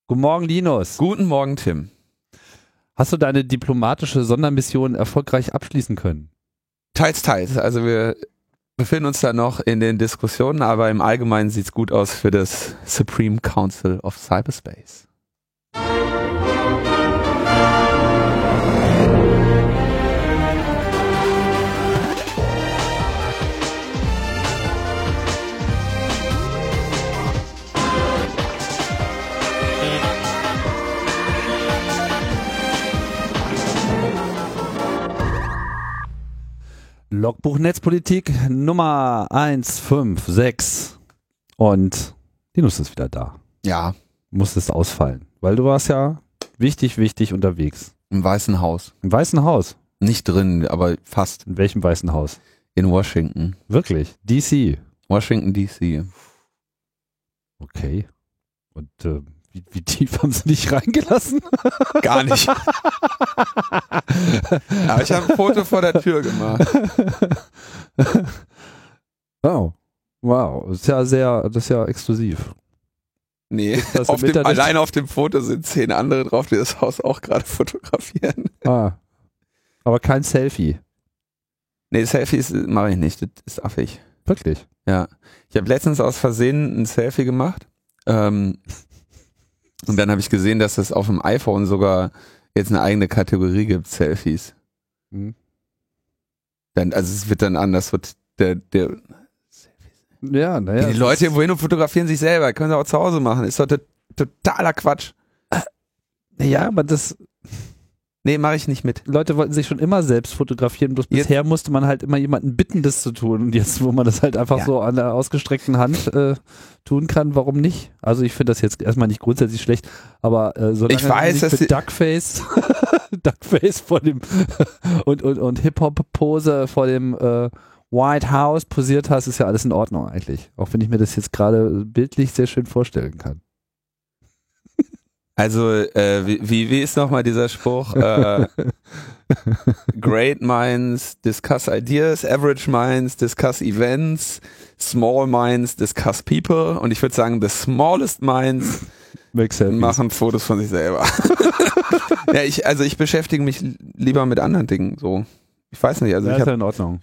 Guten Morgen, Linus. Guten Morgen, Tim. Hast du deine diplomatische Sondermission erfolgreich abschließen können? Teils, teils. Also wir befinden uns da noch in den Diskussionen, aber im Allgemeinen sieht es gut aus für das Supreme Council of Cyberspace. Logbuch Netzpolitik Nummer 156. Und Linus ist wieder da. Ja. Musstest ausfallen, weil du warst ja wichtig unterwegs. Im Weißen Haus. Im Weißen Haus? Nicht drin, aber fast. In welchem Weißen Haus? In Washington. Wirklich? DC? Washington, D.C. Okay. Und wie tief haben sie dich reingelassen? Gar nicht. Aber ich habe ein Foto vor der Tür gemacht. Oh. Wow. Das ist ja exklusiv. Nee, alleine auf dem Foto sind 10 andere drauf, die das Haus auch gerade fotografieren. Ah. Aber kein Selfie. Nee, Selfies mache ich nicht, das ist affig. Wirklich? Ja. Ich habe letztens aus Versehen ein Selfie gemacht. Und dann habe ich gesehen, dass es auf dem iPhone sogar jetzt eine eigene Kategorie gibt, Selfies. Mhm. Also es wird dann anders, Ja, naja. Die Leute wohin und fotografieren sich selber, können sie auch zu Hause machen. Ist doch totaler Quatsch. Ja, aber das... Nee, mache ich nicht mit. Leute wollten sich schon immer selbst fotografieren, bloß bisher musste man halt immer jemanden bitten, das zu tun. Und jetzt, wo man das halt einfach so an der ausgestreckten Hand tun kann, warum nicht? Also ich finde das jetzt erstmal nicht grundsätzlich schlecht, aber solange ich weiß, du nicht mit Duckface vor dem und Hip-Hop-Pose vor dem White House posiert hast, ist ja alles in Ordnung eigentlich. Auch wenn ich mir das jetzt gerade bildlich sehr schön vorstellen kann. Also, wie ist nochmal dieser Spruch? Great minds discuss ideas, average minds discuss events, small minds discuss people. Und ich würde sagen, the smallest minds machen Fotos von sich selber. Ja, ich beschäftige mich lieber mit anderen Dingen. So, ich weiß nicht. Also ja, ist ja in Ordnung.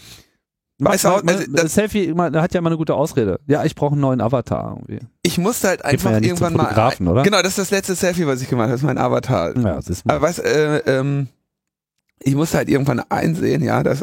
Das Selfie hat ja mal eine gute Ausrede. Ja, ich brauche einen neuen Avatar irgendwie. Ich musste halt einfach ja irgendwann mal. Oder? Genau, das ist das letzte Selfie, was ich gemacht habe. Das ist mein Avatar. Ja, das ist mal. Aber ich musste halt irgendwann einsehen, ja, dass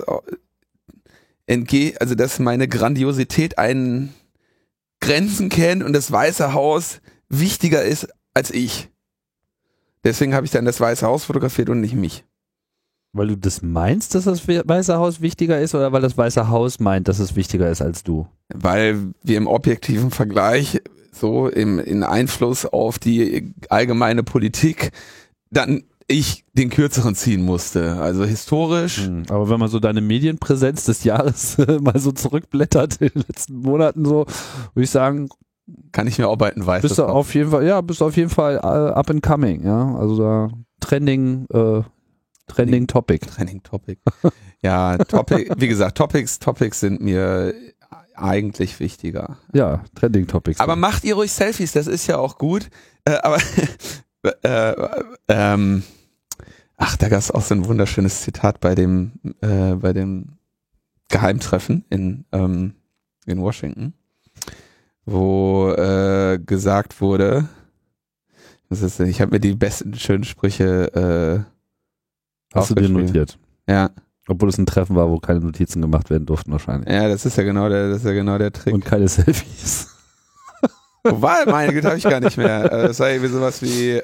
dass meine Grandiosität einen Grenzen kennt und das Weiße Haus wichtiger ist als ich. Deswegen habe ich dann das Weiße Haus fotografiert und nicht mich. Weil du das meinst, dass das Weiße Haus wichtiger ist, oder weil das Weiße Haus meint, dass es wichtiger ist als du? Weil wir im objektiven Vergleich so in Einfluss auf die allgemeine Politik dann ich den Kürzeren ziehen musste. Also historisch. Aber wenn man so deine Medienpräsenz des Jahres mal so zurückblättert in den letzten Monaten so, würde ich sagen, kann ich mir auch bald ein Weißes bist du auf jeden Fall up and coming, ja. Also da Trending Topic. Trending Topic. Ja, wie gesagt, Topics sind mir eigentlich wichtiger. Ja, Trending Topics. Aber macht ihr ruhig Selfies, das ist ja auch gut. Da gab es auch so ein wunderschönes Zitat bei dem Geheimtreffen in Washington, wo gesagt wurde, ich habe mir die besten schönen Sprüche hast du dir notiert? Ja. Obwohl es ein Treffen war, wo keine Notizen gemacht werden durften wahrscheinlich. Ja, das ist ja genau der Trick. Und keine Selfies. Wobei, meine Güte, habe ich gar nicht mehr. Das war irgendwie sowas wie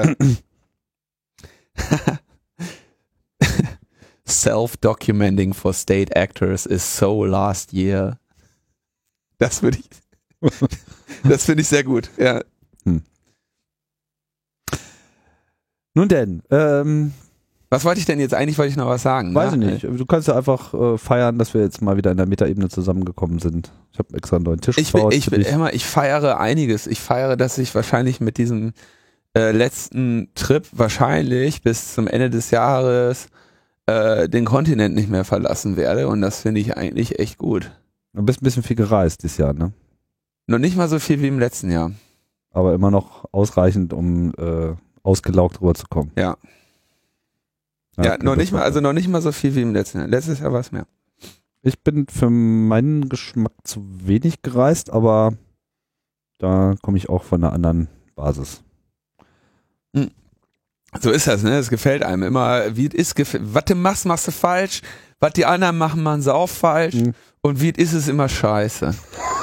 Self-documenting for state actors is so last year. Das finde ich sehr gut, ja. Nun denn, was wollte ich denn jetzt? Eigentlich wollte ich noch was sagen. Weiß ich nicht. Du kannst ja einfach feiern, dass wir jetzt mal wieder in der Metaebene zusammengekommen sind. Ich habe extra einen neuen Tisch gebaut. Ich feiere einiges. Ich feiere, dass ich wahrscheinlich mit diesem letzten Trip wahrscheinlich bis zum Ende des Jahres den Kontinent nicht mehr verlassen werde. Und das finde ich eigentlich echt gut. Du bist ein bisschen viel gereist dieses Jahr, ne? Noch nicht mal so viel wie im letzten Jahr. aber immer noch ausreichend, um ausgelaugt rüberzukommen. Ja. Ja, noch nicht mal so viel wie im letzten Jahr. Letztes Jahr war es mehr. Ich bin für meinen Geschmack zu wenig gereist, aber da komme ich auch von einer anderen Basis. So ist das, ne? Es gefällt einem immer, wie es ist, was du machst du falsch, was die anderen machen sie auch falsch und wie ist es immer scheiße.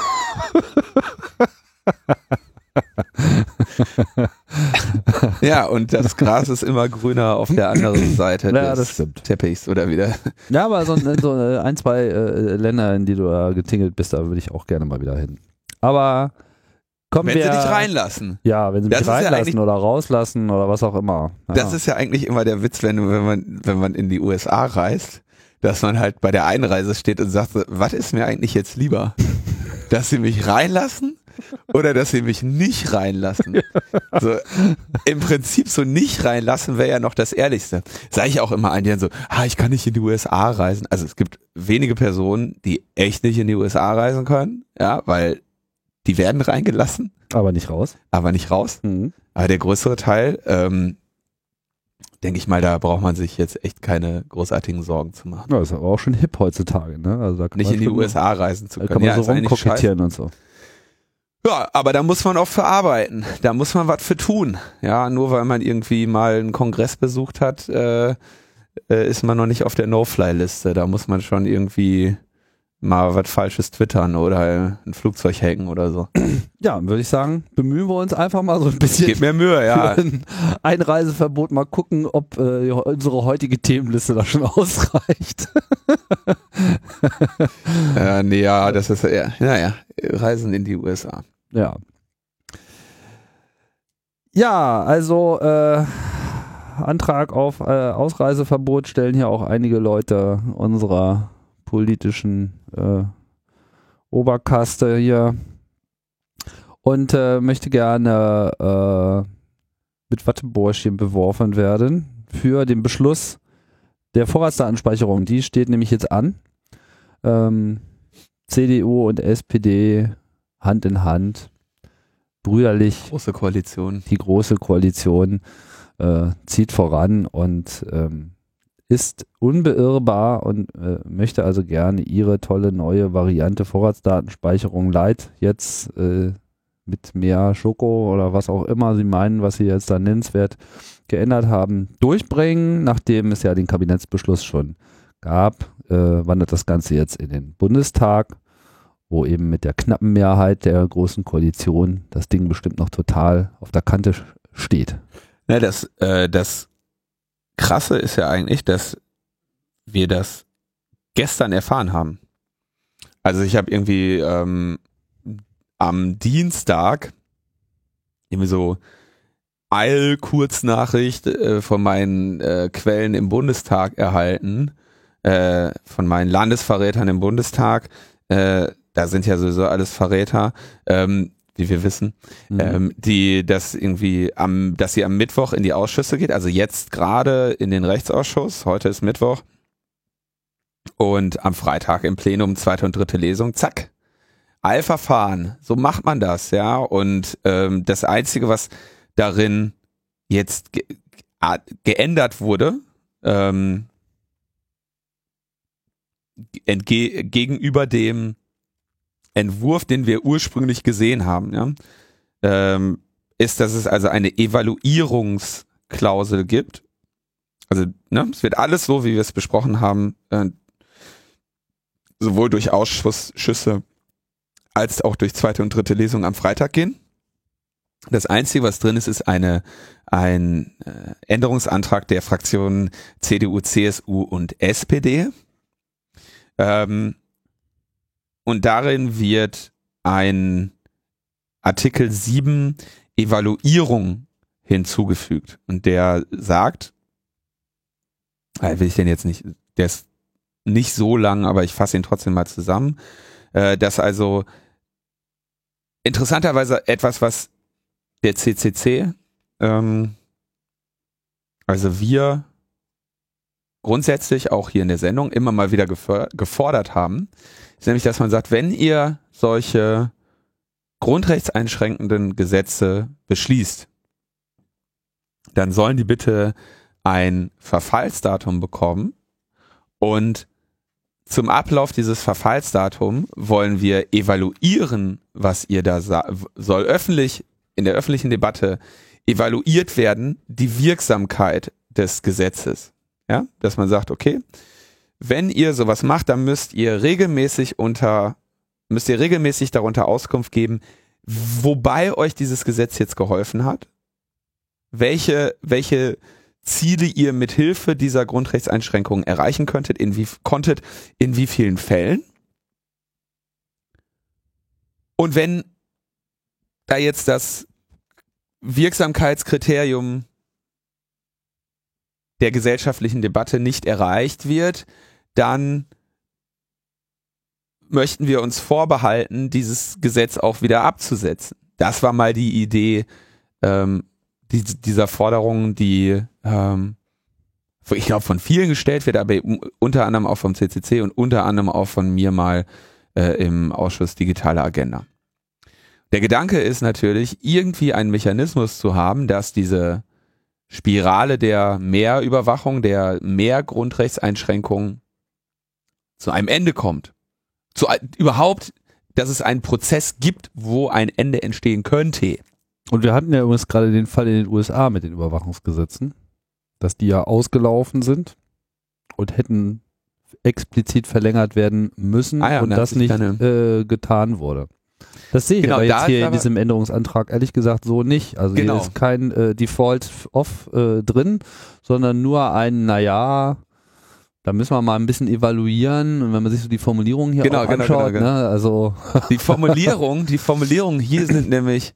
Ja, und das Gras ist immer grüner auf der anderen Seite des Teppichs oder wieder. Ja, aber so ein, zwei Länder, in die du da getingelt bist, da würde ich auch gerne mal wieder hin. Aber wenn sie dich reinlassen. Ja, wenn sie mich reinlassen oder rauslassen oder was auch immer. Ja. Das ist ja eigentlich immer der Witz, wenn man in die USA reist, dass man halt bei der Einreise steht und sagt, was ist mir eigentlich jetzt lieber? Dass sie mich reinlassen oder dass sie mich nicht reinlassen? So, im Prinzip so nicht reinlassen wäre ja noch das Ehrlichste. Sage ich auch immer einigen so, ich kann nicht in die USA reisen. Also es gibt wenige Personen, die echt nicht in die USA reisen können, ja, weil die werden reingelassen. Aber nicht raus. Aber der größere Teil, denke ich mal, da braucht man sich jetzt echt keine großartigen Sorgen zu machen. Ja, ist aber auch schon hip heutzutage, ne? Also da kann nicht in die USA reisen zu können. Da kann man so rumkokettieren und so. Ja, aber da muss man auch für arbeiten. Da muss man was für tun. Ja, nur weil man irgendwie mal einen Kongress besucht hat, ist man noch nicht auf der No-Fly-Liste. Da muss man schon irgendwie mal was Falsches twittern oder ein Flugzeug hacken oder so. Ja, würde ich sagen, bemühen wir uns einfach mal so ein bisschen. Gebt mir Mühe, ja. Für ein Einreiseverbot mal gucken, ob unsere heutige Themenliste da schon ausreicht. Das ist Reisen in die USA. Ja. Ja, also Antrag auf Ausreiseverbot stellen hier auch einige Leute unserer politischen Oberkaste hier und möchte gerne mit Wattebäuschen beworfen werden für den Beschluss der Vorratsdatenspeicherung. Die steht nämlich jetzt an. CDU und SPD Hand in Hand, brüderlich. Große Koalition. Die große Koalition zieht voran und ist unbeirrbar und möchte also gerne ihre tolle neue Variante Vorratsdatenspeicherung Lite jetzt mit mehr Schoko oder was auch immer sie meinen, was sie jetzt da nennenswert geändert haben, durchbringen. Nachdem es ja den Kabinettsbeschluss schon gab, wandert das Ganze jetzt in den Bundestag, wo eben mit der knappen Mehrheit der großen Koalition das Ding bestimmt noch total auf der Kante steht. Ja, das Krasse ist ja eigentlich, dass wir das gestern erfahren haben. Also ich habe irgendwie am Dienstag irgendwie so Eilkurznachricht von meinen Quellen im Bundestag erhalten, von meinen Landesverrätern im Bundestag. Da sind ja sowieso alles Verräter, wie wir wissen, dass sie am Mittwoch in die Ausschüsse geht, also jetzt gerade in den Rechtsausschuss, heute ist Mittwoch, und am Freitag im Plenum zweite und dritte Lesung, zack, Eilverfahren, so macht man das, ja, und das Einzige, was darin jetzt geändert wurde, gegenüber dem Entwurf, den wir ursprünglich gesehen haben, ja, ist, dass es also eine Evaluierungsklausel gibt. Also es wird alles so, wie wir es besprochen haben, sowohl durch Ausschüsse als auch durch zweite und dritte Lesung am Freitag gehen. Das Einzige, was drin ist, ist ein Änderungsantrag der Fraktionen CDU, CSU und SPD. Und darin wird ein Artikel 7 Evaluierung hinzugefügt. Und der sagt, will ich den jetzt nicht, der ist nicht so lang, aber ich fasse ihn trotzdem mal zusammen, dass also interessanterweise etwas, was der CCC, also wir grundsätzlich auch hier in der Sendung immer mal wieder gefordert haben, ist nämlich, dass man sagt, wenn ihr solche grundrechtseinschränkenden Gesetze beschließt, dann sollen die bitte ein Verfallsdatum bekommen und zum Ablauf dieses Verfallsdatums wollen wir evaluieren, was ihr da soll in der öffentlichen Debatte evaluiert werden, die Wirksamkeit des Gesetzes. Ja, dass man sagt, okay, wenn ihr sowas macht, dann müsst ihr regelmäßig darunter Auskunft geben, wobei euch dieses Gesetz jetzt geholfen hat, welche Ziele ihr mit Hilfe dieser Grundrechtseinschränkungen erreichen konntet, in wie vielen Fällen. Und wenn da jetzt das Wirksamkeitskriterium der gesellschaftlichen Debatte nicht erreicht wird, dann möchten wir uns vorbehalten, dieses Gesetz auch wieder abzusetzen. Das war mal die Idee dieser Forderung, die ich glaube von vielen gestellt wird, aber unter anderem auch vom CCC und unter anderem auch von mir mal im Ausschuss Digitale Agenda. Der Gedanke ist natürlich, irgendwie einen Mechanismus zu haben, dass diese Spirale der Mehrüberwachung, der Mehr-Grundrechtseinschränkungen zu einem Ende kommt. Überhaupt, dass es einen Prozess gibt, wo ein Ende entstehen könnte. Und wir hatten ja übrigens gerade den Fall in den USA mit den Überwachungsgesetzen, dass die ja ausgelaufen sind und hätten explizit verlängert werden müssen und das nicht getan wurde. Das sehe ich aber jetzt hier in diesem Änderungsantrag ehrlich gesagt so nicht. Also hier ist kein Default-Off drin, sondern nur ein, da müssen wir mal ein bisschen evaluieren und wenn man sich so die Formulierungen hier auch anschaut, genau. Ne, also die Formulierungen hier sind nämlich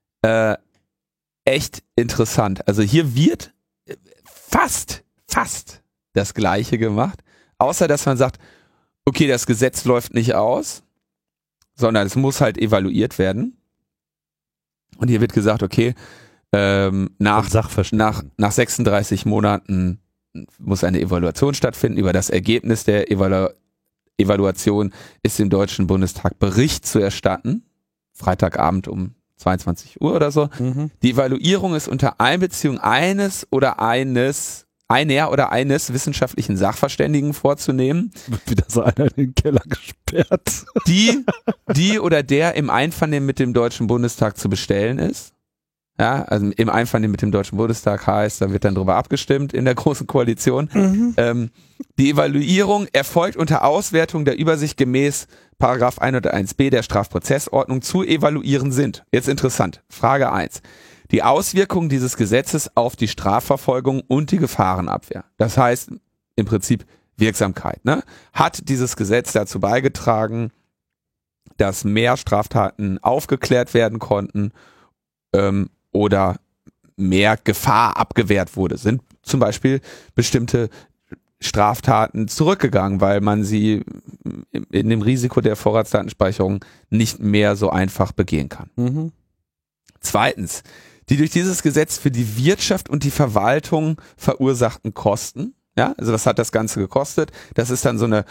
echt interessant. Also hier wird fast das Gleiche gemacht, außer dass man sagt, okay, das Gesetz läuft nicht aus, sondern es muss halt evaluiert werden. Und hier wird gesagt, okay, nach 36 Monaten muss eine Evaluation stattfinden. Über das Ergebnis der Evaluation ist dem Deutschen Bundestag Bericht zu erstatten. Freitagabend um 22 Uhr oder so. Mhm. Die Evaluierung ist unter Einbeziehung einer oder eines wissenschaftlichen Sachverständigen vorzunehmen. Wird wieder so einer in den Keller gesperrt. Die oder der im Einvernehmen mit dem Deutschen Bundestag zu bestellen ist. Ja, also im Einvernehmen mit dem Deutschen Bundestag heißt, da wird dann drüber abgestimmt in der Großen Koalition. Mhm. Die Evaluierung erfolgt unter Auswertung der Übersicht gemäß Paragraph 101b der Strafprozessordnung zu evaluieren sind. Jetzt interessant. Frage 1. Die Auswirkungen dieses Gesetzes auf die Strafverfolgung und die Gefahrenabwehr. Das heißt im Prinzip Wirksamkeit. Ne? Hat dieses Gesetz dazu beigetragen, dass mehr Straftaten aufgeklärt werden konnten oder mehr Gefahr abgewehrt wurde? Sind zum Beispiel bestimmte Straftaten zurückgegangen, weil man sie in dem Risiko der Vorratsdatenspeicherung nicht mehr so einfach begehen kann. Mhm. Zweitens, die durch dieses Gesetz für die Wirtschaft und die Verwaltung verursachten Kosten. Ja, also was hat das Ganze gekostet? Das ist dann so eine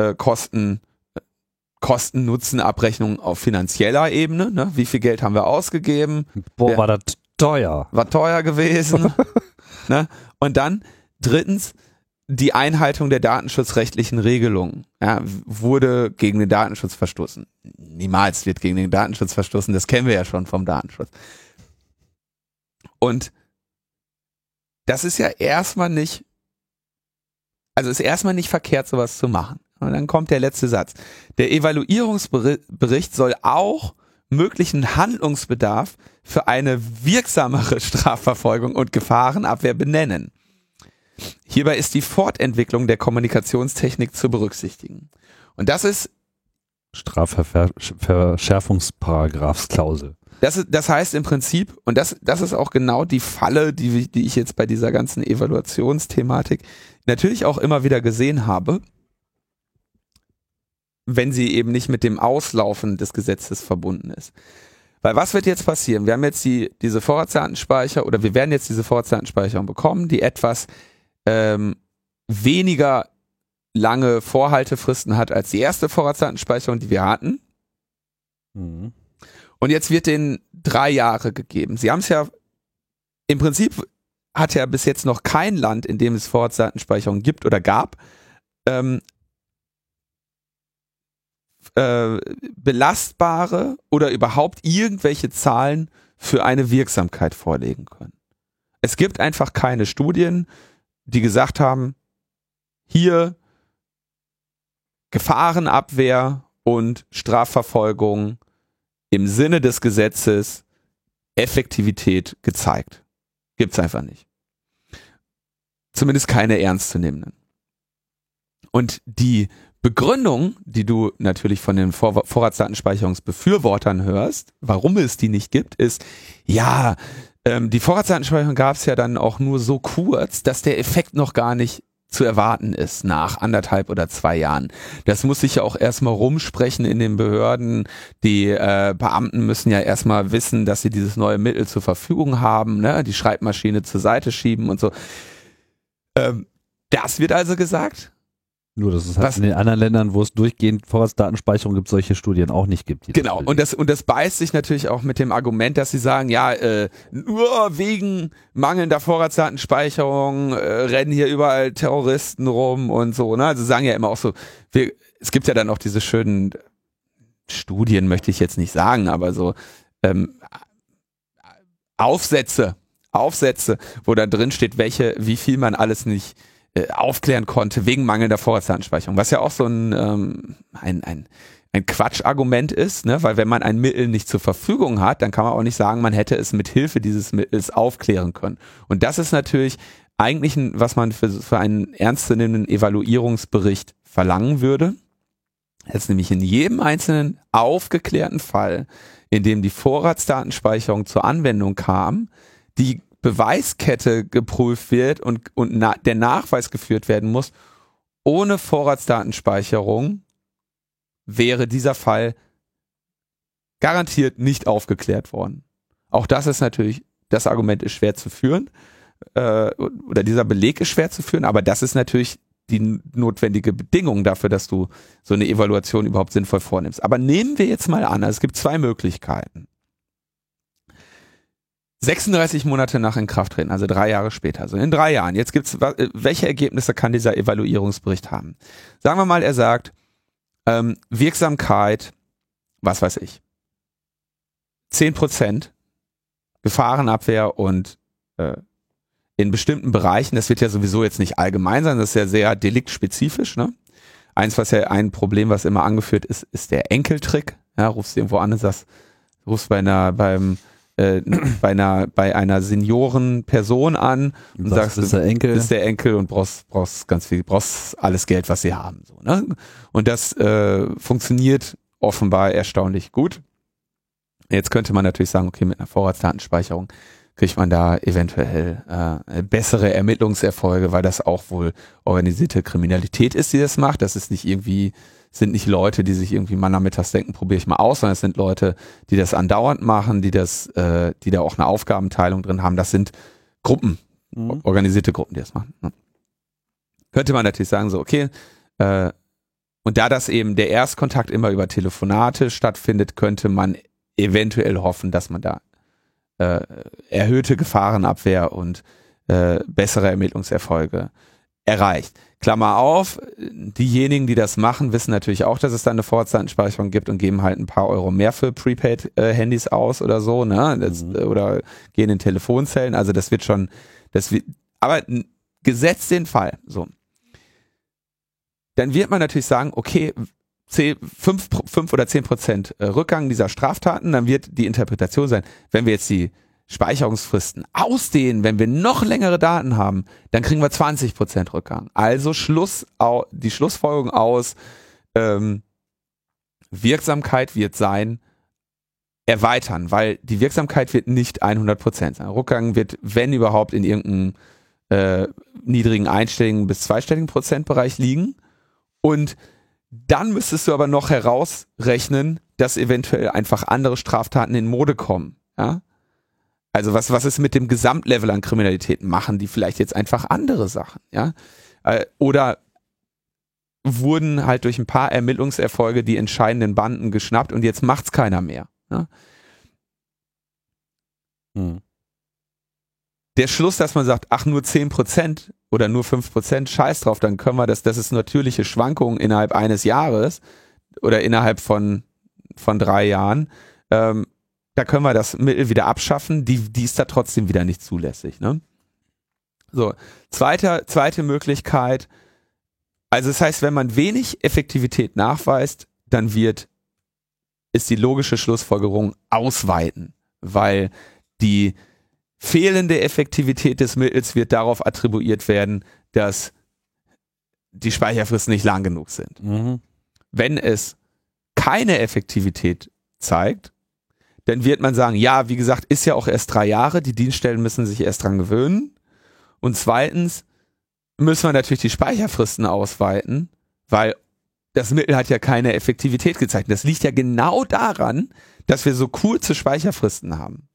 Kosten-Nutzen-Abrechnung auf finanzieller Ebene. Ne? Wie viel Geld haben wir ausgegeben? Boah, war das teuer. War teuer gewesen. Ne? Und dann drittens, die Einhaltung der datenschutzrechtlichen Regelungen. Ja, wurde gegen den Datenschutz verstoßen. Niemals wird gegen den Datenschutz verstoßen, das kennen wir ja schon vom Datenschutz. Und das ist ja erstmal nicht verkehrt, sowas zu machen. Und dann kommt der letzte Satz. Der Evaluierungsbericht soll auch möglichen Handlungsbedarf für eine wirksamere Strafverfolgung und Gefahrenabwehr benennen. Hierbei ist die Fortentwicklung der Kommunikationstechnik zu berücksichtigen. Und das ist Strafverschärfungsparagraphsklausel. Das heißt im Prinzip, und das ist auch genau die Falle, die ich jetzt bei dieser ganzen Evaluationsthematik natürlich auch immer wieder gesehen habe, wenn sie eben nicht mit dem Auslaufen des Gesetzes verbunden ist. Weil was wird jetzt passieren? Wir haben jetzt diese Vorratsdatenspeicher oder wir werden jetzt diese Vorratsdatenspeicherung bekommen, die etwas weniger lange Vorhaltefristen hat als die erste Vorratsdatenspeicherung, die wir hatten. Mhm. Und jetzt wird denen 3 Jahre gegeben. Sie haben es ja, im Prinzip hat ja bis jetzt noch kein Land, in dem es Vorratsdatenspeicherung gibt oder gab, belastbare oder überhaupt irgendwelche Zahlen für eine Wirksamkeit vorlegen können. Es gibt einfach keine Studien, die gesagt haben, hier Gefahrenabwehr und Strafverfolgung im Sinne des Gesetzes, Effektivität gezeigt. Gibt's einfach nicht. Zumindest keine ernstzunehmenden. Und die Begründung, die du natürlich von den Vorratsdatenspeicherungsbefürwortern hörst, warum es die nicht gibt, ist, ja, die Vorratsdatenspeicherung gab es ja dann auch nur so kurz, dass der Effekt noch gar nicht zu erwarten ist nach 1,5 oder 2 Jahren. Das muss sich ja auch erstmal rumsprechen in den Behörden. Die Beamten müssen ja erstmal wissen, dass sie dieses neue Mittel zur Verfügung haben, ne? Die Schreibmaschine zur Seite schieben und so. Das wird also gesagt. Nur, dass es halt in den anderen Ländern, wo es durchgehend Vorratsdatenspeicherung gibt, solche Studien auch nicht gibt. Genau, und das beißt sich natürlich auch mit dem Argument, dass sie sagen, ja, nur wegen mangelnder Vorratsdatenspeicherung rennen hier überall Terroristen rum und so. Ne? Also sagen ja immer auch so, es gibt ja dann auch diese schönen Studien, möchte ich jetzt nicht sagen, aber so Aufsätze, wo da drin steht, wie viel man alles nicht aufklären konnte wegen mangelnder Vorratsdatenspeicherung, was ja auch so ein Quatschargument ist, ne? Weil wenn man ein Mittel nicht zur Verfügung hat, dann kann man auch nicht sagen, man hätte es mit Hilfe dieses Mittels aufklären können. Und das ist natürlich eigentlich, was man für einen ernstzunehmenden Evaluierungsbericht verlangen würde. Jetzt nämlich in jedem einzelnen aufgeklärten Fall, in dem die Vorratsdatenspeicherung zur Anwendung kam, die Beweiskette geprüft wird und der Nachweis geführt werden muss, ohne Vorratsdatenspeicherung wäre dieser Fall garantiert nicht aufgeklärt worden. Auch das ist natürlich, das Argument ist schwer zu führen, oder dieser Beleg ist schwer zu führen, aber das ist natürlich die notwendige Bedingung dafür, dass du so eine Evaluation überhaupt sinnvoll vornimmst. Aber nehmen wir jetzt mal an, es gibt 2 Möglichkeiten. 36 Monate nach Inkrafttreten, also 3 Jahre später, also in 3 Jahren. Jetzt gibt's, welche Ergebnisse kann dieser Evaluierungsbericht haben? Sagen wir mal, er sagt, Wirksamkeit, was weiß ich, 10% Gefahrenabwehr und in bestimmten Bereichen, das wird ja sowieso jetzt nicht allgemein sein, das ist ja sehr deliktspezifisch, ne? Ein Problem, was immer angeführt ist, ist der Enkeltrick. Ja, rufst du irgendwo an und sagst, rufst bei einer Seniorenperson an und sagst, ist der Enkel? Ist der Enkel und brauchst ganz viel, brauchst alles Geld, was sie haben. So, ne? Und das funktioniert offenbar erstaunlich gut. Jetzt könnte man natürlich sagen, okay, mit einer Vorratsdatenspeicherung kriegt man da eventuell bessere Ermittlungserfolge, weil das auch wohl organisierte Kriminalität ist, die das macht. Das ist nicht irgendwie, sind nicht Leute, die sich irgendwie mal nachmittags denken, probiere ich mal aus, sondern es sind Leute, die das andauernd machen, die da auch eine Aufgabenteilung drin haben. Das sind Gruppen, organisierte Gruppen, die das machen. Ne? Könnte man natürlich sagen, so, okay, und da das eben der Erstkontakt immer über Telefonate stattfindet, könnte man eventuell hoffen, dass man da erhöhte Gefahrenabwehr und bessere Ermittlungserfolge erreicht. Klammer auf, diejenigen, die das machen, wissen natürlich auch, dass es da eine Vorratsdatenspeicherung gibt und geben halt ein paar Euro mehr für Prepaid-Handys aus oder so, ne? Oder gehen in Telefonzellen, also das wird schon, aber gesetzt den Fall, so. Dann wird man natürlich sagen, okay, 5 oder 10% Rückgang dieser Straftaten, dann wird die Interpretation sein, wenn wir jetzt die Speicherungsfristen ausdehnen, wenn wir noch längere Daten haben, dann kriegen wir 20% Rückgang. Also die Schlussfolgerung aus Wirksamkeit wird sein, erweitern, weil die Wirksamkeit wird nicht 100% sein. Rückgang wird, wenn überhaupt, in irgendeinem niedrigen einstelligen bis zweistelligen Prozentbereich liegen. Und dann müsstest du aber noch herausrechnen, dass eventuell einfach andere Straftaten in Mode kommen. Ja? Also was ist mit dem Gesamtlevel an Kriminalität? Machen die vielleicht jetzt einfach andere Sachen? Ja? Oder wurden halt durch ein paar Ermittlungserfolge die entscheidenden Banden geschnappt und jetzt macht's keiner mehr. Ja? Der Schluss, dass man sagt, ach, nur 10% oder nur 5%, scheiß drauf, dann können wir das ist natürliche Schwankungen innerhalb eines Jahres oder innerhalb von 3 Jahren, da können wir das Mittel wieder abschaffen, die ist da trotzdem wieder nicht zulässig. Ne? So, zweite Möglichkeit, also das heißt, wenn man wenig Effektivität nachweist, dann ist die logische Schlussfolgerung ausweiten, weil die fehlende Effektivität des Mittels wird darauf attribuiert werden, dass die Speicherfristen nicht lang genug sind. Wenn es keine Effektivität zeigt, dann wird man sagen, ja, wie gesagt, ist ja auch erst 3 Jahre, die Dienststellen müssen sich erst dran gewöhnen. Und zweitens müssen wir natürlich die Speicherfristen ausweiten, weil das Mittel hat ja keine Effektivität gezeigt. Das liegt ja genau daran, dass wir so kurze Speicherfristen haben.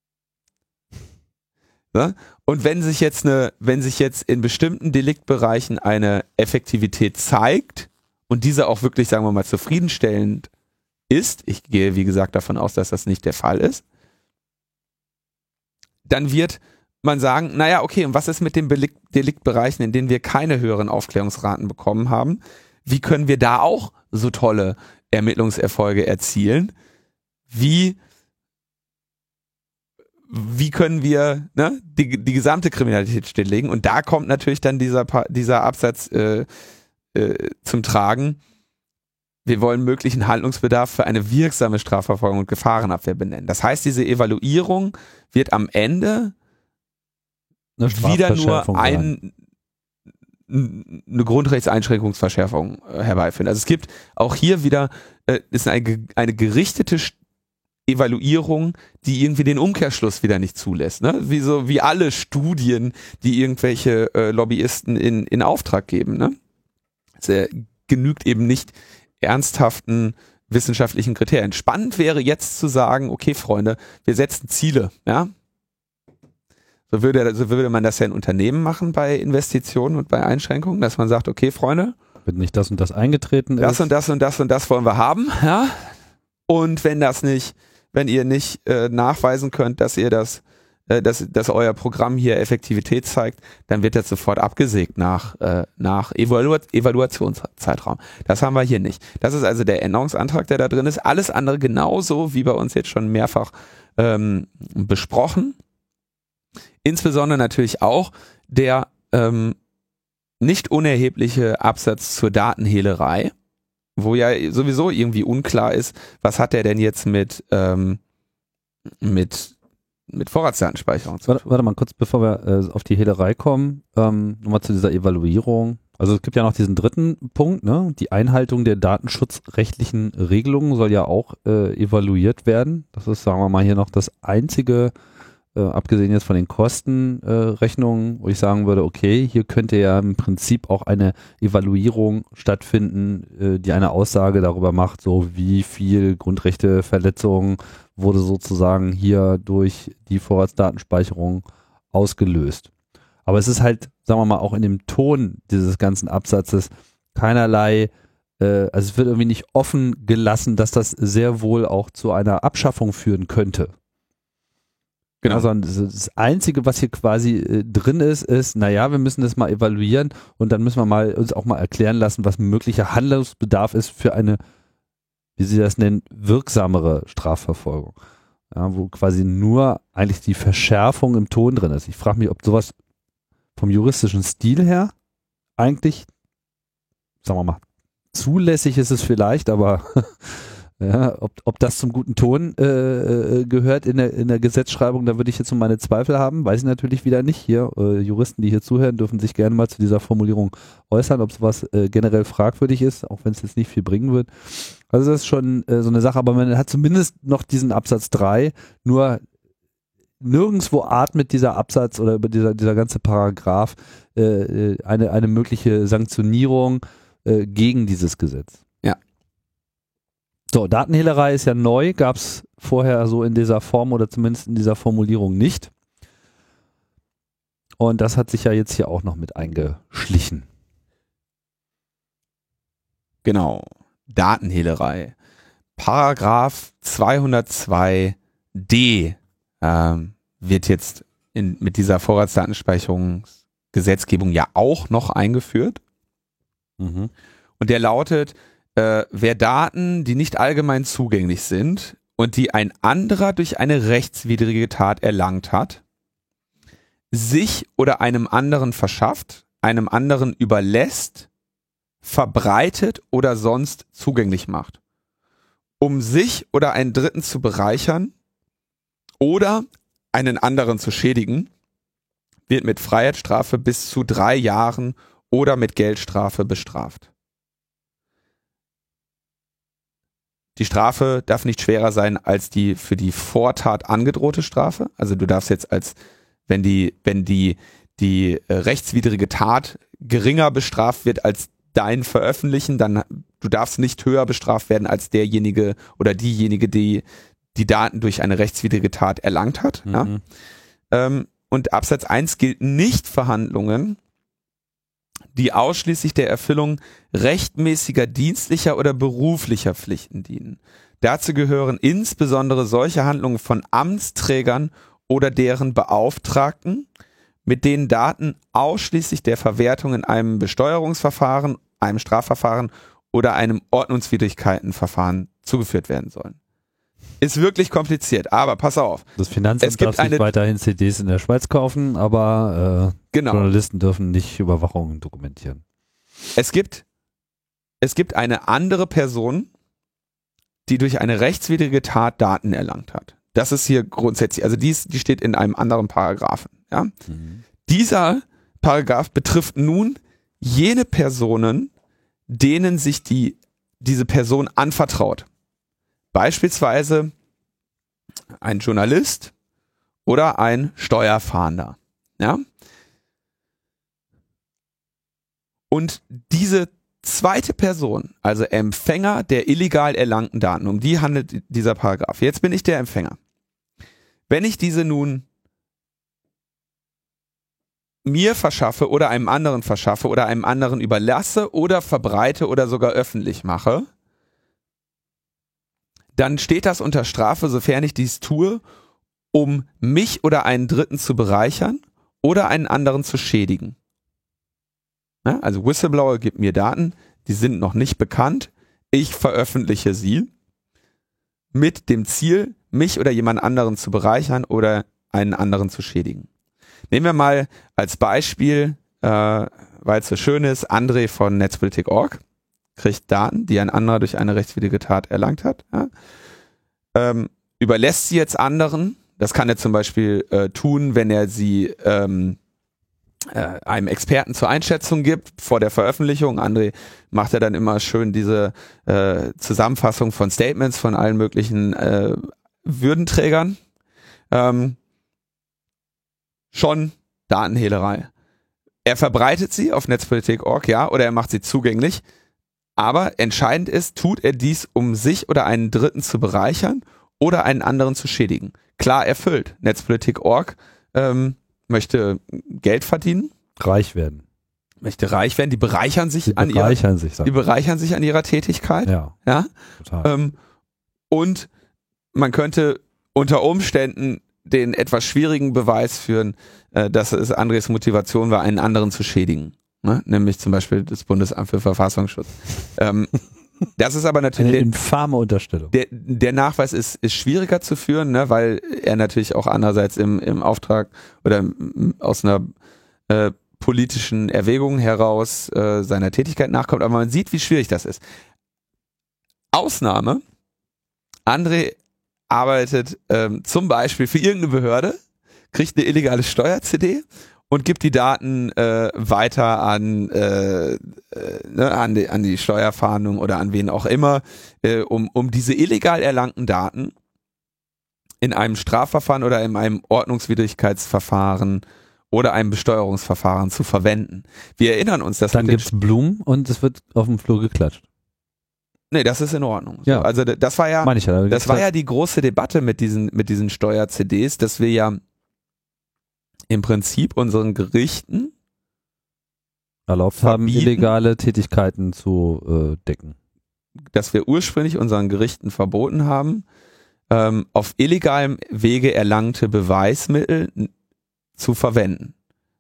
Ja? Und wenn sich jetzt in bestimmten Deliktbereichen eine Effektivität zeigt und diese auch wirklich, sagen wir mal, zufriedenstellend ist, ich gehe wie gesagt davon aus, dass das nicht der Fall ist, dann wird man sagen, naja, okay, und was ist mit den Deliktbereichen, in denen wir keine höheren Aufklärungsraten bekommen haben? Wie können wir da auch so tolle Ermittlungserfolge erzielen? Wie können wir die gesamte Kriminalität stilllegen? Und da kommt natürlich dann dieser Absatz zum Tragen. Wir wollen möglichen Handlungsbedarf für eine wirksame Strafverfolgung und Gefahrenabwehr benennen. Das heißt, diese Evaluierung wird am Ende wieder nur eine Grundrechtseinschränkungsverschärfung herbeiführen. Also es gibt auch hier wieder ist eine gerichtete Evaluierung, die irgendwie den Umkehrschluss wieder nicht zulässt. Ne? Wie alle Studien, die irgendwelche Lobbyisten in Auftrag geben. Ne? Es genügt eben nicht ernsthaften wissenschaftlichen Kriterien. Spannend wäre jetzt zu sagen, okay, Freunde, wir setzen Ziele. Ja? So würde man das ja in Unternehmen machen bei Investitionen und bei Einschränkungen, dass man sagt, okay, Freunde, wenn nicht das und das eingetreten ist. Das und das und das und das wollen wir haben. Ja? Und wenn ihr nicht nachweisen könnt, dass euer Programm hier Effektivität zeigt, dann wird das sofort abgesägt nach Evaluationszeitraum. Das haben wir hier nicht. Das ist also der Änderungsantrag, der da drin ist. Alles andere genauso wie bei uns jetzt schon mehrfach besprochen. Insbesondere natürlich auch der nicht unerhebliche Absatz zur Datenhehlerei, wo ja sowieso irgendwie unklar ist, was hat der denn jetzt mit Vorratsdatenspeicherung zu tun. Warte mal kurz, bevor wir auf die Hehlerei kommen, nochmal zu dieser Evaluierung. Also es gibt ja noch diesen dritten Punkt, ne? Die Einhaltung der datenschutzrechtlichen Regelungen soll ja auch evaluiert werden. Das ist, sagen wir mal, hier noch das einzige, abgesehen jetzt von den Kostenrechnungen, wo ich sagen würde, okay, hier könnte ja im Prinzip auch eine Evaluierung stattfinden, die eine Aussage darüber macht, so wie viel Grundrechteverletzungen wurde sozusagen hier durch die Vorratsdatenspeicherung ausgelöst. Aber es ist halt, sagen wir mal, auch in dem Ton dieses ganzen Absatzes keinerlei, also es wird irgendwie nicht offen gelassen, dass das sehr wohl auch zu einer Abschaffung führen könnte. Genau. Also das Einzige, was hier quasi drin ist, naja, wir müssen das mal evaluieren und dann müssen wir uns auch mal erklären lassen, was möglicher Handlungsbedarf ist für eine, wie Sie das nennen, wirksamere Strafverfolgung. Ja, wo quasi nur eigentlich die Verschärfung im Ton drin ist. Ich frage mich, ob sowas vom juristischen Stil her eigentlich, sagen wir mal, zulässig ist es vielleicht, aber ja, ob das zum guten Ton gehört in der Gesetzschreibung, da würde ich jetzt so meine Zweifel haben, weiß ich natürlich wieder nicht. Hier Juristen, die hier zuhören, dürfen sich gerne mal zu dieser Formulierung äußern, ob sowas generell fragwürdig ist, auch wenn es jetzt nicht viel bringen wird. Also das ist schon so eine Sache, aber man hat zumindest noch diesen Absatz 3, nur nirgendwo atmet dieser Absatz oder über dieser ganze Paragraph eine mögliche Sanktionierung gegen dieses Gesetz. So, Datenhehlerei ist ja neu, gab es vorher so in dieser Form oder zumindest in dieser Formulierung nicht. Und das hat sich ja jetzt hier auch noch mit eingeschlichen. Genau, Datenhehlerei. Paragraph 202d wird jetzt mit dieser Vorratsdatenspeicherungsgesetzgebung ja auch noch eingeführt. Und der lautet, wer Daten, die nicht allgemein zugänglich sind und die ein anderer durch eine rechtswidrige Tat erlangt hat, sich oder einem anderen verschafft, einem anderen überlässt, verbreitet oder sonst zugänglich macht, um sich oder einen Dritten zu bereichern oder einen anderen zu schädigen, wird mit Freiheitsstrafe bis zu 3 Jahren oder mit Geldstrafe bestraft. Die Strafe darf nicht schwerer sein als die für die Vortat angedrohte Strafe. Also du darfst jetzt wenn die rechtswidrige Tat geringer bestraft wird als dein Veröffentlichen, dann du darfst nicht höher bestraft werden als derjenige oder diejenige, die Daten durch eine rechtswidrige Tat erlangt hat. Ja? Und Absatz 1 gilt nicht für Handlungen, die ausschließlich der Erfüllung rechtmäßiger dienstlicher oder beruflicher Pflichten dienen. Dazu gehören insbesondere solche Handlungen von Amtsträgern oder deren Beauftragten, mit denen Daten ausschließlich der Verwertung in einem Besteuerungsverfahren, einem Strafverfahren oder einem Ordnungswidrigkeitenverfahren zugeführt werden sollen. Ist wirklich kompliziert, aber pass auf. Das Finanzamt darf sich weiterhin CDs in der Schweiz kaufen, aber Journalisten dürfen nicht Überwachungen dokumentieren. Es gibt eine andere Person, die durch eine rechtswidrige Tat Daten erlangt hat. Das ist hier grundsätzlich, also die steht in einem anderen Paragraphen. Ja? Dieser Paragraph betrifft nun jene Personen, denen sich diese Person anvertraut. Beispielsweise ein Journalist oder ein Steuerfahnder. Ja? Und diese zweite Person, also Empfänger der illegal erlangten Daten, um die handelt dieser Paragraph. Jetzt bin ich der Empfänger. Wenn ich diese nun mir verschaffe oder einem anderen verschaffe oder einem anderen überlasse oder verbreite oder sogar öffentlich mache, dann steht das unter Strafe, sofern ich dies tue, um mich oder einen Dritten zu bereichern oder einen anderen zu schädigen. Ja, also Whistleblower gibt mir Daten, die sind noch nicht bekannt, ich veröffentliche sie mit dem Ziel, mich oder jemand anderen zu bereichern oder einen anderen zu schädigen. Nehmen wir mal als Beispiel, weil es so schön ist, André von Netzpolitik.org kriegt Daten, die ein anderer durch eine rechtswidrige Tat erlangt hat. Ja. Überlässt sie jetzt anderen. Das kann er zum Beispiel tun, wenn er sie einem Experten zur Einschätzung gibt vor der Veröffentlichung. André macht ja dann immer schön diese Zusammenfassung von Statements von allen möglichen Würdenträgern. Schon Datenhehlerei. Er verbreitet sie auf Netzpolitik.org, ja, oder er macht sie zugänglich. Aber entscheidend ist, tut er dies, um sich oder einen Dritten zu bereichern oder einen anderen zu schädigen. Klar erfüllt. Netzpolitik.org möchte Geld verdienen. Reich werden. Möchte reich werden. Die bereichern sich an ihrer Tätigkeit. Ja. Total. Und man könnte unter Umständen den etwas schwierigen Beweis führen, dass es Andres Motivation war, einen anderen zu schädigen. Ne? Nämlich zum Beispiel das Bundesamt für Verfassungsschutz. Das ist aber natürlich eine infame Unterstellung. Der Nachweis ist schwieriger zu führen, ne, weil er natürlich auch andererseits im Auftrag oder aus einer politischen Erwägung heraus seiner Tätigkeit nachkommt. Aber man sieht, wie schwierig das ist. Ausnahme: André arbeitet zum Beispiel für irgendeine Behörde, kriegt eine illegale Steuer-CD und gibt die Daten weiter an die Steuerfahndung oder an wen auch immer, um diese illegal erlangten Daten in einem Strafverfahren oder in einem Ordnungswidrigkeitsverfahren oder einem Besteuerungsverfahren zu verwenden. Wir erinnern uns, dass dann gibt's Blumen und es wird auf dem Flur geklatscht. Nee, das ist in Ordnung. Ja. Also das war ja, die große Debatte mit diesen Steuer-CDs, dass wir ja im Prinzip unseren Gerichten erlaubt haben, illegale Tätigkeiten zu decken. Dass wir ursprünglich unseren Gerichten verboten haben, auf illegalem Wege erlangte Beweismittel zu verwenden.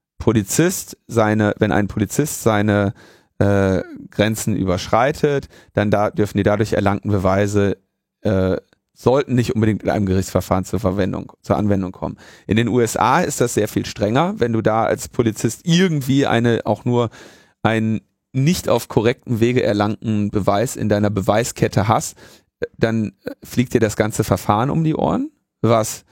Wenn ein Polizist seine Grenzen überschreitet, dann dürfen die dadurch erlangten Beweise sollten nicht unbedingt in einem Gerichtsverfahren zur Anwendung kommen. In den USA ist das sehr viel strenger, wenn du da als Polizist irgendwie auch nur einen nicht auf korrekten Wege erlangten Beweis in deiner Beweiskette hast, dann fliegt dir das ganze Verfahren um die Ohren, was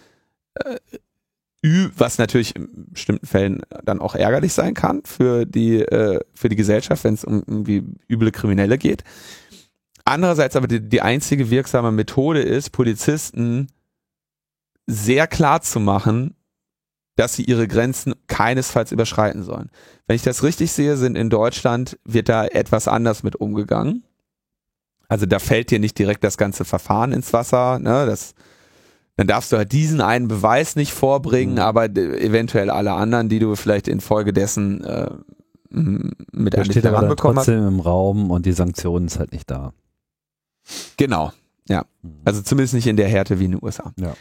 natürlich in bestimmten Fällen dann auch ärgerlich sein kann für die Gesellschaft, wenn es um irgendwie üble Kriminelle geht. Andererseits aber die einzige wirksame Methode ist, Polizisten sehr klar zu machen, dass sie ihre Grenzen keinesfalls überschreiten sollen. Wenn ich das richtig sehe, in Deutschland wird da etwas anders mit umgegangen. Also da fällt dir nicht direkt das ganze Verfahren ins Wasser, ne? Dann darfst du halt diesen einen Beweis nicht vorbringen, aber eventuell alle anderen, die du vielleicht infolgedessen mit an dich heranbekommen hast. Trotzdem im Raum und die Sanktionen ist halt nicht da. Genau, ja. Also zumindest nicht in der Härte wie in den USA. Ja.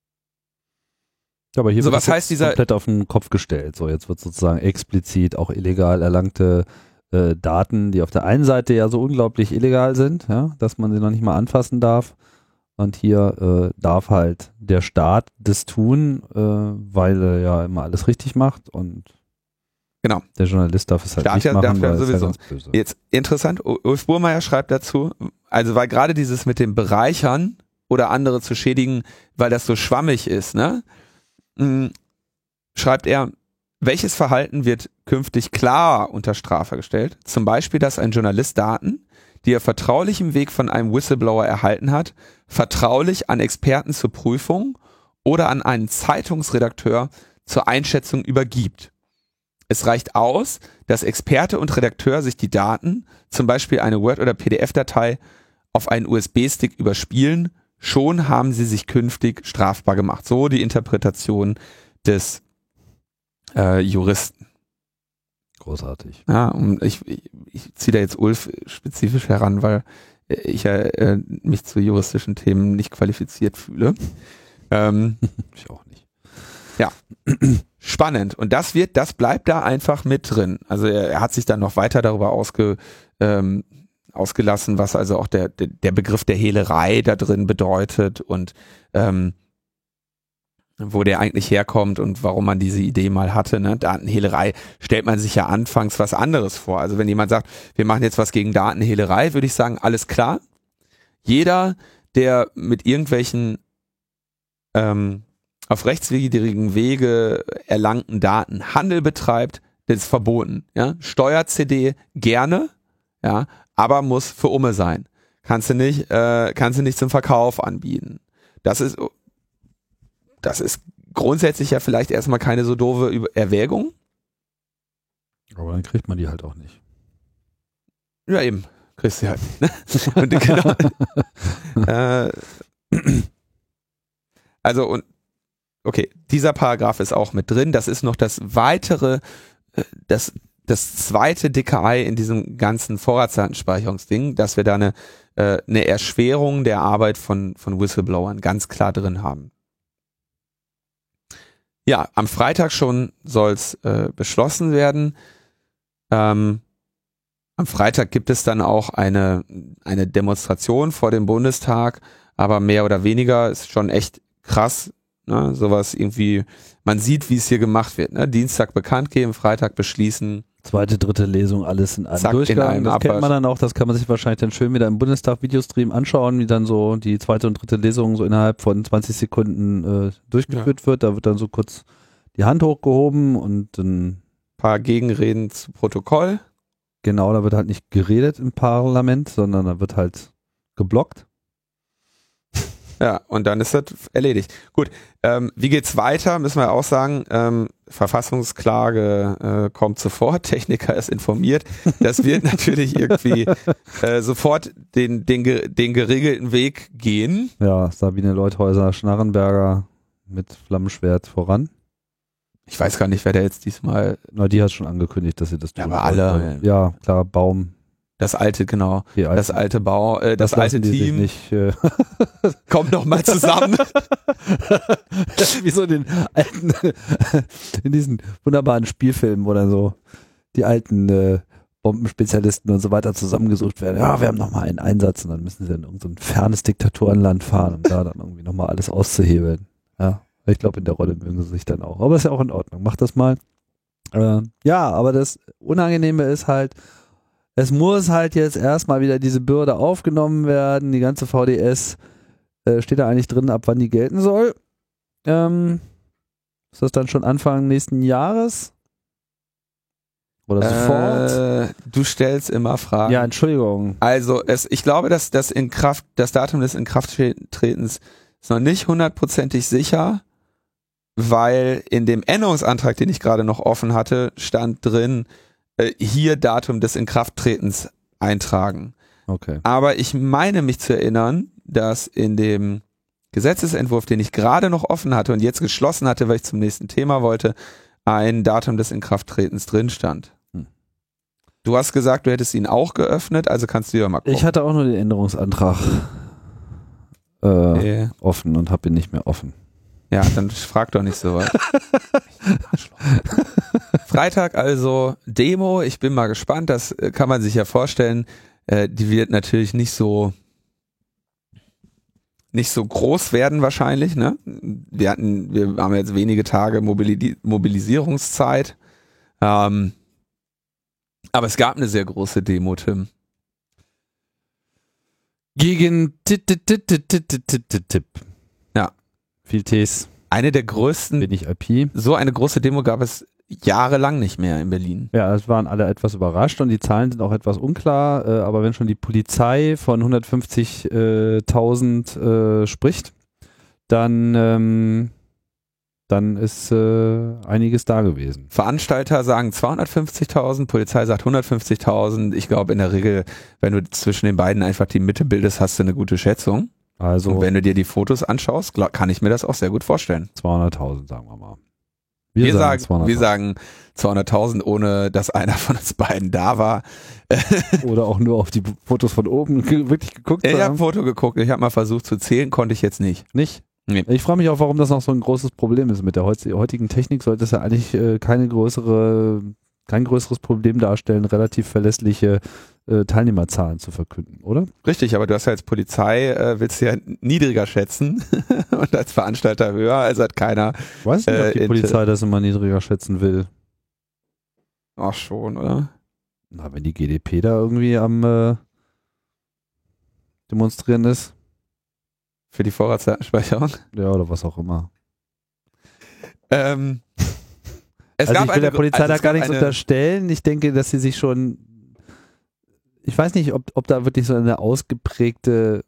Aber hier wird was heißt komplett auf den Kopf gestellt. So, jetzt wird sozusagen explizit auch illegal erlangte Daten, die auf der einen Seite ja so unglaublich illegal sind, ja, dass man sie noch nicht mal anfassen darf. Und hier darf halt der Staat das tun, weil er ja immer alles richtig macht und genau. Der Journalist darf es halt nicht machen, weil es ja ganz böse. Jetzt interessant, Ulf Burmeier schreibt dazu, also weil gerade dieses mit dem Bereichern oder andere zu schädigen, weil das so schwammig ist, ne? Schreibt er, welches Verhalten wird künftig klar unter Strafe gestellt? Zum Beispiel, dass ein Journalist Daten, die er vertraulichem Weg von einem Whistleblower erhalten hat, vertraulich an Experten zur Prüfung oder an einen Zeitungsredakteur zur Einschätzung übergibt. Es reicht aus, dass Experte und Redakteur sich die Daten, zum Beispiel eine Word- oder PDF-Datei, auf einen USB-Stick überspielen, schon haben sie sich künftig strafbar gemacht. So die Interpretation des Juristen. Großartig. Ja, und ich ziehe da jetzt Ulf spezifisch heran, weil ich mich zu juristischen Themen nicht qualifiziert fühle. Ich auch nicht. Ja, spannend. Und das bleibt da einfach mit drin. Also er hat sich dann noch weiter darüber ausgelassen, was also auch der Begriff der Hehlerei da drin bedeutet und wo der eigentlich herkommt und warum man diese Idee mal hatte. Ne? Datenhehlerei stellt man sich ja anfangs was anderes vor. Also wenn jemand sagt, wir machen jetzt was gegen Datenhehlerei, würde ich sagen, alles klar. Jeder, der mit irgendwelchen auf rechtswidrigen Wege erlangten Daten Handel betreibt, das ist verboten. Ja? Steuer-CD gerne, ja, aber muss für Umme sein. Kannst du nicht zum Verkauf anbieten. Das ist grundsätzlich ja vielleicht erstmal keine so doofe Erwägung. Aber dann kriegt man die halt auch nicht. Ja, eben. Kriegst du halt nicht. Ne? Und genau. Okay, dieser Paragraph ist auch mit drin. Das ist noch das zweite dicke Ei in diesem ganzen Vorratsdatenspeicherungsding, dass wir da eine Erschwerung der Arbeit von Whistleblowern ganz klar drin haben. Ja, am Freitag schon soll es beschlossen werden. Am Freitag gibt es dann auch eine Demonstration vor dem Bundestag, aber mehr oder weniger ist schon echt krass, ne? Sowas irgendwie, man sieht, wie es hier gemacht wird. Ne? Dienstag bekannt geben, Freitag beschließen. Zweite, dritte Lesung, alles in einem Durchgang. Das kennt man dann auch, das kann man sich wahrscheinlich dann schön wieder im Bundestag Videostream anschauen, wie dann so die zweite und dritte Lesung so innerhalb von 20 Sekunden durchgeführt wird. Da wird dann so kurz die Hand hochgehoben und ein paar Gegenreden zu Protokoll. Genau, da wird halt nicht geredet im Parlament, sondern da wird halt geblockt. Ja, und dann ist das erledigt. Gut, wie geht's weiter? Müssen wir auch sagen, Verfassungsklage kommt sofort, Techniker ist informiert. Das wird natürlich irgendwie sofort den geregelten Weg gehen. Ja, Sabine Leuthäuser-Schnarrenberger mit Flammenschwert voran. Ich weiß gar nicht, wer der jetzt diesmal... Na, die hat schon angekündigt, dass sie das tun. Ja, aber alle... Ja, klar, Baum Das alte, genau. Das alte das alte Team. Nicht, kommt noch mal zusammen. Wie so in diesen wunderbaren Spielfilmen, wo dann so die alten Bombenspezialisten und so weiter zusammengesucht werden. Ja, wir haben nochmal einen Einsatz und dann müssen sie in irgendein fernes Diktatorenland fahren, um da dann irgendwie nochmal alles auszuhebeln. Ja, ich glaube, in der Rolle mögen sie sich dann auch. Aber ist ja auch in Ordnung. Macht das mal. Ja, aber das Unangenehme ist halt, es muss halt jetzt erstmal wieder diese Bürde aufgenommen werden. Die ganze VDS steht da eigentlich drin, ab wann die gelten soll. Ist das dann schon Anfang nächsten Jahres? Oder sofort? Du stellst immer Fragen. Ja, Entschuldigung. Also ich glaube, dass das Datum des Inkrafttretens ist noch nicht hundertprozentig sicher, weil in dem Änderungsantrag, den ich gerade noch offen hatte, stand drin, hier Datum des Inkrafttretens eintragen. Okay. Aber ich meine mich zu erinnern, dass in dem Gesetzesentwurf, den ich gerade noch offen hatte und jetzt geschlossen hatte, weil ich zum nächsten Thema wollte, ein Datum des Inkrafttretens drin stand. Du hast gesagt, du hättest ihn auch geöffnet, also kannst du ja mal gucken. Ich hatte auch nur den Änderungsantrag offen und habe ihn nicht mehr offen. Ja, dann frag doch nicht so was. Freitag also Demo, ich bin mal gespannt, das kann man sich ja vorstellen, die wird natürlich nicht so groß werden wahrscheinlich, ne? Wir haben jetzt wenige Tage Mobilisierungszeit, aber es gab eine sehr große Demo, Tim. Gegen Tipp. Ja. Viel Ts. Eine der größten, bin ich IP. So eine große Demo gab es jahrelang nicht mehr in Berlin. Ja, es waren alle etwas überrascht und die Zahlen sind auch etwas unklar, aber wenn schon die Polizei von 150.000 spricht, dann ist einiges da gewesen. Veranstalter sagen 250.000, Polizei sagt 150.000. Ich glaube in der Regel, wenn du zwischen den beiden einfach die Mitte bildest, hast du eine gute Schätzung. Also und wenn du dir die Fotos anschaust, kann ich mir das auch sehr gut vorstellen. 200.000 sagen wir mal. Wir sagen 200.000, ohne dass einer von uns beiden da war. Oder auch nur auf die Fotos von oben wirklich geguckt haben. Ich habe ein Foto geguckt, ich habe mal versucht zu zählen, konnte ich jetzt nicht. Nicht? Nee. Ich frage mich auch, warum das noch so ein großes Problem ist. Mit der heutigen Technik sollte es ja eigentlich kein größeres Problem darstellen, relativ verlässliche Teilnehmerzahlen zu verkünden, oder? Richtig, aber du hast ja als Polizei, willst du ja niedriger schätzen und als Veranstalter höher, also hat keiner. Ich weiß nicht, ob die Polizei das immer niedriger schätzen will. Ach schon, oder? Na, wenn die GdP da irgendwie am Demonstrieren ist. Für die Vorratsdatenspeicherung? Ja, oder was auch immer. Es also gab ich will der Polizei da gar nichts unterstellen. Ich denke, dass sie sich schon, ich weiß nicht, ob da wirklich so eine ausgeprägte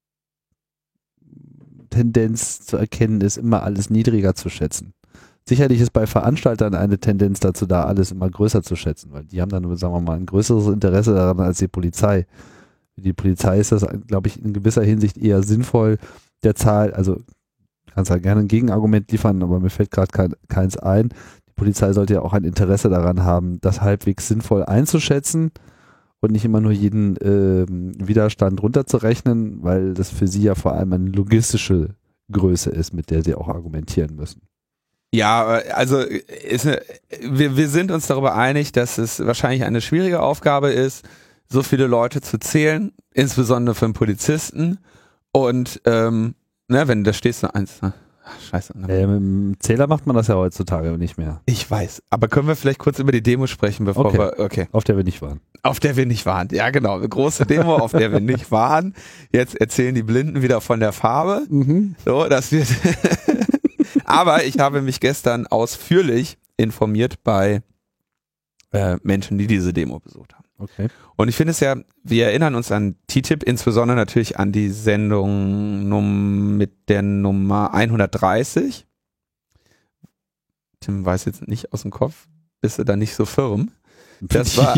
Tendenz zu erkennen ist, immer alles niedriger zu schätzen. Sicherlich ist bei Veranstaltern eine Tendenz dazu da, alles immer größer zu schätzen, weil die haben dann, sagen wir mal, ein größeres Interesse daran als die Polizei. Für die Polizei ist das, glaube ich, in gewisser Hinsicht eher sinnvoll, der Zahl, also kannst ja gerne ein Gegenargument liefern, aber mir fällt gerade keins ein. Die Polizei sollte ja auch ein Interesse daran haben, das halbwegs sinnvoll einzuschätzen und nicht immer nur jeden Widerstand runterzurechnen, weil das für sie ja vor allem eine logistische Größe ist, mit der sie auch argumentieren müssen. Ja, also wir sind uns darüber einig, dass es wahrscheinlich eine schwierige Aufgabe ist, so viele Leute zu zählen, insbesondere für einen Polizisten. Und wenn da stehst du eins, scheiße. Mit dem Zähler macht man das ja heutzutage nicht mehr. Ich weiß, aber können wir vielleicht kurz über die Demo sprechen, bevor okay. Auf der wir nicht waren. Auf der wir nicht waren, ja genau, eine große Demo, auf der wir nicht waren. Jetzt erzählen die Blinden wieder von der Farbe. So, das wird. Aber ich habe mich gestern ausführlich informiert bei Menschen, die diese Demo besucht haben. Okay. Und ich finde es ja, wir erinnern uns an TTIP, insbesondere natürlich an die Sendung mit der Nummer 130. Tim weiß jetzt nicht aus dem Kopf, bist du da nicht so firm. Das war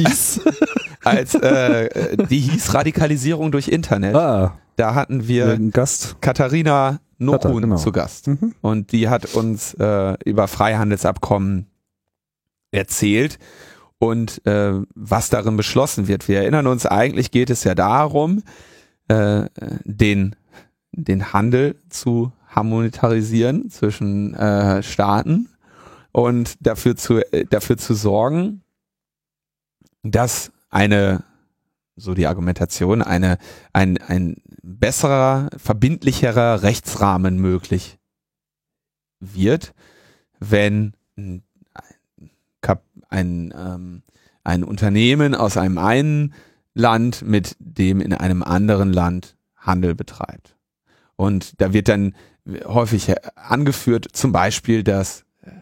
die hieß Radikalisierung durch Internet. Da hatten wir einen Gast. Katharina Nochun zu Gast. Und die hat uns über Freihandelsabkommen erzählt. und was darin beschlossen wird. Wir erinnern uns, eigentlich geht es ja darum, den Handel zu harmonetarisieren zwischen Staaten und dafür zu sorgen, dass so die Argumentation, ein besserer, verbindlicherer Rechtsrahmen möglich wird, wenn ein Unternehmen aus einem einen Land mit dem in einem anderen Land Handel betreibt. Und da wird dann häufig angeführt, zum Beispiel, dass,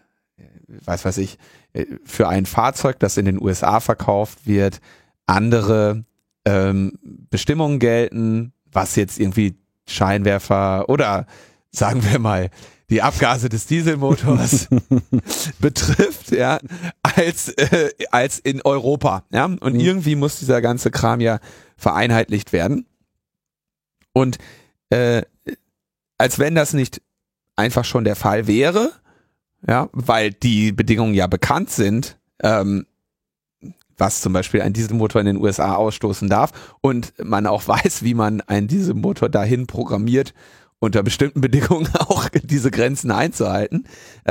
für ein Fahrzeug, das in den USA verkauft wird, andere Bestimmungen gelten, was jetzt irgendwie Scheinwerfer oder sagen wir mal die Abgase des Dieselmotors betrifft, ja, als in Europa, ja. Und irgendwie muss dieser ganze Kram ja vereinheitlicht werden. Und als wenn das nicht einfach schon der Fall wäre, ja, weil die Bedingungen ja bekannt sind, was zum Beispiel ein Dieselmotor in den USA ausstoßen darf und man auch weiß, wie man einen Dieselmotor dahin programmiert, unter bestimmten Bedingungen auch diese Grenzen einzuhalten,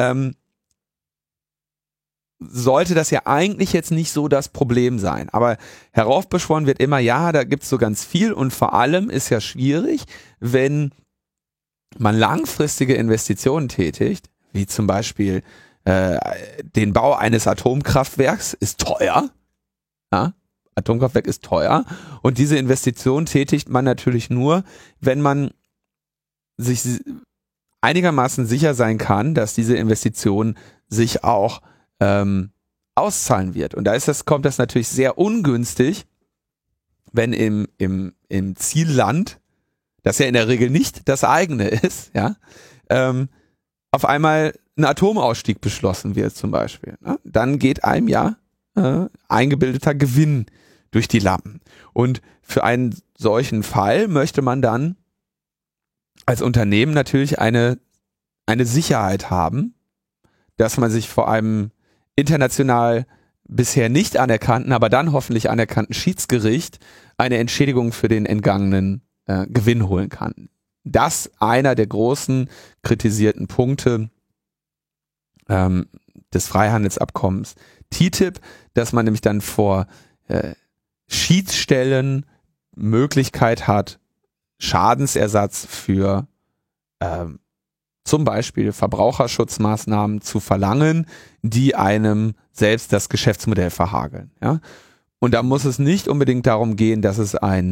sollte das ja eigentlich jetzt nicht so das Problem sein. Aber heraufbeschworen wird immer, ja, da gibt's so ganz viel und vor allem ist ja schwierig, wenn man langfristige Investitionen tätigt, wie zum Beispiel den Bau eines Atomkraftwerks, ist teuer. Ja, Atomkraftwerk ist teuer und diese Investition tätigt man natürlich nur, wenn man sich einigermaßen sicher sein kann, dass diese Investition sich auch auszahlen wird. Und kommt das natürlich sehr ungünstig, wenn im Zielland, das ja in der Regel nicht das eigene ist, ja, auf einmal ein Atomausstieg beschlossen wird zum Beispiel. Ne? Dann geht einem ja eingebildeter Gewinn durch die Lappen. Und für einen solchen Fall möchte man dann als Unternehmen natürlich eine Sicherheit haben, dass man sich vor einem international bisher nicht anerkannten, aber dann hoffentlich anerkannten Schiedsgericht eine Entschädigung für den entgangenen Gewinn holen kann. Das einer der großen kritisierten Punkte des Freihandelsabkommens TTIP, dass man nämlich dann vor Schiedsstellen Möglichkeit hat, Schadensersatz für zum Beispiel Verbraucherschutzmaßnahmen zu verlangen, die einem selbst das Geschäftsmodell verhageln. Ja? Und da muss es nicht unbedingt darum gehen, dass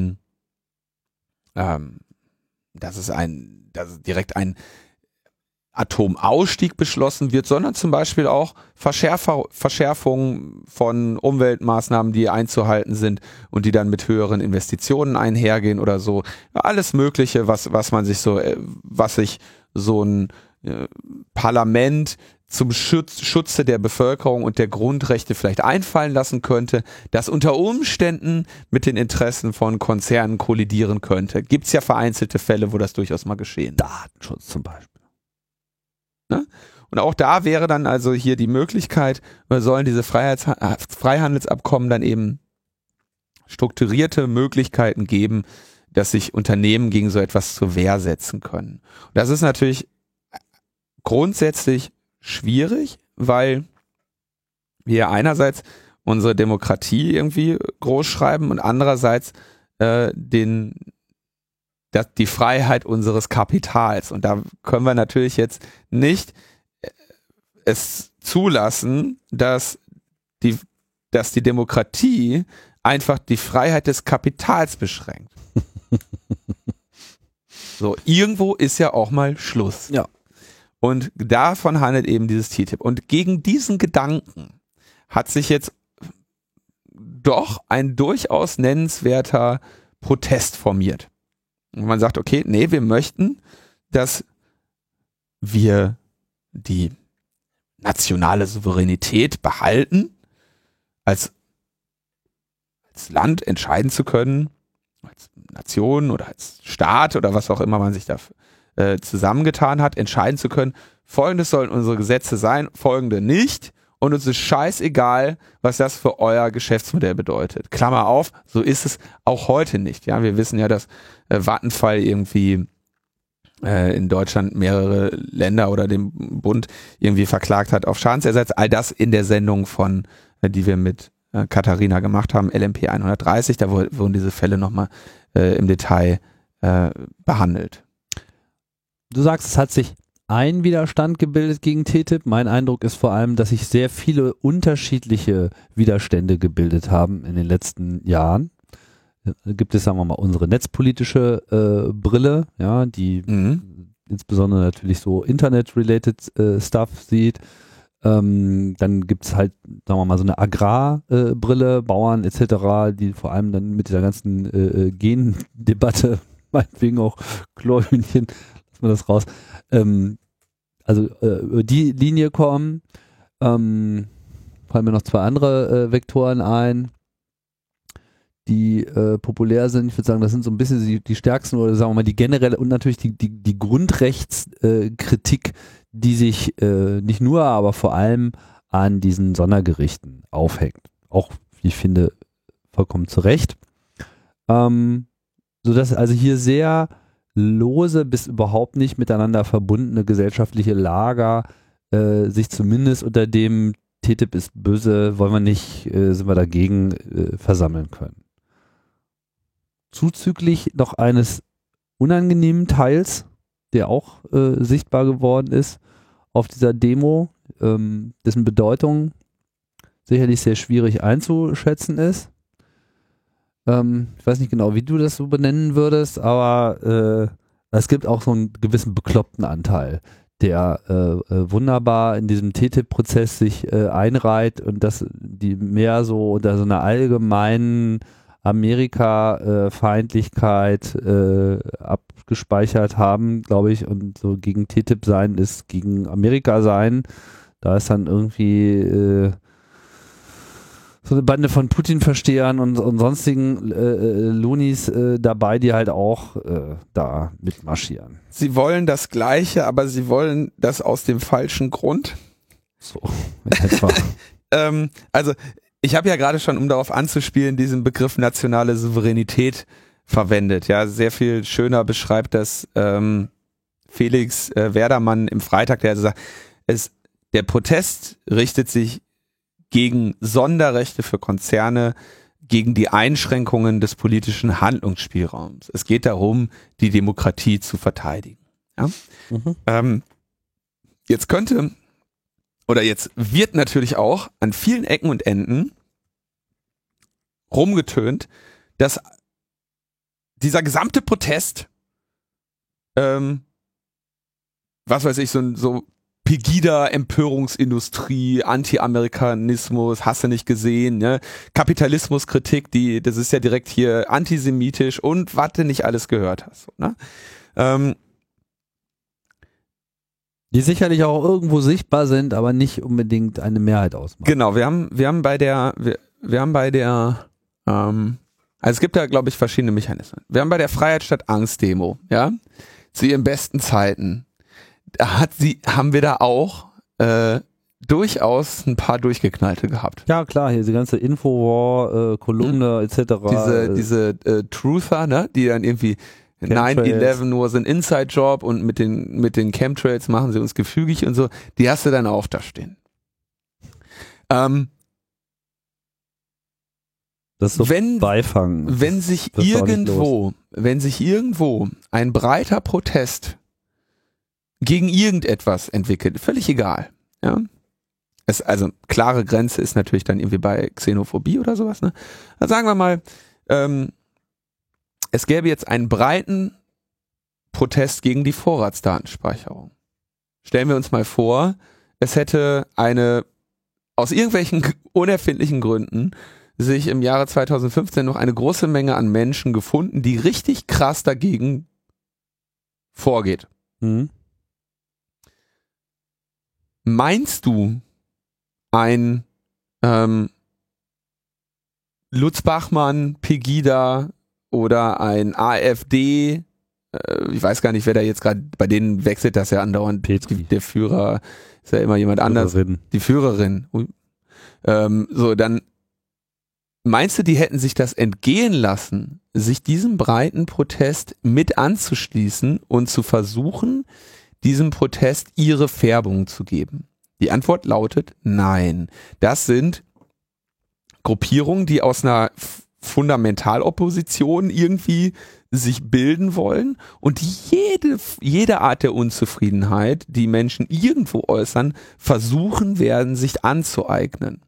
direkt ein Atomausstieg beschlossen wird, sondern zum Beispiel auch Verschärfungen von Umweltmaßnahmen, die einzuhalten sind und die dann mit höheren Investitionen einhergehen oder so. Alles Mögliche, was sich so ein Parlament zum Schutze der Bevölkerung und der Grundrechte vielleicht einfallen lassen könnte, das unter Umständen mit den Interessen von Konzernen kollidieren könnte. Gibt es ja vereinzelte Fälle, wo das durchaus mal geschehen ist. Datenschutz zum Beispiel. Ne? Und auch da wäre dann also hier die Möglichkeit, sollen diese Freihandelsabkommen dann eben strukturierte Möglichkeiten geben, dass sich Unternehmen gegen so etwas zur Wehr setzen können. Und das ist natürlich grundsätzlich schwierig, weil wir einerseits unsere Demokratie irgendwie groß schreiben und andererseits die Freiheit unseres Kapitals. Und da können wir natürlich jetzt nicht es zulassen, dass die Demokratie einfach die Freiheit des Kapitals beschränkt. So, irgendwo ist ja auch mal Schluss. Ja. Und davon handelt eben dieses TTIP. Und gegen diesen Gedanken hat sich jetzt doch ein durchaus nennenswerter Protest formiert. Und man sagt, okay, nee, wir möchten, dass wir die nationale Souveränität behalten, als Land entscheiden zu können, als Nation oder als Staat oder was auch immer man sich da zusammengetan hat, entscheiden zu können, Folgendes sollen unsere Gesetze sein, folgende nicht. und uns ist scheißegal, was das für euer Geschäftsmodell bedeutet. Klammer auf, so ist es auch heute nicht. Ja, wir wissen ja, dass Vattenfall irgendwie in Deutschland mehrere Länder oder den Bund irgendwie verklagt hat auf Schadensersatz. All das in der Sendung von, die wir mit Katharina gemacht haben, LMP 130, da wurden diese Fälle nochmal im Detail behandelt. Du sagst, es hat sich ein Widerstand gebildet gegen TTIP. Mein Eindruck ist vor allem, dass sich sehr viele unterschiedliche Widerstände gebildet haben in den letzten Jahren. Da gibt es, sagen wir mal, unsere netzpolitische Brille, ja, die insbesondere natürlich so Internet-related Stuff sieht. Dann gibt es halt, sagen wir mal, so eine Agrarbrille, Bauern etc., die vor allem dann mit dieser ganzen Gendebatte, meinetwegen auch Chlorhühnchen, lassen wir das raus, über die Linie kommen. Fallen mir noch zwei andere Vektoren ein, die populär sind. Ich würde sagen, das sind so ein bisschen die stärksten oder sagen wir mal die generelle und natürlich die Grundrechtskritik, die sich nicht nur, aber vor allem an diesen Sondergerichten aufhängt. Auch, wie ich finde, vollkommen zu Recht. Sodass also hier sehr lose bis überhaupt nicht miteinander verbundene gesellschaftliche Lager sich zumindest unter dem TTIP ist böse, wollen wir nicht, sind wir dagegen, versammeln können. Zuzüglich noch eines unangenehmen Teils, der auch sichtbar geworden ist auf dieser Demo, dessen Bedeutung sicherlich sehr schwierig einzuschätzen ist. Ich weiß nicht genau, wie du das so benennen würdest, aber es gibt auch so einen gewissen bekloppten Anteil, der wunderbar in diesem TTIP-Prozess sich einreiht und das die mehr so unter so einer allgemeinen Amerika-Feindlichkeit abgespeichert haben, glaube ich, und so gegen TTIP sein ist gegen Amerika sein. Da ist dann irgendwie so eine Bande von Putin-Verstehern und sonstigen Loonies dabei, die halt auch da mitmarschieren. Sie wollen das Gleiche, aber sie wollen das aus dem falschen Grund. So, etwa. Also ich habe ja gerade schon, um darauf anzuspielen, diesen Begriff nationale Souveränität verwendet. Ja, sehr viel schöner beschreibt das Felix Werdermann im Freitag, der also sagt, der Protest richtet sich gegen Sonderrechte für Konzerne, gegen die Einschränkungen des politischen Handlungsspielraums. Es geht darum, die Demokratie zu verteidigen. Ja? Jetzt wird natürlich auch an vielen Ecken und Enden rumgetönt, dass dieser gesamte Protest, was weiß ich, so Pegida, Empörungsindustrie, Anti-Amerikanismus, hast du nicht gesehen, ne? Kapitalismuskritik, das ist ja direkt hier antisemitisch und was du nicht alles gehört hast. Ne? Die sicherlich auch irgendwo sichtbar sind, aber nicht unbedingt eine Mehrheit ausmachen. Genau, wir haben bei der, also es gibt da, glaube ich, verschiedene Mechanismen. Wir haben bei der Freiheit statt Angst Demo, ja, zu ihren besten Zeiten, haben wir da auch durchaus ein paar Durchgeknallte gehabt. Ja, klar, hier diese ganze Infowar, Kolumne etc. Diese Truther, ne, die dann irgendwie 9/11 was an Inside-Job und mit den Chemtrails machen sie uns gefügig und so, die hast du dann auch da stehen. Das ist so Beifang. Wenn sich irgendwo ein breiter Protest gegen irgendetwas entwickelt, völlig egal, ja. Also klare Grenze ist natürlich dann irgendwie bei Xenophobie oder sowas, ne? Dann sagen wir mal, es gäbe jetzt einen breiten Protest gegen die Vorratsdatenspeicherung. Stellen wir uns mal vor, es hätte aus irgendwelchen unerfindlichen Gründen sich im Jahre 2015 noch eine große Menge an Menschen gefunden, die richtig krass dagegen vorgeht. Meinst du, ein Lutz Bachmann, Pegida oder ein AfD ich weiß gar nicht, wer da jetzt gerade, bei denen wechselt das ja andauernd. Der Führer ist ja immer jemand anders. Die Führerin. So, dann meinst du, die hätten sich das entgehen lassen, sich diesem breiten Protest mit anzuschließen und zu versuchen, diesem Protest ihre Färbung zu geben? Die Antwort lautet nein. Das sind Gruppierungen, die aus einer Fundamentalopposition irgendwie sich bilden wollen und die jede Art der Unzufriedenheit, die Menschen irgendwo äußern, versuchen werden, sich anzueignen.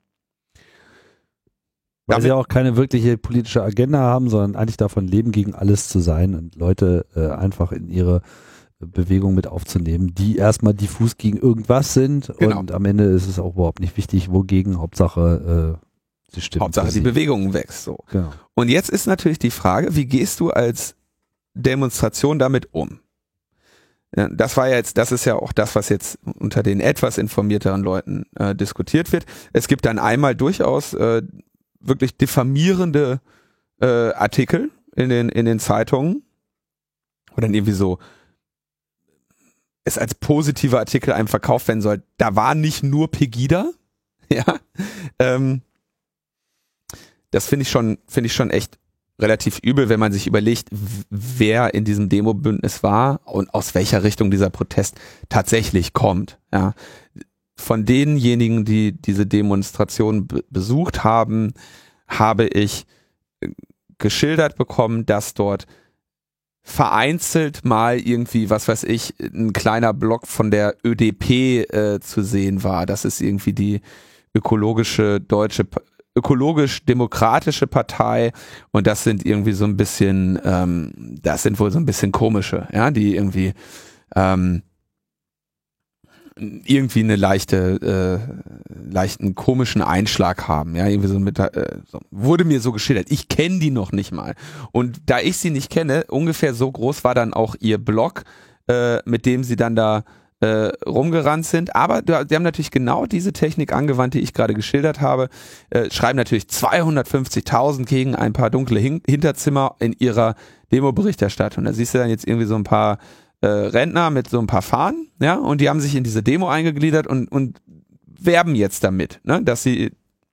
Weil sie auch keine wirkliche politische Agenda haben, sondern eigentlich davon leben, gegen alles zu sein und Leute einfach in ihre Bewegung mit aufzunehmen, die erstmal diffus gegen irgendwas sind, genau. Und am Ende ist es auch überhaupt nicht wichtig, wogegen, Hauptsache sie stimmt. Hauptsache die Bewegung wächst so. Genau. Und jetzt ist natürlich die Frage, wie gehst du als Demonstration damit um? Ja, das ist ja auch das, was jetzt unter den etwas informierteren Leuten diskutiert wird. Es gibt dann einmal durchaus wirklich diffamierende Artikel in den Zeitungen, wo dann irgendwie so es als positive Artikel einem verkauft werden soll. Da war nicht nur Pegida, ja. Das finde ich schon echt relativ übel, wenn man sich überlegt, wer in diesem Demobündnis war und aus welcher Richtung dieser Protest tatsächlich kommt. Ja. Von denjenigen, die diese Demonstration besucht haben, habe ich geschildert bekommen, dass dort vereinzelt mal irgendwie, was weiß ich, ein kleiner Block von der ÖDP zu sehen war. Das ist irgendwie die ökologisch-demokratische Partei und das sind irgendwie so ein bisschen, das sind wohl so ein bisschen komische, ja, die irgendwie einen leichten komischen Einschlag haben, ja, irgendwie so wurde mir so geschildert. Ich kenne die noch nicht mal. Und da ich sie nicht kenne, ungefähr so groß war dann auch ihr Blog, mit dem sie dann da rumgerannt sind, aber die haben natürlich genau diese Technik angewandt, die ich gerade geschildert habe, schreiben natürlich 250.000 gegen ein paar dunkle Hinterzimmer in ihrer Demo-Berichterstattung. Da siehst du dann jetzt irgendwie so ein paar Rentner mit so ein paar Fahnen, ja, und die haben sich in diese Demo eingegliedert und werben jetzt damit, ne, dass sie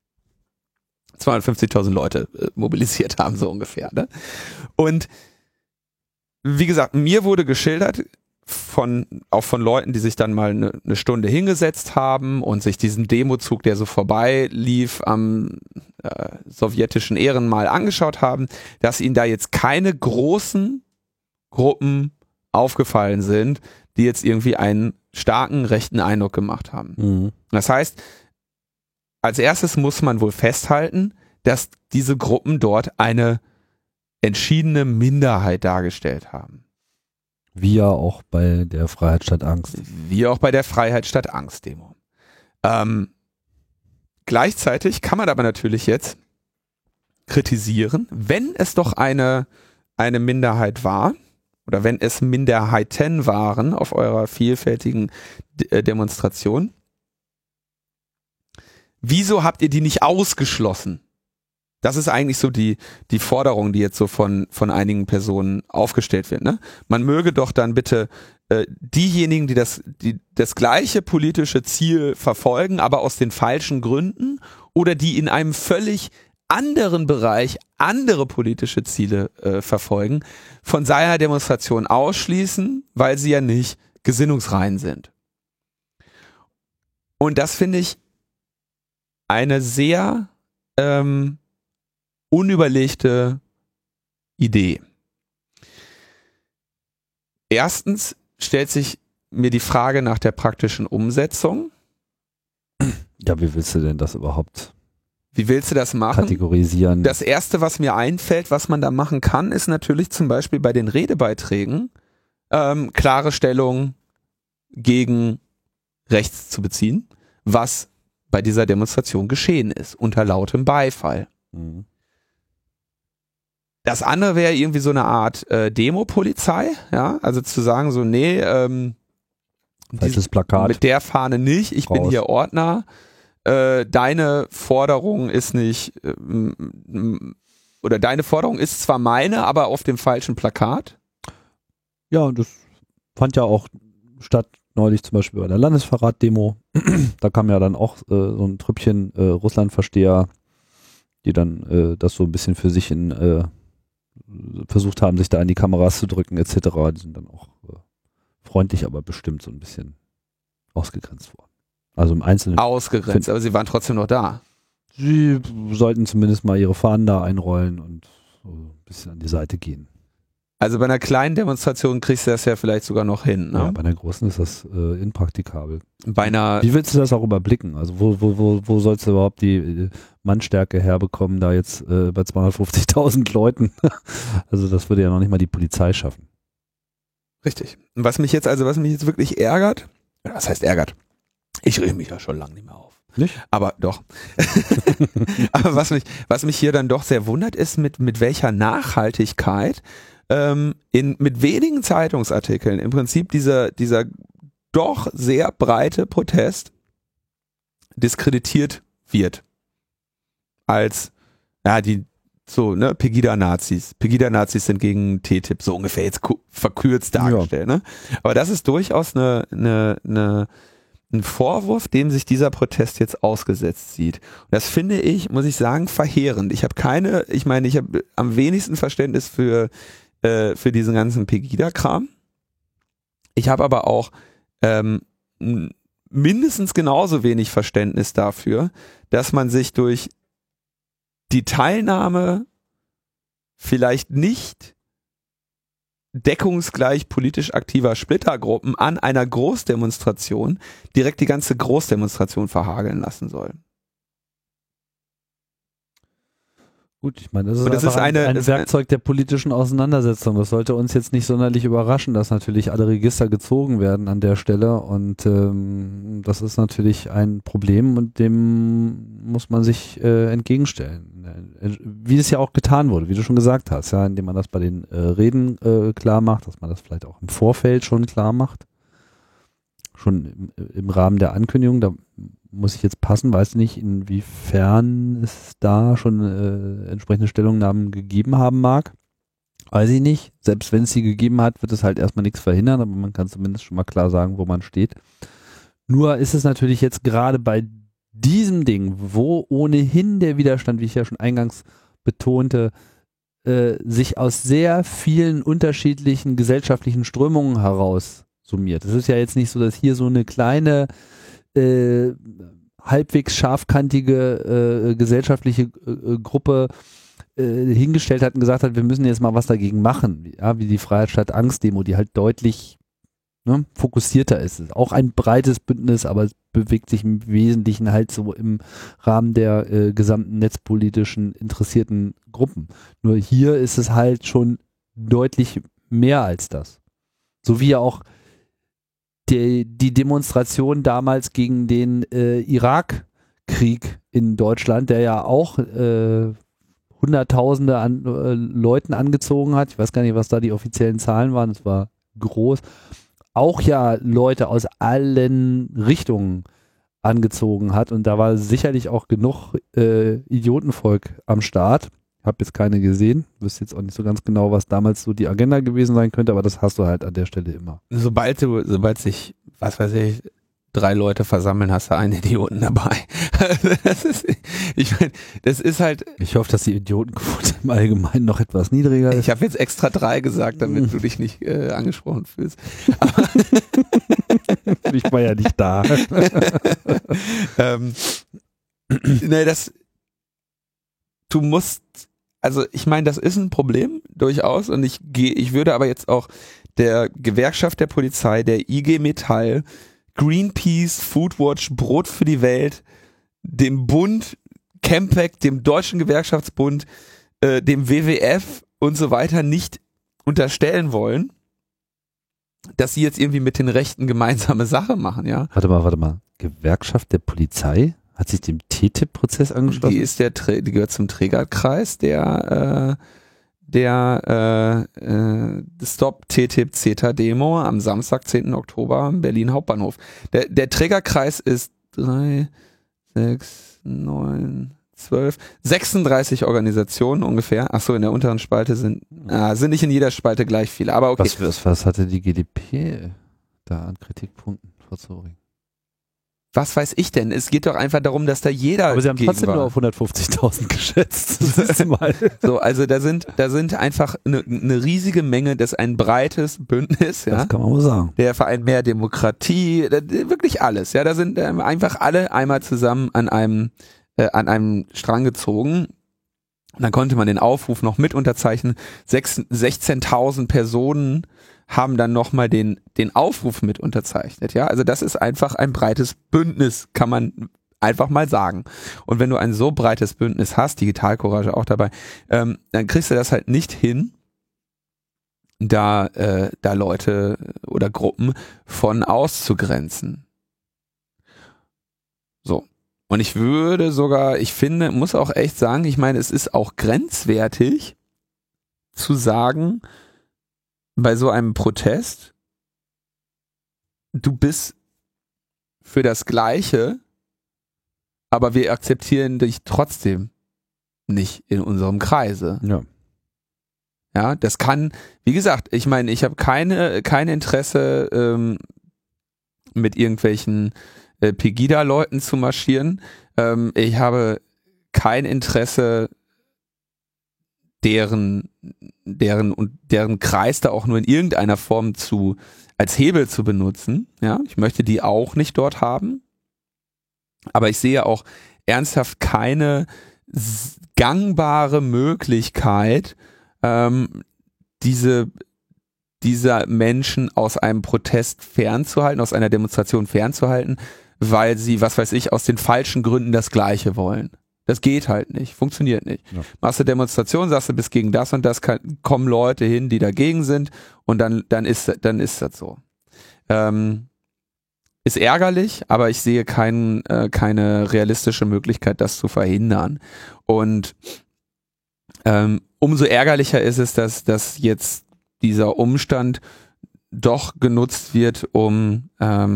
250.000 Leute mobilisiert haben, so ungefähr, ne? Und wie gesagt, mir wurde geschildert, auch von Leuten, die sich dann mal eine Stunde hingesetzt haben und sich diesen Demozug, der so vorbei lief, am sowjetischen Ehrenmal angeschaut haben, dass ihnen da jetzt keine großen Gruppen aufgefallen sind, die jetzt irgendwie einen starken rechten Eindruck gemacht haben. Mhm. Das heißt, als erstes muss man wohl festhalten, dass diese Gruppen dort eine entschiedene Minderheit dargestellt haben. Wie ja auch bei der Freiheit statt Angst. Wie auch bei der Freiheit statt Angst Demo. Gleichzeitig kann man aber natürlich jetzt kritisieren, wenn es doch eine Minderheit war, oder wenn es Minderheiten waren auf eurer vielfältigen Demonstration, wieso habt ihr die nicht ausgeschlossen? Das ist eigentlich so die Forderung, die jetzt so von einigen Personen aufgestellt wird. Ne? Man möge doch dann bitte diejenigen, die das gleiche politische Ziel verfolgen, aber aus den falschen Gründen oder die in einem völlig anderen Bereich andere politische Ziele verfolgen, von seiner Demonstration ausschließen, weil sie ja nicht gesinnungsrein sind. Und das finde ich eine sehr unüberlegte Idee. Erstens stellt sich mir die Frage nach der praktischen Umsetzung. Ja, wie willst du denn das überhaupt? Wie willst du das machen? Kategorisieren. Das Erste, was mir einfällt, was man da machen kann, ist natürlich zum Beispiel bei den Redebeiträgen klare Stellung gegen rechts zu beziehen, was bei dieser Demonstration geschehen ist, unter lautem Beifall. Mhm. Das andere wäre irgendwie so eine Art Demo-Polizei, ja, also zu sagen so, nee, falsches Plakat. Mit der Fahne nicht, ich bin hier Ordner, deine Forderung ist nicht, oder deine Forderung ist zwar meine, aber auf dem falschen Plakat. Ja, und das fand ja auch statt neulich zum Beispiel bei der Landesverrat-Demo. Da kam ja dann auch so ein Trüppchen Russlandversteher, die dann das so ein bisschen für sich versucht haben, sich da in die Kameras zu drücken etc. Die sind dann auch freundlich, aber bestimmt so ein bisschen ausgegrenzt worden. Also im Einzelnen. Ausgegrenzt, aber sie waren trotzdem noch da. Sie sollten zumindest mal ihre Fahnen da einrollen und so ein bisschen an die Seite gehen. Also bei einer kleinen Demonstration kriegst du das ja vielleicht sogar noch hin. Ne? Ja, bei einer großen ist das impraktikabel. Wie willst du das auch überblicken? Also wo sollst du überhaupt die Mannstärke herbekommen, da jetzt bei 250.000 Leuten? Also das würde ja noch nicht mal die Polizei schaffen. Richtig. Und was mich jetzt wirklich ärgert, was heißt ärgert? Ich rege mich ja schon lange nicht mehr auf. Nicht? Aber doch. Aber was mich hier dann doch sehr wundert, ist, mit welcher Nachhaltigkeit mit wenigen Zeitungsartikeln im Prinzip dieser doch sehr breite Protest diskreditiert wird. Als, ja, Pegida-Nazis. Pegida-Nazis sind gegen TTIP, so ungefähr jetzt verkürzt dargestellt. Ja. Ne? Aber das ist durchaus ein Vorwurf, dem sich dieser Protest jetzt ausgesetzt sieht. Und das finde ich, muss ich sagen, verheerend. Ich habe am wenigsten Verständnis für diesen ganzen Pegida-Kram. Ich habe aber auch mindestens genauso wenig Verständnis dafür, dass man sich durch die Teilnahme vielleicht nicht deckungsgleich politisch aktiver Splittergruppen an einer Großdemonstration direkt die ganze Großdemonstration verhageln lassen soll. Gut, ich meine, das ist ein Werkzeug der politischen Auseinandersetzung. Das sollte uns jetzt nicht sonderlich überraschen, dass natürlich alle Register gezogen werden an der Stelle und das ist natürlich ein Problem und dem muss man sich entgegenstellen. Wie es ja auch getan wurde, wie du schon gesagt hast, ja, indem man das bei den Reden klar macht, dass man das vielleicht auch im Vorfeld schon klar macht, schon im Rahmen der Ankündigung, da muss ich jetzt passen, weiß nicht, inwiefern es da schon entsprechende Stellungnahmen gegeben haben mag. Weiß ich nicht. Selbst wenn es sie gegeben hat, wird es halt erstmal nichts verhindern, aber man kann zumindest schon mal klar sagen, wo man steht. Nur ist es natürlich jetzt gerade bei diesem Ding, wo ohnehin der Widerstand, wie ich ja schon eingangs betonte, sich aus sehr vielen unterschiedlichen gesellschaftlichen Strömungen heraus summiert. Es ist ja jetzt nicht so, dass hier so eine kleine halbwegs scharfkantige gesellschaftliche Gruppe hingestellt hat und gesagt hat, wir müssen jetzt mal was dagegen machen, ja, wie die Freiheit statt Angst-Demo, die halt deutlich fokussierter ist. Auch ein breites Bündnis, aber es bewegt sich im Wesentlichen halt so im Rahmen der gesamten netzpolitischen interessierten Gruppen. Nur hier ist es halt schon deutlich mehr als das. So wie ja auch die Demonstration damals gegen den Irakkrieg in Deutschland, der ja auch Hunderttausende an Leuten angezogen hat. Ich weiß gar nicht, was da die offiziellen Zahlen waren. Es war groß. Auch ja Leute aus allen Richtungen angezogen hat. Und da war sicherlich auch genug Idiotenvolk am Start. Habe jetzt keine gesehen. Wüsste jetzt auch nicht so ganz genau, was damals so die Agenda gewesen sein könnte, aber das hast du halt an der Stelle immer. Sobald sich, was weiß ich, 3 Leute versammeln, hast du einen Idioten dabei. Das ist halt. Ich hoffe, dass die Idiotenquote im Allgemeinen noch etwas niedriger ist. Ich habe jetzt extra 3 gesagt, damit du dich nicht angesprochen fühlst. Ich war ja nicht da. Du musst, also ich meine, das ist ein Problem durchaus und ich würde aber jetzt auch der Gewerkschaft der Polizei, der IG Metall, Greenpeace, Foodwatch, Brot für die Welt, dem Bund, Campact, dem Deutschen Gewerkschaftsbund, dem WWF und so weiter nicht unterstellen wollen, dass sie jetzt irgendwie mit den Rechten gemeinsame Sache machen, ja. Warte mal. Gewerkschaft der Polizei? Hat sich dem TTIP-Prozess angeschlossen? Die gehört zum Trägerkreis der Stop TTIP CETA Demo am Samstag, 10. Oktober am Berlin Hauptbahnhof. Der Trägerkreis ist 3, 6, 9, 36 Organisationen ungefähr. Achso, in der unteren Spalte sind nicht in jeder Spalte gleich viele, aber okay. Was hatte die GdP da an Kritikpunkten vorzubringen? Was weiß ich denn? Es geht doch einfach darum, dass da jeder. Aber sie haben trotzdem nur auf 150.000 geschätzt. Das ist mal. So, also da sind einfach eine riesige Menge, das ist ein breites Bündnis, ja. Das kann man wohl sagen. Der Verein Mehr Demokratie, wirklich alles, ja. Da sind einfach alle einmal zusammen an einem Strang gezogen. Und dann konnte man den Aufruf noch mit unterzeichnen. 16.000 Personen haben dann nochmal den Aufruf mit unterzeichnet, ja. Also das ist einfach ein breites Bündnis, kann man einfach mal sagen. Und wenn du ein so breites Bündnis hast, Digitalcourage auch dabei, dann kriegst du das halt nicht hin, da Leute oder Gruppen von auszugrenzen. So. Und ich finde, muss auch echt sagen, ich meine, es ist auch grenzwertig zu sagen, bei so einem Protest, du bist für das Gleiche, aber wir akzeptieren dich trotzdem nicht in unserem Kreise. Ja. Ja, das kann, wie gesagt, ich meine, ich habe kein Interesse, mit irgendwelchen Pegida-Leuten zu marschieren. Ich habe kein Interesse, deren Kreis da auch nur in irgendeiner Form als Hebel zu benutzen. Ja, ich möchte die auch nicht dort haben. Aber ich sehe auch ernsthaft keine gangbare Möglichkeit, dieser Menschen aus einem Protest fernzuhalten, aus einer Demonstration fernzuhalten, weil sie, was weiß ich, aus den falschen Gründen das Gleiche wollen. Das geht halt nicht, funktioniert nicht. Ja. Machst du Demonstration, sagst du, bist gegen das und das, kommen Leute hin, die dagegen sind und dann ist das so. Ist ärgerlich, aber ich sehe keine realistische Möglichkeit, das zu verhindern. Und umso ärgerlicher ist es, dass jetzt dieser Umstand doch genutzt wird, um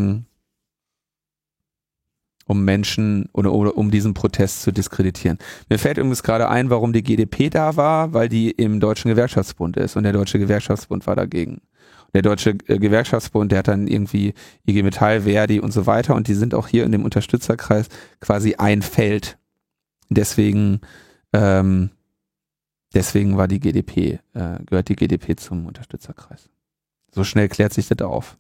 Menschen oder um diesen Protest zu diskreditieren. Mir fällt übrigens gerade ein, warum die GdP da war, weil die im Deutschen Gewerkschaftsbund ist und der Deutsche Gewerkschaftsbund war dagegen. Der Deutsche Gewerkschaftsbund, der hat dann irgendwie IG Metall, Verdi und so weiter und die sind auch hier in dem Unterstützerkreis quasi ein Feld. Deswegen war die GdP, gehört die GdP zum Unterstützerkreis. So schnell klärt sich das auf.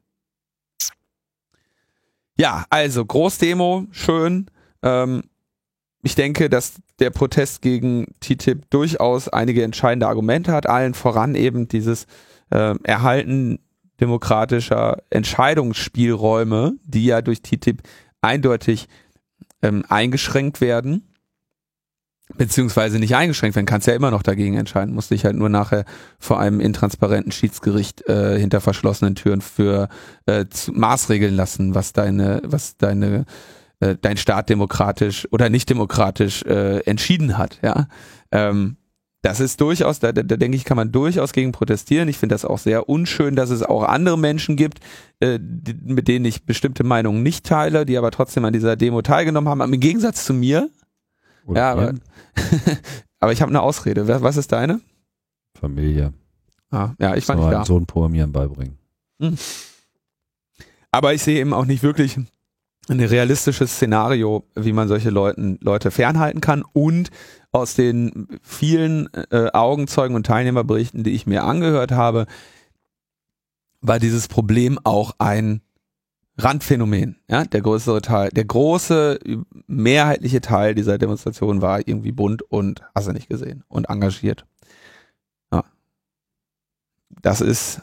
Ja, also Großdemo, schön. Ich denke, dass der Protest gegen TTIP durchaus einige entscheidende Argumente hat, allen voran eben dieses Erhalten demokratischer Entscheidungsspielräume, die ja durch TTIP eindeutig eingeschränkt werden. Beziehungsweise nicht eingeschränkt werden, kannst ja immer noch dagegen entscheiden, musst dich halt nur nachher vor einem intransparenten Schiedsgericht hinter verschlossenen Türen für maßregeln lassen, was dein Staat demokratisch oder nicht demokratisch entschieden hat. Ja, das ist durchaus, da denke ich, kann man durchaus gegen protestieren. Ich finde das auch sehr unschön, dass es auch andere Menschen gibt, mit denen ich bestimmte Meinungen nicht teile, die aber trotzdem an dieser Demo teilgenommen haben, im Gegensatz zu mir. Oder ja, aber ich habe eine Ausrede. Was ist deine? Familie. Ja, ich war nicht da. Sohn Programmieren beibringen. Aber ich sehe eben auch nicht wirklich ein realistisches Szenario, wie man solche Leute fernhalten kann. Und aus den vielen Augenzeugen und Teilnehmerberichten, die ich mir angehört habe, war dieses Problem auch ein Randphänomen, ja, der große mehrheitliche Teil dieser Demonstration war irgendwie bunt und hast du nicht gesehen und engagiert. Ja. Das ist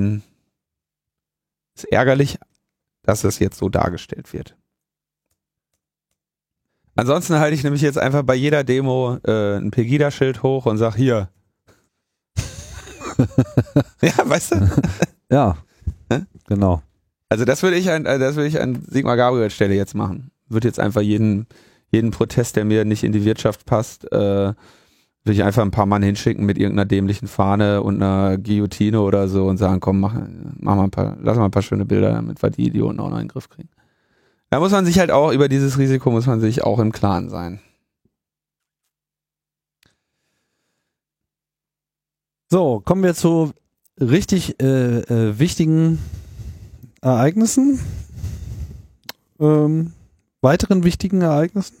ärgerlich, dass das jetzt so dargestellt wird. Ansonsten halte ich nämlich jetzt einfach bei jeder Demo ein Pegida-Schild hoch und sag hier. Ja, weißt du? Ja, genau. Also das würde ich an Sigmar Gabriel Stelle jetzt machen. Würde jetzt einfach jeden Protest, der mir nicht in die Wirtschaft passt, würde ich einfach ein paar Mann hinschicken mit irgendeiner dämlichen Fahne und einer Guillotine oder so und sagen, komm, lass mal ein paar schöne Bilder, damit wir die Idioten auch noch in den Griff kriegen. Da muss man sich halt auch, über dieses Risiko muss man sich auch im Klaren sein. So, kommen wir zu richtig wichtigen Ereignissen. Weiteren wichtigen Ereignissen.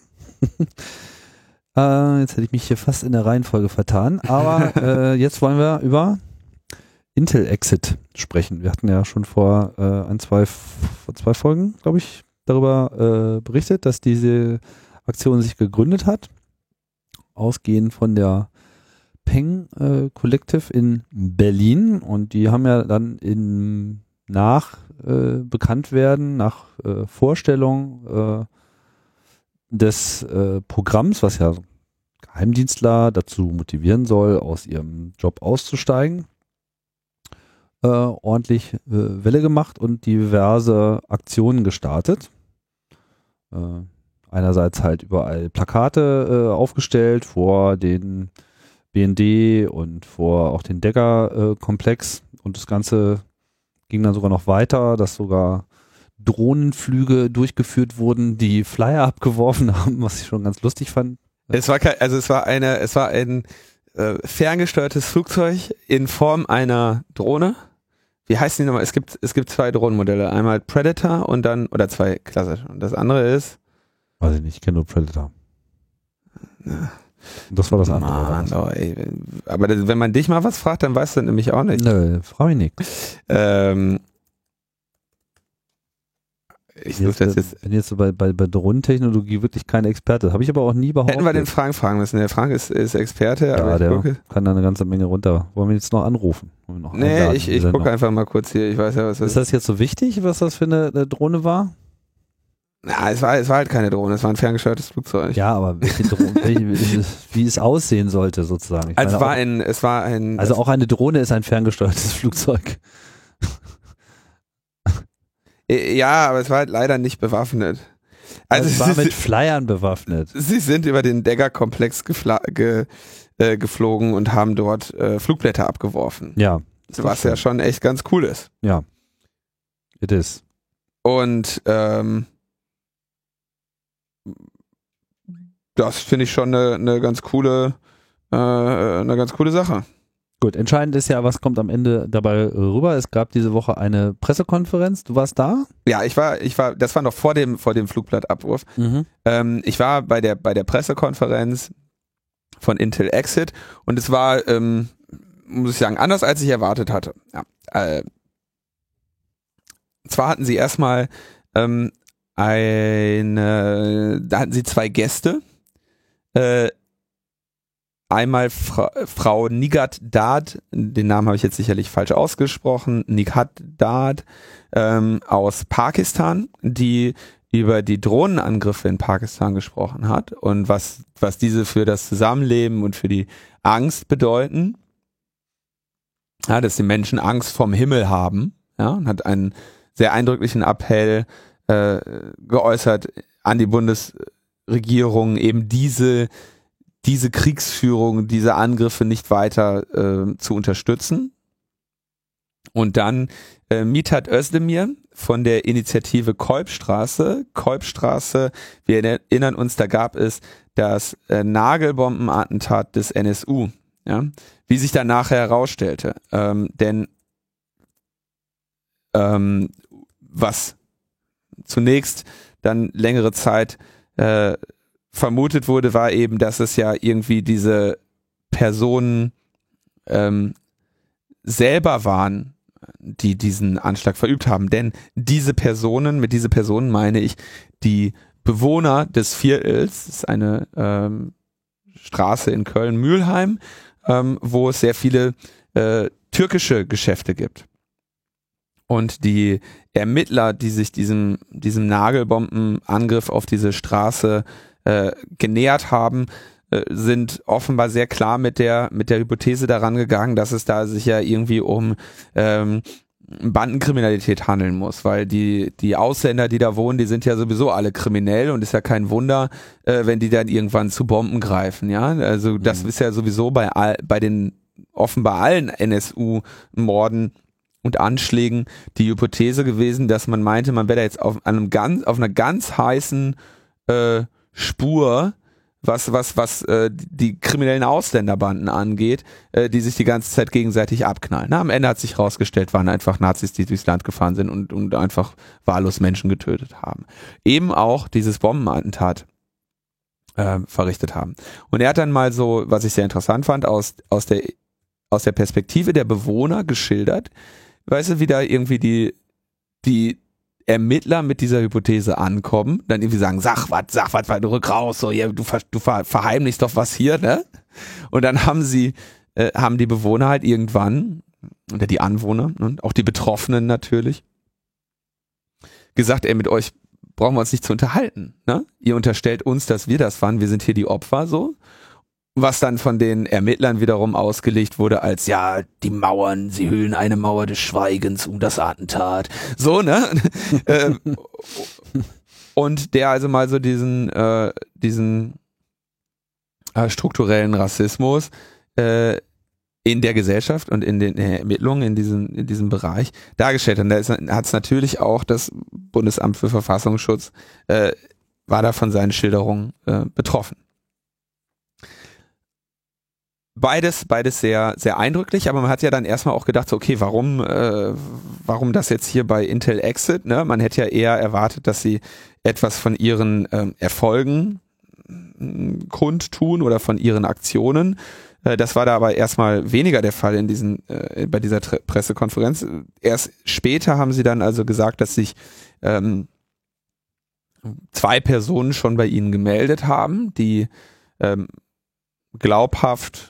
Jetzt hätte ich mich hier fast in der Reihenfolge vertan, aber jetzt wollen wir über Intel Exit sprechen. Wir hatten ja schon vor zwei Folgen, glaube ich, darüber berichtet, dass diese Aktion sich gegründet hat, ausgehend von der Peng Collective in Berlin, und die haben ja dann nach Bekanntwerden, nach Vorstellung des Programms, was ja Geheimdienstler dazu motivieren soll, aus ihrem Job auszusteigen, ordentlich Welle gemacht und diverse Aktionen gestartet. Einerseits halt überall Plakate aufgestellt vor den BND und vor auch den Degger-Komplex, und das Ganze ging dann sogar noch weiter, dass sogar Drohnenflüge durchgeführt wurden, die Flyer abgeworfen haben, was ich schon ganz lustig fand. Es war ein ferngesteuertes Flugzeug in Form einer Drohne. Wie heißen die nochmal? Es gibt zwei Drohnenmodelle. Einmal Predator und dann, oder zwei klassische. Und das andere ist? Weiß ich nicht, ich kenne nur Predator. Ja. Das war das andere. Mann, oh, ey. Aber wenn man dich mal was fragt, dann weißt du nämlich auch nicht. Nö, frage ich nicht. Ich bin jetzt so bei Drohnentechnologie wirklich kein Experte. Habe ich aber auch nie behauptet. Hätten wir den Frank fragen müssen. Der Frank ist Experte. Ja, aber der kann da eine ganze Menge runter. Wollen wir jetzt noch anrufen? Ich gucke einfach mal kurz hier. Ich weiß ja, was das ist. Das jetzt so wichtig, was das für eine Drohne war? Na, es war halt keine Drohne, es war ein ferngesteuertes Flugzeug. Ja, aber welche Drohne, wie es aussehen sollte sozusagen. Es war ein. Also auch eine Drohne ist ein ferngesteuertes Flugzeug. Ja, aber es war halt leider nicht bewaffnet. Also es war mit Flyern bewaffnet. Sie sind über den Degger-Komplex geflogen und haben dort Flugblätter abgeworfen. Ja. Was ja schon echt ganz cool ist. Ja. It is. Und das finde ich schon eine ganz coole Sache. Gut, entscheidend ist ja, was kommt am Ende dabei rüber. Es gab diese Woche eine Pressekonferenz. Du warst da? Ja, ich war, das war noch vor dem Flugblattabwurf. Mhm. Ich war bei der Pressekonferenz von Intel Exit und es war, muss ich sagen, anders als ich erwartet hatte. Ja, zwar hatten sie erstmal da hatten sie zwei Gäste. Einmal Frau Nighat Dad, den Namen habe ich jetzt sicherlich falsch ausgesprochen, Nighat Dad aus Pakistan, die über die Drohnenangriffe in Pakistan gesprochen hat und was diese für das Zusammenleben und für die Angst bedeuten. Ja, dass die Menschen Angst vom Himmel haben, ja, und hat einen sehr eindrücklichen Appell geäußert an die Bundesregierung, eben diese Kriegsführung, diese Angriffe nicht weiter zu unterstützen. Und dann Mithat Özdemir von der Initiative Kolbstraße. Kolbstraße, wir erinnern uns, da gab es das Nagelbombenattentat des NSU, ja, wie sich dann nachher herausstellte. Denn was zunächst dann längere Zeit vermutet wurde, war eben, dass es ja irgendwie diese Personen selber waren, die diesen Anschlag verübt haben. Denn mit diese Personen meine ich die Bewohner des Viertels, das ist eine Straße in Köln-Mülheim, wo es sehr viele türkische Geschäfte gibt. Und die Ermittler, die sich diesem Nagelbombenangriff auf diese Straße genähert haben, sind offenbar sehr klar mit der Hypothese daran gegangen, dass es da sich ja irgendwie um Bandenkriminalität handeln muss, weil die Ausländer, die da wohnen, die sind ja sowieso alle kriminell und ist ja kein Wunder, wenn die dann irgendwann zu Bomben greifen, ja. Also das ist ja sowieso bei den offenbar allen NSU-Morden und Anschlägen die Hypothese gewesen, dass man meinte, man wäre da jetzt auf einer ganz heißen Spur, was die kriminellen Ausländerbanden angeht, die sich die ganze Zeit gegenseitig abknallen. Na, am Ende hat sich rausgestellt, waren einfach Nazis, die durchs Land gefahren sind und einfach wahllos Menschen getötet haben. Eben auch dieses Bombenattentat verrichtet haben. Und er hat dann mal so, was ich sehr interessant fand, aus der Perspektive der Bewohner geschildert, weißt du, wie da irgendwie die Ermittler mit dieser Hypothese ankommen, dann irgendwie sagen, sag was, du rück raus, so, ja, du verheimlichst doch was hier, ne? Und dann haben die Bewohner halt irgendwann, oder die Anwohner, und auch die Betroffenen natürlich, gesagt, mit euch brauchen wir uns nicht zu unterhalten, ne? Ihr unterstellt uns, dass wir das waren, wir sind hier die Opfer, so. Was dann von den Ermittlern wiederum ausgelegt wurde als, ja, die Mauern, sie hüllen eine Mauer des Schweigens um das Attentat. So, ne? Und der also mal so diesen strukturellen Rassismus in der Gesellschaft und in den Ermittlungen in diesem Bereich dargestellt. Und da hat es natürlich auch das Bundesamt für Verfassungsschutz war da von seinen Schilderungen betroffen. Beides sehr, sehr eindrücklich, aber man hat ja dann erstmal auch gedacht, so, okay, warum das jetzt hier bei Intel Exit, ne? Man hätte ja eher erwartet, dass sie etwas von ihren Erfolgen kundtun oder von ihren Aktionen. Das war da aber erstmal weniger der Fall bei dieser Pressekonferenz. Erst später haben sie dann also gesagt, dass sich 2 Personen schon bei ihnen gemeldet haben, die glaubhaft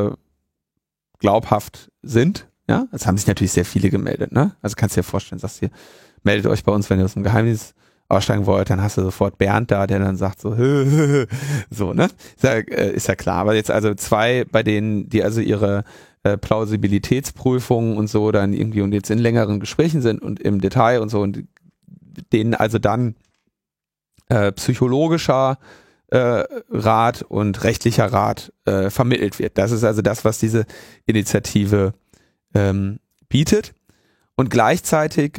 sind, ja, es haben sich natürlich sehr viele gemeldet, ne, also kannst du dir vorstellen, sagst hier, meldet euch bei uns, wenn ihr aus dem Geheimdienst aussteigen wollt, dann hast du sofort Bernd da, der dann sagt so, so, ne, ist ja klar, aber jetzt also 2, bei denen, die also ihre Plausibilitätsprüfungen und so dann irgendwie und jetzt in längeren Gesprächen sind und im Detail und so und denen also dann psychologischer Rat und rechtlicher Rat vermittelt wird. Das ist also das, was diese Initiative bietet. Und gleichzeitig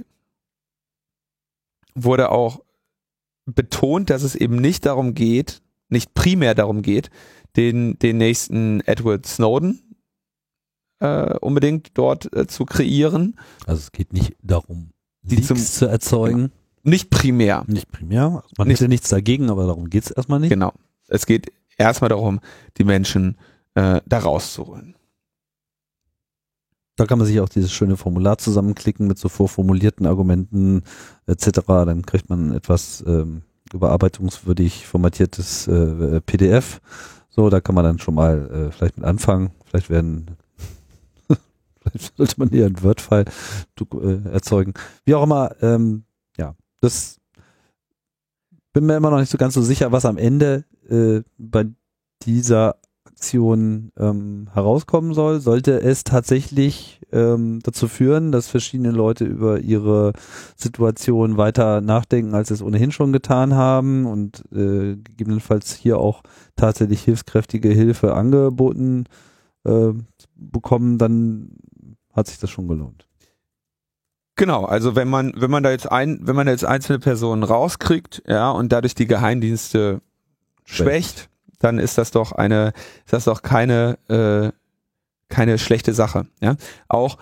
wurde auch betont, dass es eben nicht primär darum geht, den nächsten Edward Snowden unbedingt dort zu kreieren. Also es geht nicht darum, Leaks zu erzeugen. Genau. Nicht primär. Nicht primär. Man hätte nichts dagegen, aber darum geht es erstmal nicht. Genau. Es geht erstmal darum, die Menschen da rauszuholen. Da kann man sich auch dieses schöne Formular zusammenklicken mit so vorformulierten Argumenten etc. Dann kriegt man etwas überarbeitungswürdig formatiertes PDF. So, da kann man dann schon mal vielleicht mit anfangen. Vielleicht sollte man eher einen Word-File erzeugen. Wie auch immer, das bin mir immer noch nicht so ganz so sicher, was am Ende bei dieser Aktion herauskommen soll. Sollte es tatsächlich dazu führen, dass verschiedene Leute über ihre Situation weiter nachdenken, als sie es ohnehin schon getan haben und gegebenenfalls hier auch tatsächlich hilfskräftige Hilfe angeboten bekommen, dann hat sich das schon gelohnt. Genau, also wenn man da jetzt einzelne Personen rauskriegt, ja, und dadurch die Geheimdienste schwächt, dann ist das doch keine schlechte Sache, ja. Auch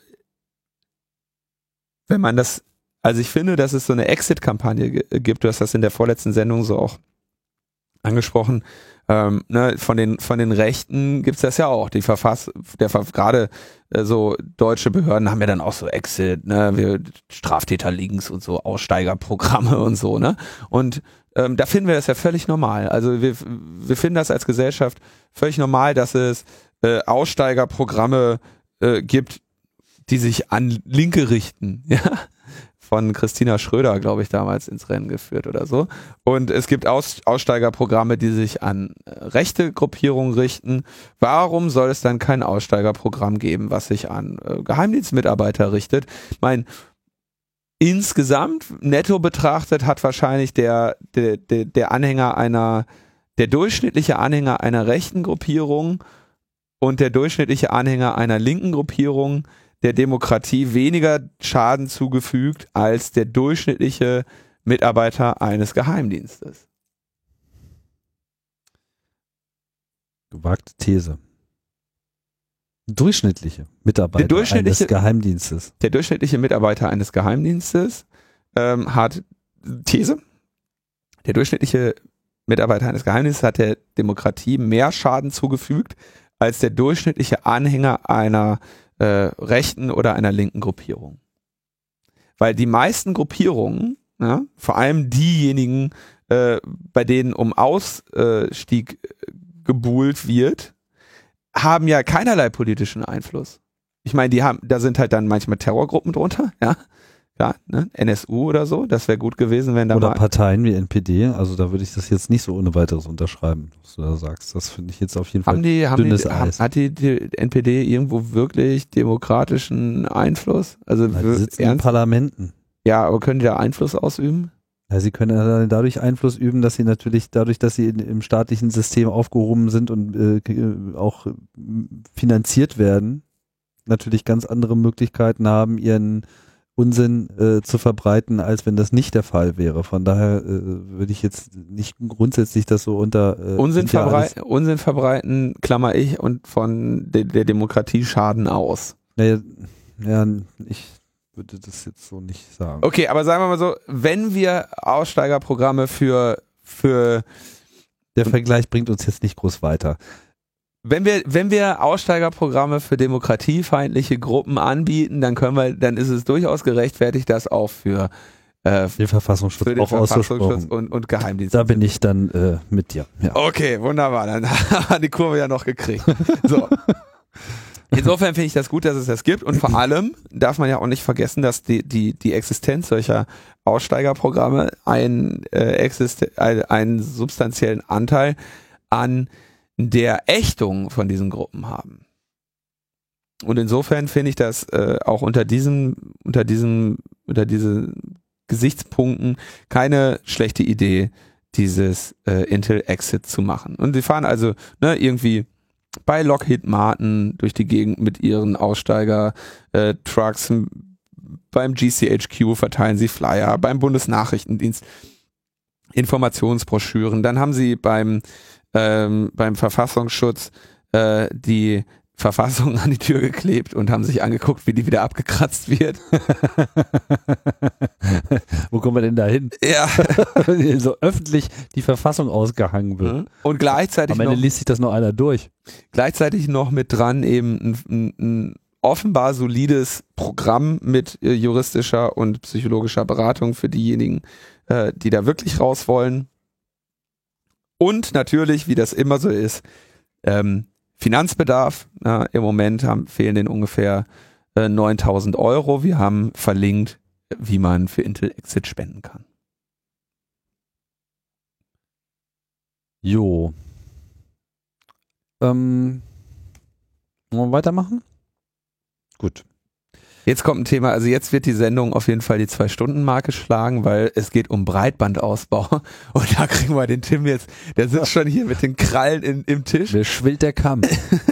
wenn man das, also ich finde, dass es so eine Exit-Kampagne gibt, du hast das in der vorletzten Sendung so auch angesprochen, ne, von den Rechten gibt's das ja auch. Gerade so deutsche Behörden haben ja dann auch so Exit, ne, Straftäterlinks und so, Aussteigerprogramme und so, ne? Und da finden wir das ja völlig normal. Also wir finden das als Gesellschaft völlig normal, dass es Aussteigerprogramme gibt, die sich an Linke richten, ja. Von Christina Schröder, glaube ich, damals ins Rennen geführt oder so. Und es gibt Aussteigerprogramme, die sich an rechte Gruppierungen richten. Warum soll es dann kein Aussteigerprogramm geben, was sich an Geheimdienstmitarbeiter richtet? Ich meine, insgesamt, netto betrachtet, hat wahrscheinlich der durchschnittliche Anhänger einer rechten Gruppierung und der durchschnittliche Anhänger einer linken Gruppierung der Demokratie weniger Schaden zugefügt als der durchschnittliche Mitarbeiter eines Geheimdienstes. gewagte These. Durchschnittliche Mitarbeiter eines Geheimdienstes. Der durchschnittliche Mitarbeiter eines Geheimdienstes hat These. Der durchschnittliche Mitarbeiter eines Geheimdienstes hat der Demokratie mehr Schaden zugefügt als der durchschnittliche Anhänger einer rechten oder einer linken Gruppierung. Weil die meisten Gruppierungen, ja, vor allem diejenigen, bei denen um Ausstieg gebuhlt wird, haben ja keinerlei politischen Einfluss. Ich meine, da sind halt dann manchmal Terrorgruppen drunter, ja. Ja, ne? NSU oder so, das wäre gut gewesen, wenn da oder mal Parteien wie NPD, also da würde ich das jetzt nicht so ohne weiteres unterschreiben, was du da sagst. Das finde ich jetzt auf jeden Fall dünnes Eis. Hat die NPD irgendwo wirklich demokratischen Einfluss? Also die sitzen in Parlamenten. Ja, aber können die da Einfluss ausüben? Ja, sie können ja dadurch Einfluss üben, dass sie natürlich dadurch, dass sie im staatlichen System aufgehoben sind und auch finanziert werden, natürlich ganz andere Möglichkeiten haben, ihren Unsinn zu verbreiten, als wenn das nicht der Fall wäre. Von daher würde ich jetzt nicht grundsätzlich das so unter Unsinn verbreiten, klammer ich, und von der Demokratie Schaden aus. Ja, ich würde das jetzt so nicht sagen. Okay, aber sagen wir mal so, wenn wir Aussteigerprogramme für der Vergleich bringt uns jetzt nicht groß weiter. Wenn wir Aussteigerprogramme für demokratiefeindliche Gruppen anbieten, dann ist es durchaus gerechtfertigt, das auch für den Verfassungsschutz auch auszusprechen und Geheimdienst. Da bin ich dann mit dir. Ja. Okay, wunderbar, dann haben wir die Kurve ja noch gekriegt. So. Insofern finde ich das gut, dass es das gibt, und vor allem darf man ja auch nicht vergessen, dass die Existenz solcher Aussteigerprogramme einen substanziellen Anteil an der Ächtung von diesen Gruppen haben. Und insofern finde ich das auch unter diesen Gesichtspunkten keine schlechte Idee, dieses Intel-Exit zu machen. Und sie fahren also irgendwie bei Lockheed Martin durch die Gegend mit ihren Aussteiger-Trucks, beim GCHQ verteilen sie Flyer, beim Bundesnachrichtendienst Informationsbroschüren, dann haben sie beim Verfassungsschutz die Verfassung an die Tür geklebt und haben sich angeguckt, wie die wieder abgekratzt wird. Wo kommen wir denn da hin? Ja. So öffentlich die Verfassung ausgehangen wird. Und gleichzeitig am Ende liest sich das noch einer durch. Gleichzeitig noch mit dran eben ein offenbar solides Programm mit juristischer und psychologischer Beratung für diejenigen, die da wirklich raus wollen. Und natürlich, wie das immer so ist, Finanzbedarf. Im Moment fehlen denen ungefähr 9.000 €. Wir haben verlinkt, wie man für Intel Exit spenden kann. Jo. Wollen wir weitermachen? Gut. Jetzt kommt ein Thema, also jetzt wird die Sendung auf jeden Fall die 2-Stunden-Marke schlagen, weil es geht um Breitbandausbau, und da kriegen wir den Tim jetzt, der sitzt schon hier mit den Krallen im Tisch. Mir schwillt der Kamm.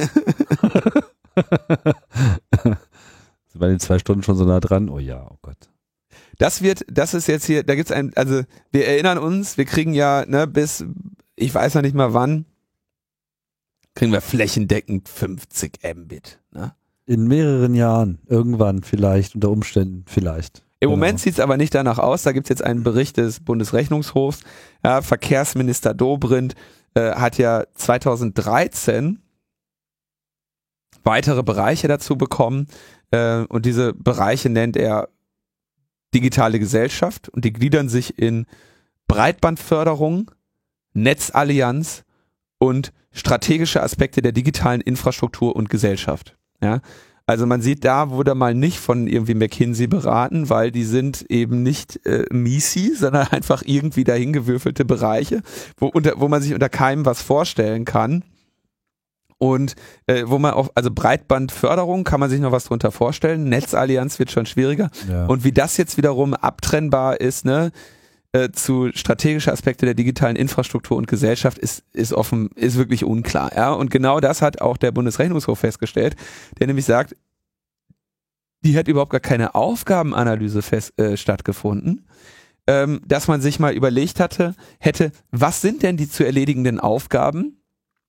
Sind bei den 2 Stunden schon so nah dran? Oh ja, oh Gott. Das ist jetzt hier, da gibt's also wir erinnern uns, wir kriegen ja, bis, ich weiß noch nicht mal wann, kriegen wir flächendeckend 50 Mbit, ne? In mehreren Jahren, irgendwann vielleicht, unter Umständen vielleicht. Im Moment sieht es aber nicht danach aus. Da gibt es jetzt einen Bericht des Bundesrechnungshofs. Ja, Verkehrsminister Dobrindt hat ja 2013 weitere Bereiche dazu bekommen. Und diese Bereiche nennt er digitale Gesellschaft. Und die gliedern sich in Breitbandförderung, Netzallianz und strategische Aspekte der digitalen Infrastruktur und Gesellschaft. Ja, also man sieht, da wurde mal nicht von irgendwie McKinsey beraten, weil die sind eben nicht MISI, sondern einfach irgendwie dahingewürfelte Bereiche, wo man sich unter keinem was vorstellen kann. Und wo man auch, also Breitbandförderung kann man sich noch was drunter vorstellen, Netzallianz wird schon schwieriger. Ja. Und wie das jetzt wiederum abtrennbar ist, zu strategische Aspekte der digitalen Infrastruktur und Gesellschaft ist wirklich unklar. Ja? Und genau das hat auch der Bundesrechnungshof festgestellt, der nämlich sagt, die hat überhaupt gar keine Aufgabenanalyse stattgefunden, dass man sich mal überlegt hätte, was sind denn die zu erledigenden Aufgaben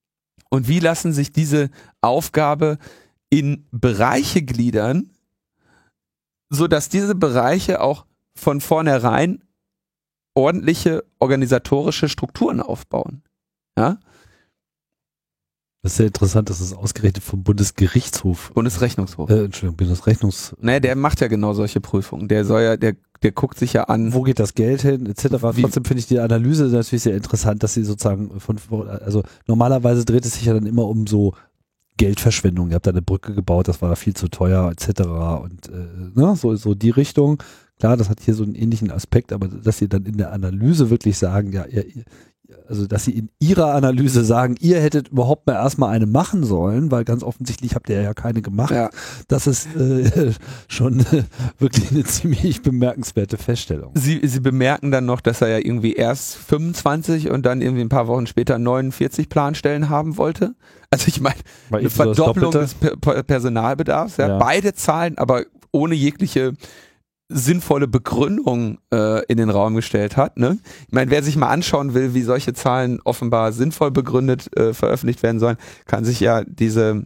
Und wie lassen sich diese Aufgabe in Bereiche gliedern, sodass diese Bereiche auch von vornherein ordentliche organisatorische Strukturen aufbauen. Ja? Das ist sehr interessant, dass es ausgerechnet vom Bundesgerichtshof. Bundesrechnungshof. Entschuldigung, Bundesrechnungshof. Naja, der macht ja genau solche Prüfungen. Der soll ja, der guckt sich ja an. Wo geht das Geld hin, etc. Trotzdem finde ich die Analyse natürlich sehr interessant, dass sie sozusagen also normalerweise dreht es sich ja dann immer um so Geldverschwendung. Ihr habt da eine Brücke gebaut, das war da viel zu teuer, etc. Und so die Richtung. Klar, das hat hier so einen ähnlichen Aspekt, aber dass sie dann in der Analyse wirklich sagen, ja, also dass sie in ihrer Analyse sagen, ihr hättet überhaupt mal erstmal eine machen sollen, weil ganz offensichtlich habt ihr ja keine gemacht. Ja. Das ist schon wirklich eine ziemlich bemerkenswerte Feststellung. Sie bemerken dann noch, dass er ja irgendwie erst 25 und dann irgendwie ein paar Wochen später 49 Planstellen haben wollte. Also ich meine, eine Verdopplung des Personalbedarfs. Ja. Beide Zahlen, aber ohne jegliche sinnvolle Begründung in den Raum gestellt hat. Ne? Ich meine, wer sich mal anschauen will, wie solche Zahlen offenbar sinnvoll begründet veröffentlicht werden sollen, kann sich ja diese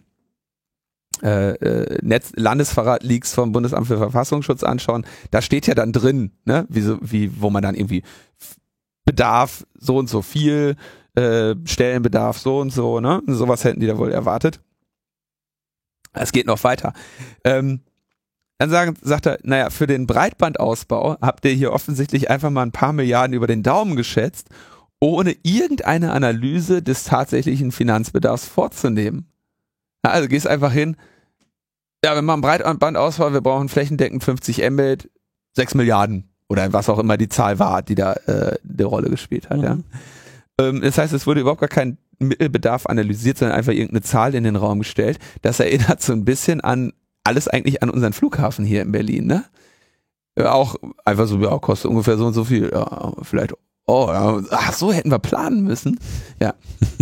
Landesverrat-Leaks vom Bundesamt für Verfassungsschutz anschauen. Da steht ja dann drin, ne? wo man dann irgendwie Bedarf so und so viel, Stellenbedarf so und so, ne? Sowas hätten die da wohl erwartet. Es geht noch weiter. Dann sagt er, naja, für den Breitbandausbau habt ihr hier offensichtlich einfach mal ein paar Milliarden über den Daumen geschätzt, ohne irgendeine Analyse des tatsächlichen Finanzbedarfs vorzunehmen. Ja, also gehst einfach hin, ja, wir machen Breitbandausbau, wir brauchen flächendeckend 50 Mbit, 6 Milliarden oder was auch immer die Zahl war, die da die Rolle gespielt hat. Ja. Das heißt, es wurde überhaupt gar kein Mittelbedarf analysiert, sondern einfach irgendeine Zahl in den Raum gestellt. Das erinnert so ein bisschen an alles eigentlich an unseren Flughafen hier in Berlin, ne? Ja, auch einfach so, ja, kostet ungefähr so und so viel. Ja, vielleicht, so hätten wir planen müssen. Ja.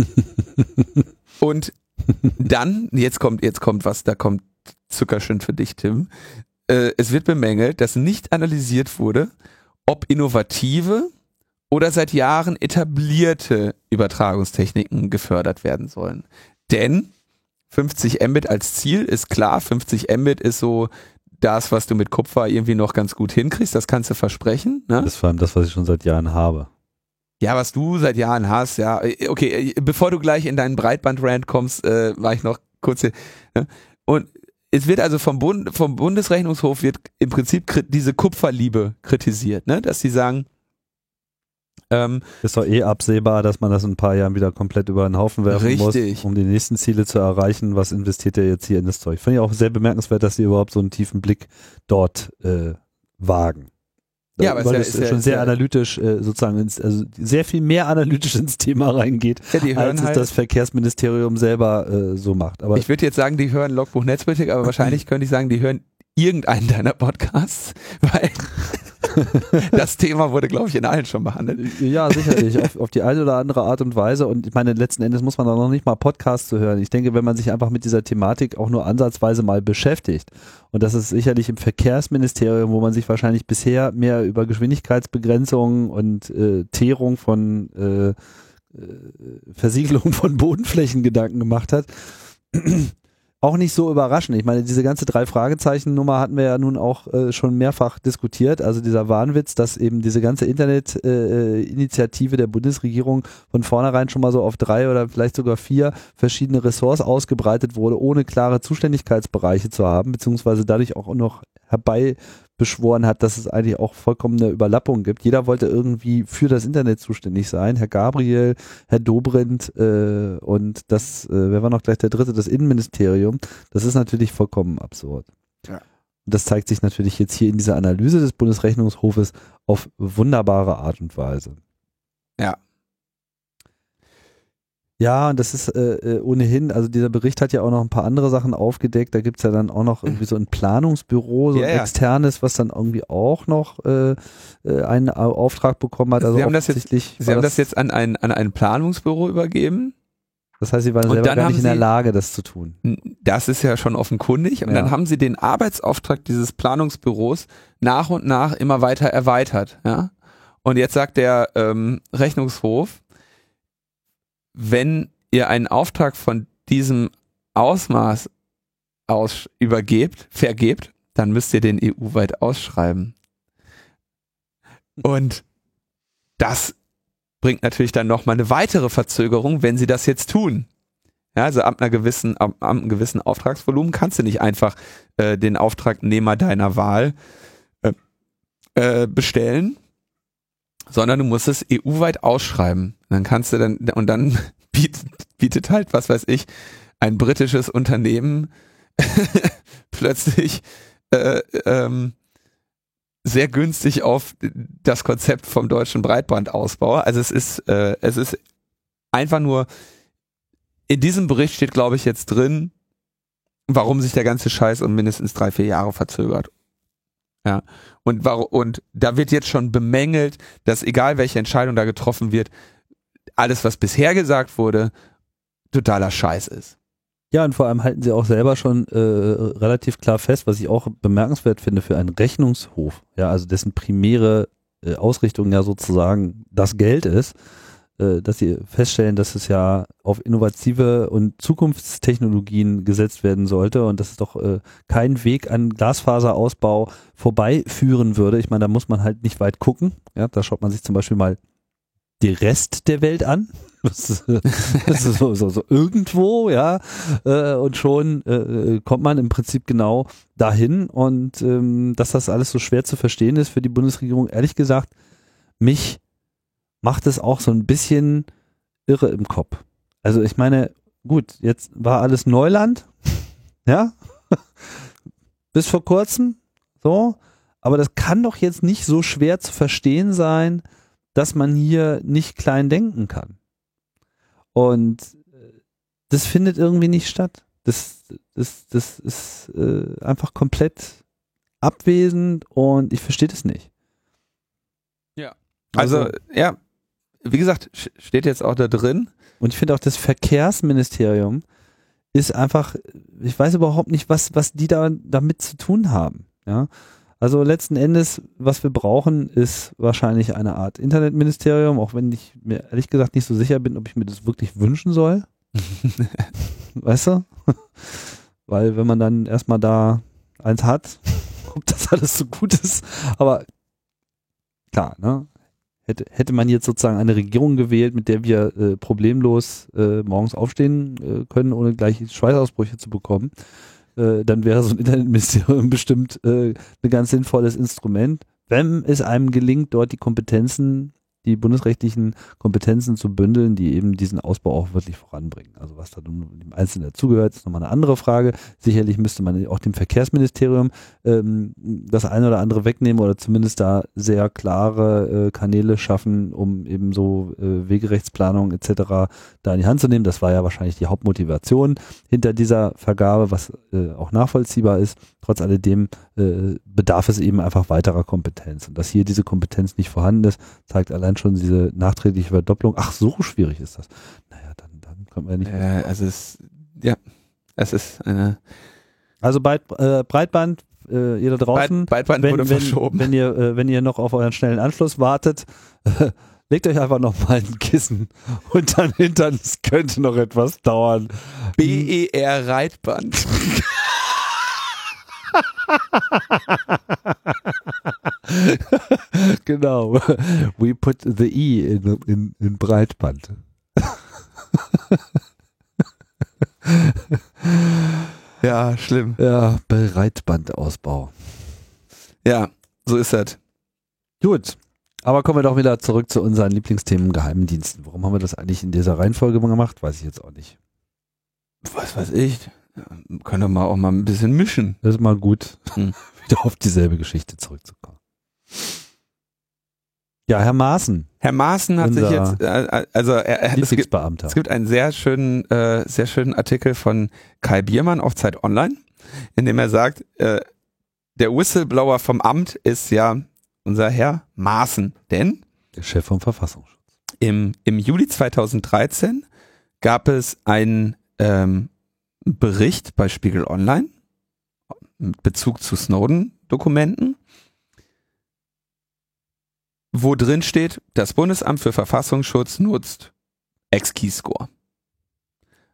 Und dann, jetzt kommt was, da kommt Zuckerschön für dich, Tim. Es wird bemängelt, dass nicht analysiert wurde, ob innovative oder seit Jahren etablierte Übertragungstechniken gefördert werden sollen. Denn 50 Mbit als Ziel ist klar, 50 Mbit ist so das, was du mit Kupfer irgendwie noch ganz gut hinkriegst, das kannst du versprechen. Ne? Das ist vor allem das, was ich schon seit Jahren habe. Ja, was du seit Jahren hast, ja. Okay, bevor du gleich in deinen Breitband-Rant kommst, war ich noch kurz hier. Ne? Und es wird also vom Bundesrechnungshof wird im Prinzip diese Kupferliebe kritisiert, ne? Dass sie sagen, ist doch absehbar, dass man das in ein paar Jahren wieder komplett über den Haufen werfen muss, um die nächsten Ziele zu erreichen. Was investiert ihr jetzt hier in das Zeug? Finde ich auch sehr bemerkenswert, dass sie überhaupt so einen tiefen Blick dort wagen. Ja, aber weil es schon sehr analytisch sozusagen also sehr viel mehr analytisch ins Thema reingeht, als es das Verkehrsministerium selber so macht. Aber ich würde jetzt sagen, die hören Logbuch Netzpolitik, aber wahrscheinlich könnte ich sagen, die hören irgendeinen deiner Podcasts, weil das Thema wurde, glaube ich, in allen schon behandelt. Ja, sicherlich, auf die eine oder andere Art und Weise. Und ich meine, letzten Endes muss man da noch nicht mal Podcasts zu hören. Ich denke, wenn man sich einfach mit dieser Thematik auch nur ansatzweise mal beschäftigt, und das ist sicherlich im Verkehrsministerium, wo man sich wahrscheinlich bisher mehr über Geschwindigkeitsbegrenzungen und Teerung von Versiegelung von Bodenflächen Gedanken gemacht hat, auch nicht so überraschend. Ich meine, diese ganze 3-Fragezeichen-Nummer hatten wir ja nun auch schon mehrfach diskutiert. Also dieser Wahnwitz, dass eben diese ganze Internetinitiative der Bundesregierung von vornherein schon mal so auf 3 oder vielleicht sogar 4 verschiedene Ressorts ausgebreitet wurde, ohne klare Zuständigkeitsbereiche zu haben, beziehungsweise dadurch auch noch herbeibeschworen hat, dass es eigentlich auch vollkommene Überlappung gibt. Jeder wollte irgendwie für das Internet zuständig sein. Herr Gabriel, Herr Dobrindt und das, wer war noch gleich der dritte, das Innenministerium. Das ist natürlich vollkommen absurd. Ja. Und das zeigt sich natürlich jetzt hier in dieser Analyse des Bundesrechnungshofes auf wunderbare Art und Weise. Ja. Ja, und das ist ohnehin, also dieser Bericht hat ja auch noch ein paar andere Sachen aufgedeckt. Da gibt es ja dann auch noch irgendwie so ein Planungsbüro, so ein externes, was dann irgendwie auch noch einen Auftrag bekommen hat. Also Sie haben das jetzt an ein Planungsbüro übergeben? Das heißt, Sie waren selber gar nicht in der Lage, das zu tun. Das ist ja schon offenkundig. Und dann haben Sie den Arbeitsauftrag dieses Planungsbüros nach und nach immer weiter erweitert. Ja? Und jetzt sagt der Rechnungshof, wenn ihr einen Auftrag von diesem Ausmaß vergebt, dann müsst ihr den EU-weit ausschreiben. Und das bringt natürlich dann nochmal eine weitere Verzögerung, wenn sie das jetzt tun. Ja, also ab einem gewissen Auftragsvolumen kannst du nicht einfach den Auftragnehmer deiner Wahl bestellen, sondern du musst es EU-weit ausschreiben. Dann kannst du dann bietet halt, was weiß ich, ein britisches Unternehmen plötzlich sehr günstig auf das Konzept vom deutschen Breitbandausbau. Also es ist einfach nur, in diesem Bericht steht, glaube ich, jetzt drin, warum sich der ganze Scheiß um mindestens 3-4 Jahre verzögert. Ja. Und da wird jetzt schon bemängelt, dass egal welche Entscheidung da getroffen wird, alles, was bisher gesagt wurde, totaler Scheiß ist. Ja, und vor allem halten sie auch selber schon relativ klar fest, was ich auch bemerkenswert finde für einen Rechnungshof, ja, also dessen primäre Ausrichtung ja sozusagen das Geld ist, dass sie feststellen, dass es ja auf innovative und Zukunftstechnologien gesetzt werden sollte und dass es doch kein Weg an Glasfaserausbau vorbeiführen würde. Ich meine, da muss man halt nicht weit gucken. Ja, da schaut man sich zum Beispiel mal den Rest der Welt an. Das ist so irgendwo, ja, und schon kommt man im Prinzip genau dahin und dass das alles so schwer zu verstehen ist für die Bundesregierung, ehrlich gesagt, mich macht es auch so ein bisschen irre im Kopf. Also ich meine, gut, jetzt war alles Neuland, ja, bis vor kurzem, so, aber das kann doch jetzt nicht so schwer zu verstehen sein, dass man hier nicht klein denken kann. Und das findet irgendwie nicht statt. Das ist einfach komplett abwesend und ich verstehe das nicht. Ja. Also ja, wie gesagt, steht jetzt auch da drin. Und ich finde auch, das Verkehrsministerium ist einfach, ich weiß überhaupt nicht, was die da damit zu tun haben. Ja. Also letzten Endes, was wir brauchen, ist wahrscheinlich eine Art Internetministerium, auch wenn ich mir ehrlich gesagt nicht so sicher bin, ob ich mir das wirklich wünschen soll. Weißt du? Weil wenn man dann erstmal da eins hat, ob das alles so gut ist, aber klar, ne? Hätte man jetzt sozusagen eine Regierung gewählt, mit der wir problemlos morgens aufstehen können, ohne gleich Schweißausbrüche zu bekommen, dann wäre so ein Internetministerium bestimmt ein ganz sinnvolles Instrument, wenn es einem gelingt, dort die bundesrechtlichen Kompetenzen zu bündeln, die eben diesen Ausbau auch wirklich voranbringen. Also was da nun dem Einzelnen dazugehört, ist nochmal eine andere Frage. Sicherlich müsste man auch dem Verkehrsministerium das eine oder andere wegnehmen oder zumindest da sehr klare Kanäle schaffen, um eben so Wegerechtsplanung etc. da in die Hand zu nehmen. Das war ja wahrscheinlich die Hauptmotivation hinter dieser Vergabe, was auch nachvollziehbar ist. Trotz alledem bedarf es eben einfach weiterer Kompetenz. Und dass hier diese Kompetenz nicht vorhanden ist, zeigt allein schon diese nachträgliche Verdopplung. Ach, so schwierig ist das. Naja, dann kommt man ja nicht mehr. Es ist eine... Also Breitband, ihr da draußen, Breitband wurde verschoben. Wenn ihr noch auf euren schnellen Anschluss wartet, legt euch einfach noch mal ein Kissen und dann hintern, es könnte noch etwas dauern. BER Reitband. Genau. We put the E in Breitband. Ja, schlimm. Ja, Breitbandausbau. Ja, so ist das. Gut. Aber kommen wir doch wieder zurück zu unseren Lieblingsthemen Geheimdiensten. Warum haben wir das eigentlich in dieser Reihenfolge gemacht? Weiß ich jetzt auch nicht. Was weiß ich. Können wir auch mal ein bisschen mischen. Das ist mal gut, wieder auf dieselbe Geschichte zurückzukommen. Ja, Herr Maaßen. Herr Maaßen hat sich jetzt, es gibt einen sehr schönen Artikel von Kai Biermann auf Zeit Online, in dem er sagt, der Whistleblower vom Amt ist ja unser Herr Maaßen, denn der Chef vom Verfassungsschutz. Im Juli 2013 gab es einen Bericht bei Spiegel Online mit Bezug zu Snowden-Dokumenten, wo drin steht, das Bundesamt für Verfassungsschutz nutzt X-Keyscore.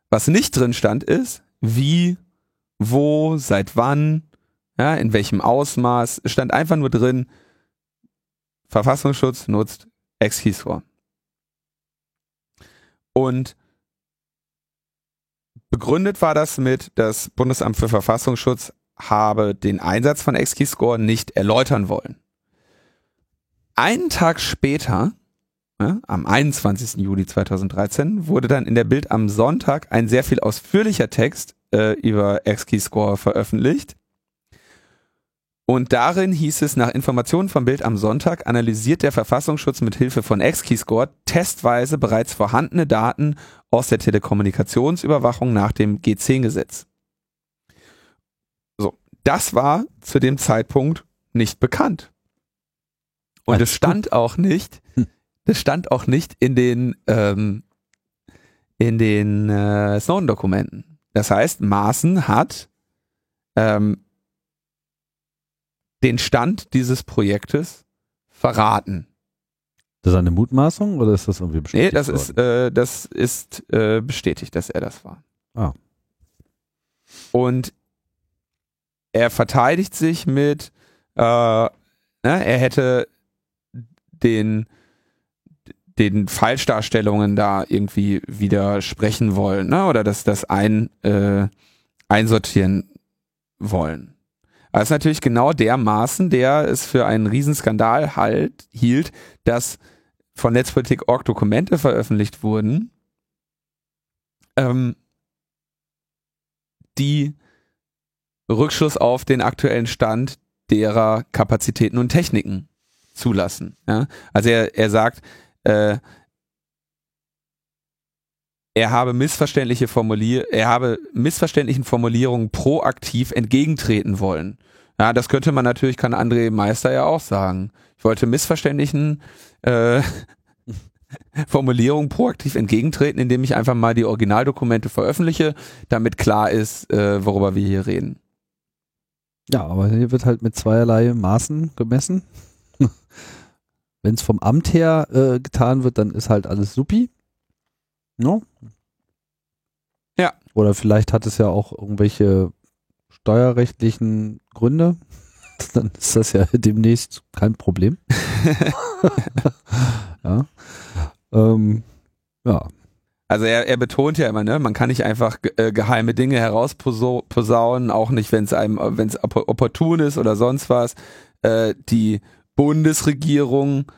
Was nicht drin stand ist, wie, wo, seit wann, ja, in welchem Ausmaß. Es stand einfach nur drin, Verfassungsschutz nutzt X-Keyscore. Und begründet war das mit, das Bundesamt für Verfassungsschutz habe den Einsatz von X-Keyscore nicht erläutern wollen. Einen Tag später, ja, am 21. Juli 2013, wurde dann in der Bild am Sonntag ein sehr viel ausführlicher Text über X-Keyscore veröffentlicht. Und darin hieß es, nach Informationen vom Bild am Sonntag analysiert der Verfassungsschutz mit Hilfe von X-Keyscore testweise bereits vorhandene Daten aus der Telekommunikationsüberwachung nach dem G10-Gesetz. So, das war zu dem Zeitpunkt nicht bekannt. Und es stand auch nicht, in den Snowden-Dokumenten. Das heißt, Maaßen hat den Stand dieses Projektes verraten. Das ist eine Mutmaßung oder ist das irgendwie bestätigt? Nee, das ist bestätigt, dass er das war. Ah. Und er verteidigt sich mit, er hätte den Falschdarstellungen da irgendwie widersprechen wollen, ne? Oder das einsortieren wollen. Das ist natürlich genau der Maaßen, der es für einen Riesenskandal hielt, dass von Netzpolitik.org Dokumente veröffentlicht wurden, die Rückschluss auf den aktuellen Stand derer Kapazitäten und Techniken zulassen. Ja? Also er sagt, er habe missverständlichen Formulierungen proaktiv entgegentreten wollen. Ja, das könnte man natürlich, kann André Meister ja auch sagen. Ich wollte missverständlichen Formulierungen proaktiv entgegentreten, indem ich einfach mal die Originaldokumente veröffentliche, damit klar ist, worüber wir hier reden. Ja, aber hier wird halt mit zweierlei Maßen gemessen. Wenn es vom Amt her getan wird, dann ist halt alles supi. No? Ja. Oder vielleicht hat es ja auch irgendwelche steuerrechtlichen Gründe. Dann ist das ja demnächst kein Problem. Ja. Ja. Also er betont ja immer, ne, man kann nicht einfach geheime Dinge herausposaunen, auch nicht, wenn es opportun ist oder sonst was. Die Bundesregierung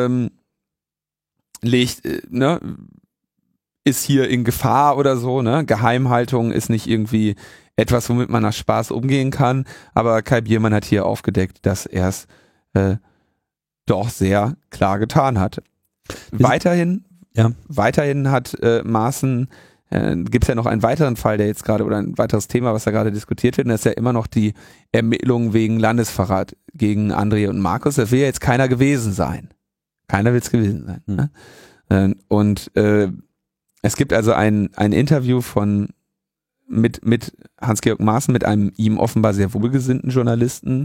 ist hier in Gefahr oder so, ne? Geheimhaltung ist nicht irgendwie etwas, womit man nach Spaß umgehen kann, aber Kai Biermann hat hier aufgedeckt, dass er es doch sehr klar getan hat. Weiterhin hat Maaßen, gibt es ja noch einen weiteren Fall, der jetzt gerade, oder ein weiteres Thema, was da gerade diskutiert wird, und das ist ja immer noch die Ermittlungen wegen Landesverrat gegen André und Markus. Das will ja jetzt keiner gewesen sein. Keiner will es gewesen sein. Ne? Und es gibt also ein Interview mit Hans-Georg Maaßen, mit einem ihm offenbar sehr wohlgesinnten Journalisten,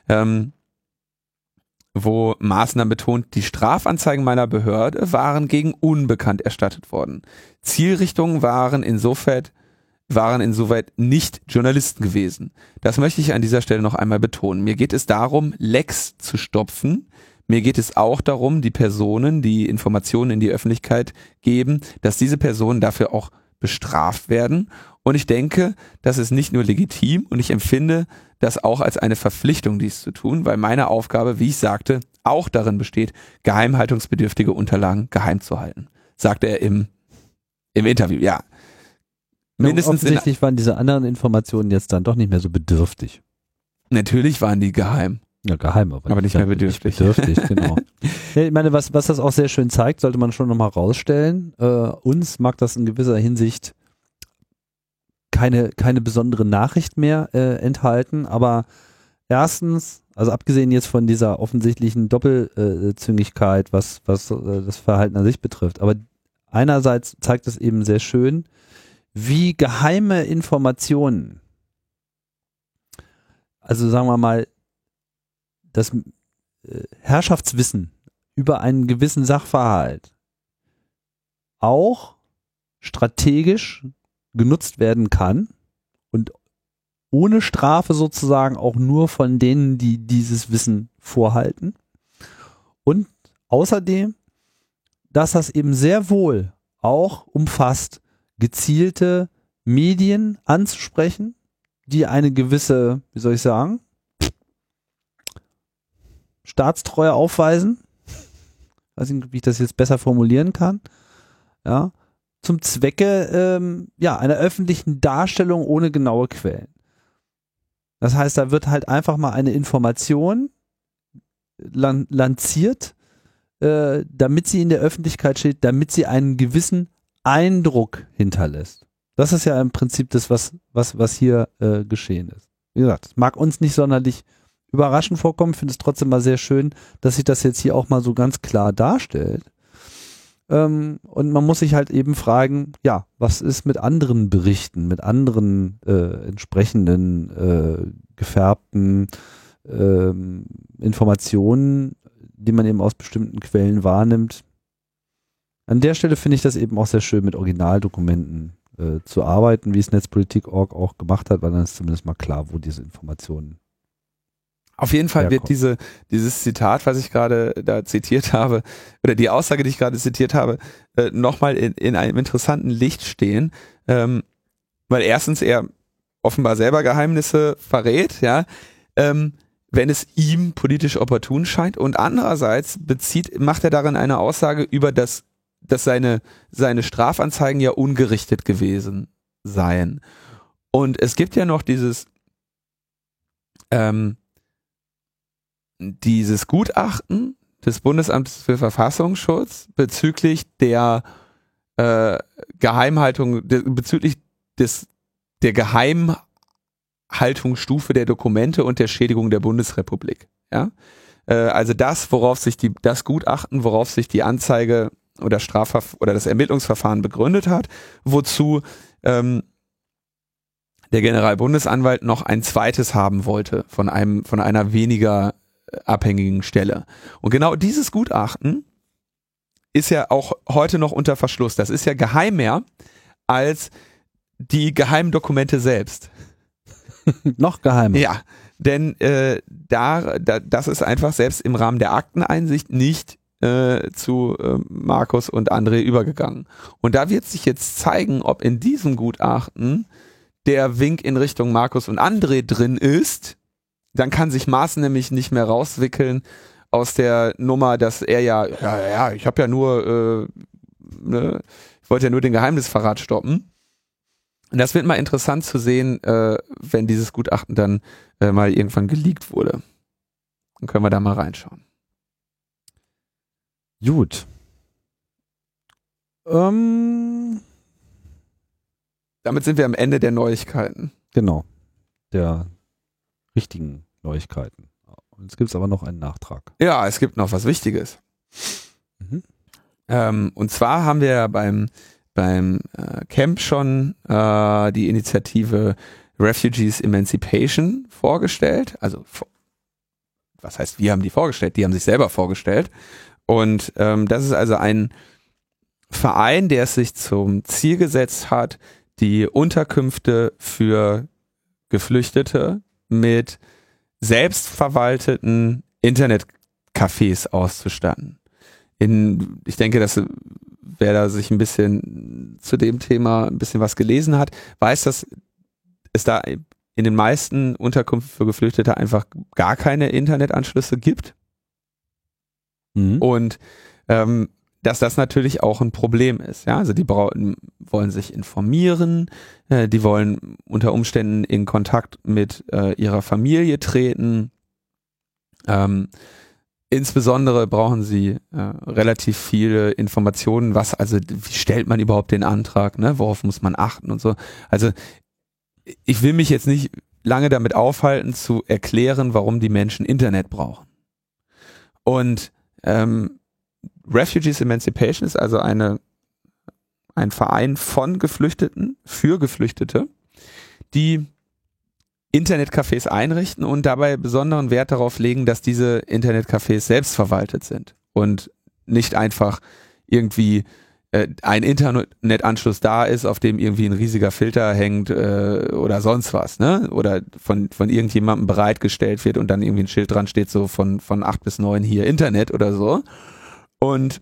wo Maaßen dann betont, die Strafanzeigen meiner Behörde waren gegen unbekannt erstattet worden. Zielrichtungen waren insoweit nicht Journalisten gewesen. Das möchte ich an dieser Stelle noch einmal betonen. Mir geht es darum, Lecks zu stopfen. Mir geht es auch darum, die Personen, die Informationen in die Öffentlichkeit geben, dass diese Personen dafür auch bestraft werden. Und ich denke, das ist nicht nur legitim und ich empfinde das auch als eine Verpflichtung, dies zu tun, weil meine Aufgabe, wie ich sagte, auch darin besteht, geheimhaltungsbedürftige Unterlagen geheim zu halten. Sagte er im Interview, ja. Mindestens offensichtlich waren diese anderen Informationen jetzt dann doch nicht mehr so bedürftig. Natürlich waren die geheim. Ja, geheim, aber nicht mehr bedürftig. Genau. Ich meine, was das auch sehr schön zeigt, sollte man schon nochmal rausstellen. Uns mag das in gewisser Hinsicht keine besondere Nachricht mehr enthalten, aber erstens, also abgesehen jetzt von dieser offensichtlichen Doppelzüngigkeit, was das Verhalten an sich betrifft, aber einerseits zeigt es eben sehr schön, wie geheime Informationen, also sagen wir mal, das Herrschaftswissen über einen gewissen Sachverhalt auch strategisch genutzt werden kann und ohne Strafe sozusagen auch nur von denen, die dieses Wissen vorhalten. Und außerdem, dass das eben sehr wohl auch umfasst, gezielte Medien anzusprechen, die eine gewisse, wie soll ich sagen, Staatstreue aufweisen. Weiß nicht, wie ich das jetzt besser formulieren kann. Ja, zum Zwecke einer öffentlichen Darstellung ohne genaue Quellen. Das heißt, da wird halt einfach mal eine Information lanciert, damit sie in der Öffentlichkeit steht, damit sie einen gewissen Eindruck hinterlässt. Das ist ja im Prinzip das, was hier geschehen ist. Wie gesagt, es mag uns nicht sonderlich überraschend vorkommen, finde es trotzdem mal sehr schön, dass sich das jetzt hier auch mal so ganz klar darstellt. Und man muss sich halt eben fragen, ja, was ist mit anderen Berichten, mit anderen entsprechenden gefärbten Informationen, die man eben aus bestimmten Quellen wahrnimmt. An der Stelle finde ich das eben auch sehr schön, mit Originaldokumenten zu arbeiten, wie es Netzpolitik.org auch gemacht hat, weil dann ist zumindest mal klar, wo diese Informationen auf jeden Fall wird dieses Zitat, was ich gerade da zitiert habe, oder die Aussage, die ich gerade zitiert habe, nochmal in einem interessanten Licht stehen, weil erstens er offenbar selber Geheimnisse verrät, ja, wenn es ihm politisch opportun scheint, und andererseits macht er darin eine Aussage über dass seine Strafanzeigen ja ungerichtet gewesen seien. Und es gibt ja noch dieses Gutachten des Bundesamtes für Verfassungsschutz bezüglich der Geheimhaltung, bezüglich der Geheimhaltungsstufe der Dokumente und der Schädigung der Bundesrepublik. Ja? Also das Gutachten, worauf sich die Anzeige oder das Ermittlungsverfahren begründet hat, wozu der Generalbundesanwalt noch ein zweites haben wollte von einer weniger abhängigen Stelle. Und genau dieses Gutachten ist ja auch heute noch unter Verschluss. Das ist ja geheimer als die geheimen Dokumente selbst. Noch geheimer. Ja, denn das ist einfach selbst im Rahmen der Akteneinsicht nicht zu Markus und André übergegangen. Und da wird sich jetzt zeigen, ob in diesem Gutachten der Wink in Richtung Markus und André drin ist. Dann kann sich Maaßen nämlich nicht mehr rauswickeln aus der Nummer, dass er ich habe ja nur, ich wollte ja nur den Geheimnisverrat stoppen. Und das wird mal interessant zu sehen, wenn dieses Gutachten dann mal irgendwann geleakt wurde. Dann können wir da mal reinschauen. Gut. Damit sind wir am Ende der Neuigkeiten. Genau. Der richtigen Neuigkeiten. Und jetzt gibt es aber noch einen Nachtrag. Ja, es gibt noch was Wichtiges. Und zwar haben wir beim Camp schon die Initiative Refugees Emancipation vorgestellt. Also, was heißt, wir haben die vorgestellt? Die haben sich selber vorgestellt. Und das ist also ein Verein, der es sich zum Ziel gesetzt hat, die Unterkünfte für Geflüchtete mit selbstverwalteten Internetcafés auszustatten. Ich denke, dass wer da sich ein bisschen zu dem Thema ein bisschen was gelesen hat, weiß, dass es da in den meisten Unterkünften für Geflüchtete einfach gar keine Internetanschlüsse gibt. Und dass das natürlich auch ein Problem ist. Ja? Also die wollen sich informieren, die wollen unter Umständen in Kontakt mit ihrer Familie treten. Insbesondere brauchen sie relativ viele Informationen, wie stellt man überhaupt den Antrag, ne? Worauf muss man achten und so. Also ich will mich jetzt nicht lange damit aufhalten, zu erklären, warum die Menschen Internet brauchen. Und Refugees Emancipation ist also ein Verein von Geflüchteten, für Geflüchtete, die Internetcafés einrichten und dabei besonderen Wert darauf legen, dass diese Internetcafés selbstverwaltet sind und nicht einfach irgendwie ein Internetanschluss da ist, auf dem irgendwie ein riesiger Filter hängt oder sonst was, ne? Oder von irgendjemandem bereitgestellt wird und dann irgendwie ein Schild dran steht, so von 8 bis 9 hier Internet oder so. Und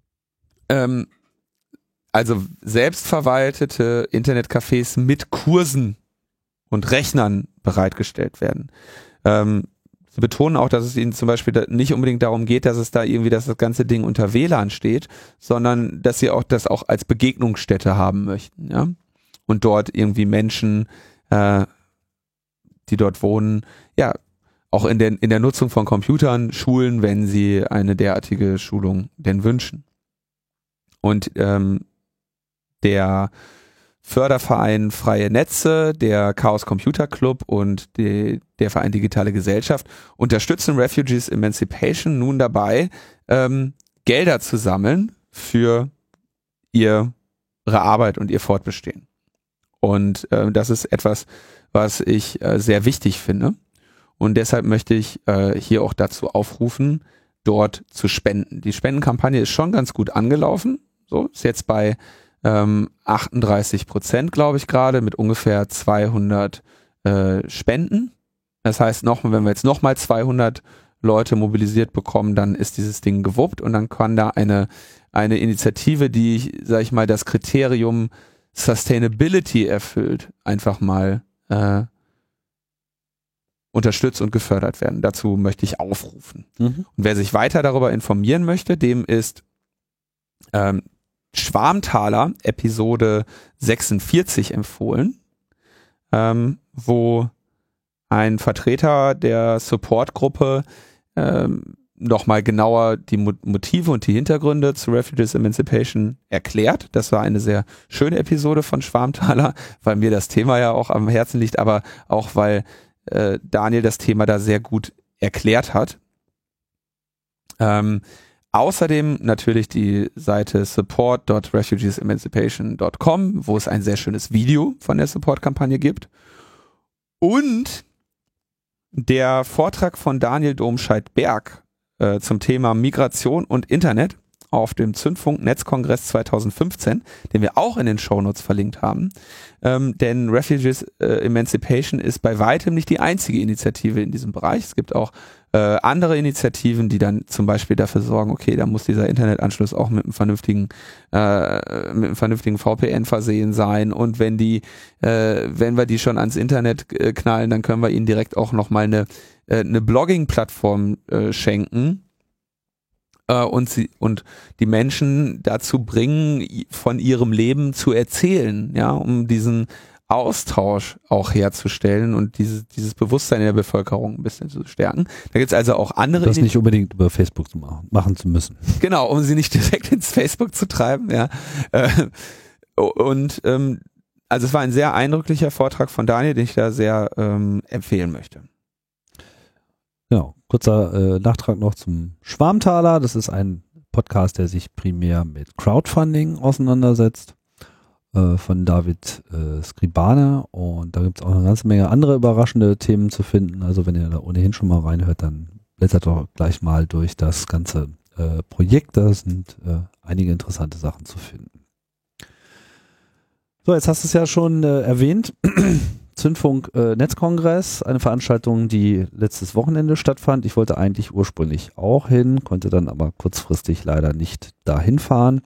also selbstverwaltete Internetcafés mit Kursen und Rechnern bereitgestellt werden. Sie betonen auch, dass es ihnen zum Beispiel nicht unbedingt darum geht, dass es da irgendwie, dass das ganze Ding unter WLAN steht, sondern dass sie auch das auch als Begegnungsstätte haben möchten, ja. Und dort irgendwie Menschen, die dort wohnen, ja, auch in der Nutzung von Computern schulen, wenn sie eine derartige Schulung denn wünschen. Und der Förderverein Freie Netze, der Chaos Computer Club und der Verein Digitale Gesellschaft unterstützen Refugees Emancipation nun dabei, Gelder zu sammeln für ihre Arbeit und ihr Fortbestehen. Und das ist etwas, was ich sehr wichtig finde. Und deshalb möchte ich hier auch dazu aufrufen, dort zu spenden. Die Spendenkampagne ist schon ganz gut angelaufen. So, ist jetzt bei 38%, glaube ich, gerade mit ungefähr 200 Spenden. Das heißt, wenn wir jetzt nochmal 200 Leute mobilisiert bekommen, dann ist dieses Ding gewuppt und dann kann da eine Initiative, die, sag ich mal, das Kriterium Sustainability erfüllt, einfach mal unterstützt und gefördert werden. Dazu möchte ich aufrufen. Und wer sich weiter darüber informieren möchte, dem ist Schwarmtaler Episode 46 empfohlen, wo ein Vertreter der Supportgruppe nochmal genauer die Motive und die Hintergründe zu Refugees Emancipation erklärt. Das war eine sehr schöne Episode von Schwarmtaler, weil mir das Thema ja auch am Herzen liegt, aber auch weil Daniel das Thema da sehr gut erklärt hat. Außerdem natürlich die Seite support.refugeesemancipation.com, wo es ein sehr schönes Video von der Support-Kampagne gibt. Und der Vortrag von Daniel Domscheit-Berg zum Thema Migration und Internet auf dem Zündfunk-Netzkongress 2015, den wir auch in den Shownotes verlinkt haben. Denn Refugees Emancipation ist bei weitem nicht die einzige Initiative in diesem Bereich. Es gibt auch andere Initiativen, die dann zum Beispiel dafür sorgen, okay, da muss dieser Internetanschluss auch mit einem vernünftigen VPN versehen sein und wenn wir die schon ans Internet knallen, dann können wir ihnen direkt auch nochmal eine Blogging-Plattform schenken und die Menschen dazu bringen, von ihrem Leben zu erzählen, ja, um diesen Austausch auch herzustellen und dieses Bewusstsein in der Bevölkerung ein bisschen zu stärken. Da gibt es also auch andere... Das nicht unbedingt über Facebook machen zu müssen. Genau, um sie nicht direkt ins Facebook zu treiben, ja. Also es war ein sehr eindrücklicher Vortrag von Daniel, den ich da sehr empfehlen möchte. Genau, kurzer Nachtrag noch zum Schwarmtaler. Das ist ein Podcast, der sich primär mit Crowdfunding auseinandersetzt. Von David Skribane und da gibt es auch eine ganze Menge andere überraschende Themen zu finden. Also wenn ihr da ohnehin schon mal reinhört, dann blättert doch gleich mal durch das ganze Projekt. Da sind einige interessante Sachen zu finden. So, jetzt hast du es ja schon erwähnt. Zündfunk Netzkongress, eine Veranstaltung, die letztes Wochenende stattfand. Ich wollte eigentlich ursprünglich auch hin, konnte dann aber kurzfristig leider nicht dahin fahren.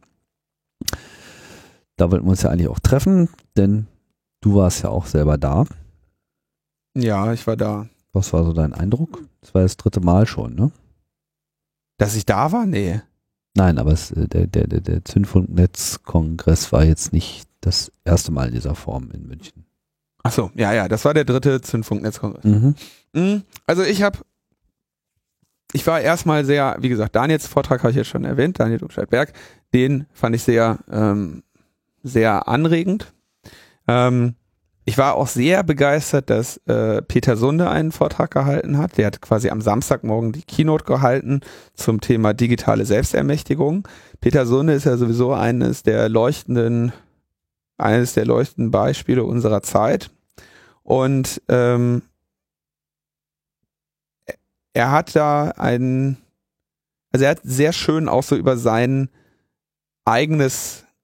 Da wollten wir uns ja eigentlich auch treffen, denn du warst ja auch selber da. Ja, ich war da. Was war so dein Eindruck? Das war das 3. Mal schon, ne? Dass ich da war? Nee. Nein, aber der Zündfunk-Netz-Kongress war jetzt nicht das erste Mal in dieser Form in München. Ach so, ja, das war der 3. Zündfunk-Netz-Kongress. Also ich war erstmal sehr, wie gesagt, Daniels Vortrag habe ich jetzt schon erwähnt, Daniel Domscheit-Berg, den fand ich sehr anregend. Ich war auch sehr begeistert, dass Peter Sunde einen Vortrag gehalten hat. Der hat quasi am Samstagmorgen die Keynote gehalten zum Thema digitale Selbstermächtigung. Peter Sunde ist ja sowieso eines der leuchtenden Beispiele unserer Zeit. Und er hat er hat sehr schön auch so über sein eigenes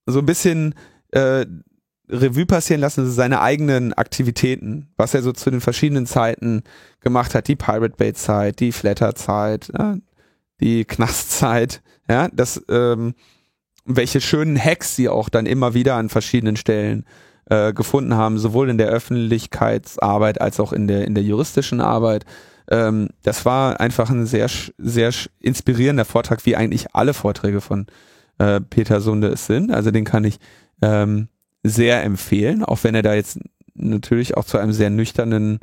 so ein bisschen Revue passieren lassen, seine eigenen Aktivitäten, was er so zu den verschiedenen Zeiten gemacht hat, die Pirate Bay Zeit, die Flatter-Zeit, die Knastzeit, ja, welche schönen Hacks sie auch dann immer wieder an verschiedenen Stellen gefunden haben, sowohl in der Öffentlichkeitsarbeit als auch in der juristischen Arbeit. Das war einfach ein sehr, sehr inspirierender Vortrag, wie eigentlich alle Vorträge von Peter Sunde es sind. Also den kann ich sehr empfehlen, auch wenn er da jetzt natürlich auch in einer sehr nüchternen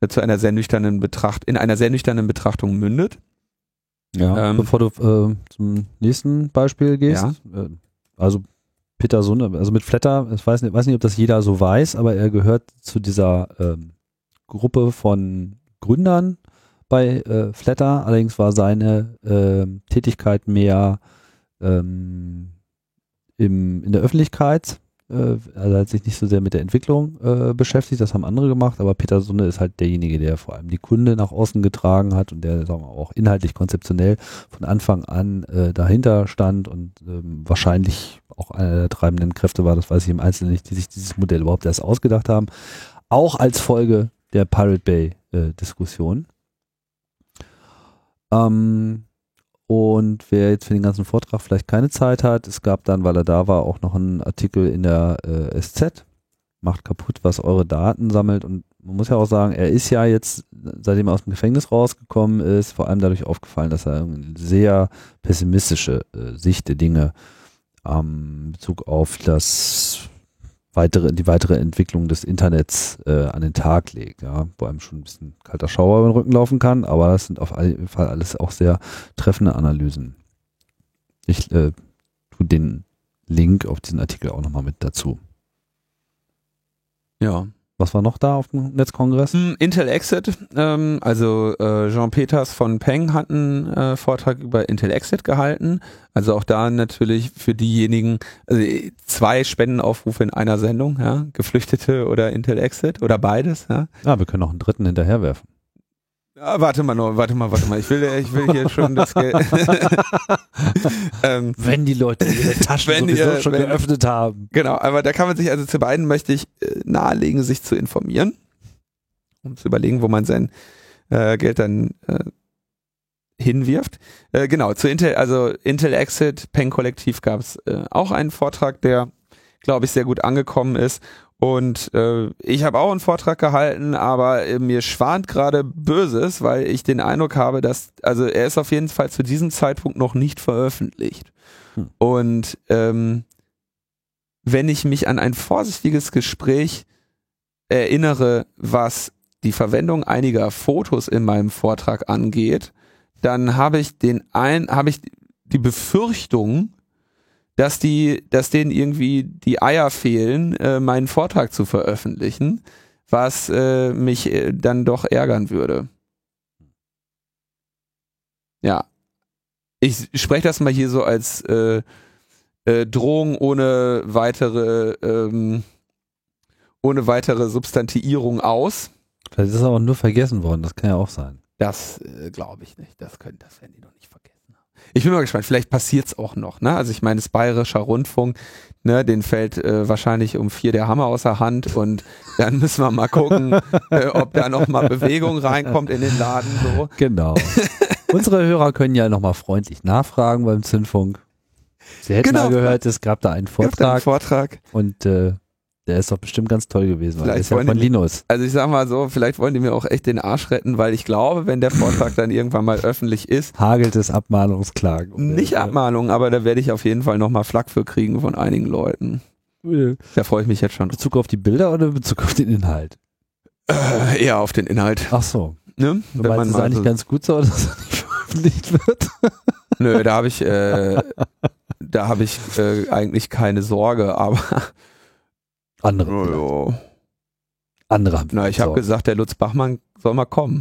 Betrachtung mündet. Ja, bevor du zum nächsten Beispiel gehst, also Peter Sunde, also mit Flatter, ich weiß nicht, ob das jeder so weiß, aber er gehört zu dieser Gruppe von Gründern bei Flatter. Allerdings war seine Tätigkeit mehr in der Öffentlichkeit. Also hat sich nicht so sehr mit der Entwicklung beschäftigt, das haben andere gemacht, aber Peter Sunde ist halt derjenige, der vor allem die Kunde nach außen getragen hat und der, sagen wir, auch inhaltlich konzeptionell von Anfang an dahinter stand und wahrscheinlich auch einer der treibenden Kräfte war, das weiß ich im Einzelnen nicht, die sich dieses Modell überhaupt erst ausgedacht haben, auch als Folge der Pirate Bay Diskussion. Und wer jetzt für den ganzen Vortrag vielleicht keine Zeit hat, es gab dann, weil er da war, auch noch einen Artikel in der SZ, macht kaputt, was eure Daten sammelt. Und man muss ja auch sagen, er ist ja jetzt, seitdem er aus dem Gefängnis rausgekommen ist, vor allem dadurch aufgefallen, dass er eine sehr pessimistische Sicht der Dinge in Bezug auf die weitere Entwicklung des Internets an den Tag legt, ja, wo einem schon ein bisschen kalter Schauer über den Rücken laufen kann, aber das sind auf jeden Fall alles auch sehr treffende Analysen. Ich tue den Link auf diesen Artikel auch nochmal mit dazu. Ja. Was war noch da auf dem Netzkongress? Intel Exit, also Jean Peters von Peng hat einen Vortrag über Intel Exit gehalten. Also auch da natürlich für diejenigen, also 2 Spendenaufrufe in einer Sendung, ja, Geflüchtete oder Intel Exit oder beides. Ja, wir können noch einen dritten hinterherwerfen. Ja, warte mal. Ich will hier schon das Geld. Wenn die Leute ihre Taschen sowieso schon geöffnet haben. Genau, aber da kann man sich, also zu beiden möchte ich nahelegen, sich zu informieren, um zu überlegen, wo man sein Geld dann hinwirft. Genau, zu Intel, also Intel Exit, Peng Kollektiv gab es auch einen Vortrag, der, glaube ich, sehr gut angekommen ist. Und ich habe auch einen Vortrag gehalten, aber mir schwant gerade Böses, weil ich den Eindruck habe, dass, also er ist auf jeden Fall zu diesem Zeitpunkt noch nicht veröffentlicht. Und wenn ich mich an ein vorsichtiges Gespräch erinnere, was die Verwendung einiger Fotos in meinem Vortrag angeht, dann habe ich die Befürchtung, dass denen irgendwie die Eier fehlen, meinen Vortrag zu veröffentlichen, was mich dann doch ärgern würde. Ja. Ich spreche das mal hier so als Drohung ohne weitere Substantiierung aus. Vielleicht ist es aber nur vergessen worden, das kann ja auch sein. Das glaube ich nicht, das werden die noch nicht vergessen. Ich bin mal gespannt, vielleicht passiert es auch noch, ne? Also ich meine, das Bayerischer Rundfunk, ne, den fällt wahrscheinlich um 4 der Hammer aus der Hand und dann müssen wir mal gucken, ob da noch mal Bewegung reinkommt in den Laden. So. Genau. Unsere Hörer können ja noch mal freundlich nachfragen beim Zündfunk. Sie hätten mal gehört, es gab da einen Vortrag. Und der ist doch bestimmt ganz toll gewesen, weil der ist ja von Linus. Also ich sag mal so, vielleicht wollen die mir auch echt den Arsch retten, weil ich glaube, wenn der Vortrag dann irgendwann mal öffentlich ist, hagelt es Abmahnungsklagen. Nicht Abmahnungen, aber da werde ich auf jeden Fall nochmal Flack für kriegen von einigen Leuten. Da freue ich mich jetzt schon. Bezug auf die Bilder oder Bezug auf den Inhalt? Eher auf den Inhalt. Ach so. Ne? Du meinst, es ist eigentlich ganz gut so, dass es nicht veröffentlicht wird? Nö, da habe ich eigentlich keine Sorge, aber andere haben. Na, ich habe gesagt, der Lutz Bachmann soll mal kommen.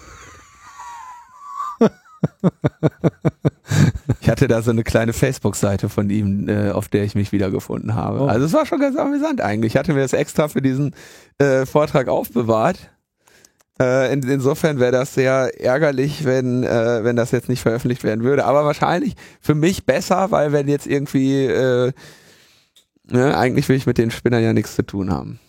Ich hatte da so eine kleine Facebook-Seite von ihm, auf der ich mich wiedergefunden habe. Oh. Also es war schon ganz amüsant eigentlich. Ich hatte mir das extra für diesen Vortrag aufbewahrt. Insofern wäre das sehr ärgerlich, wenn das jetzt nicht veröffentlicht werden würde. Aber wahrscheinlich für mich besser, weil wenn jetzt irgendwie Ja, eigentlich will ich mit den Spinnern ja nichts zu tun haben.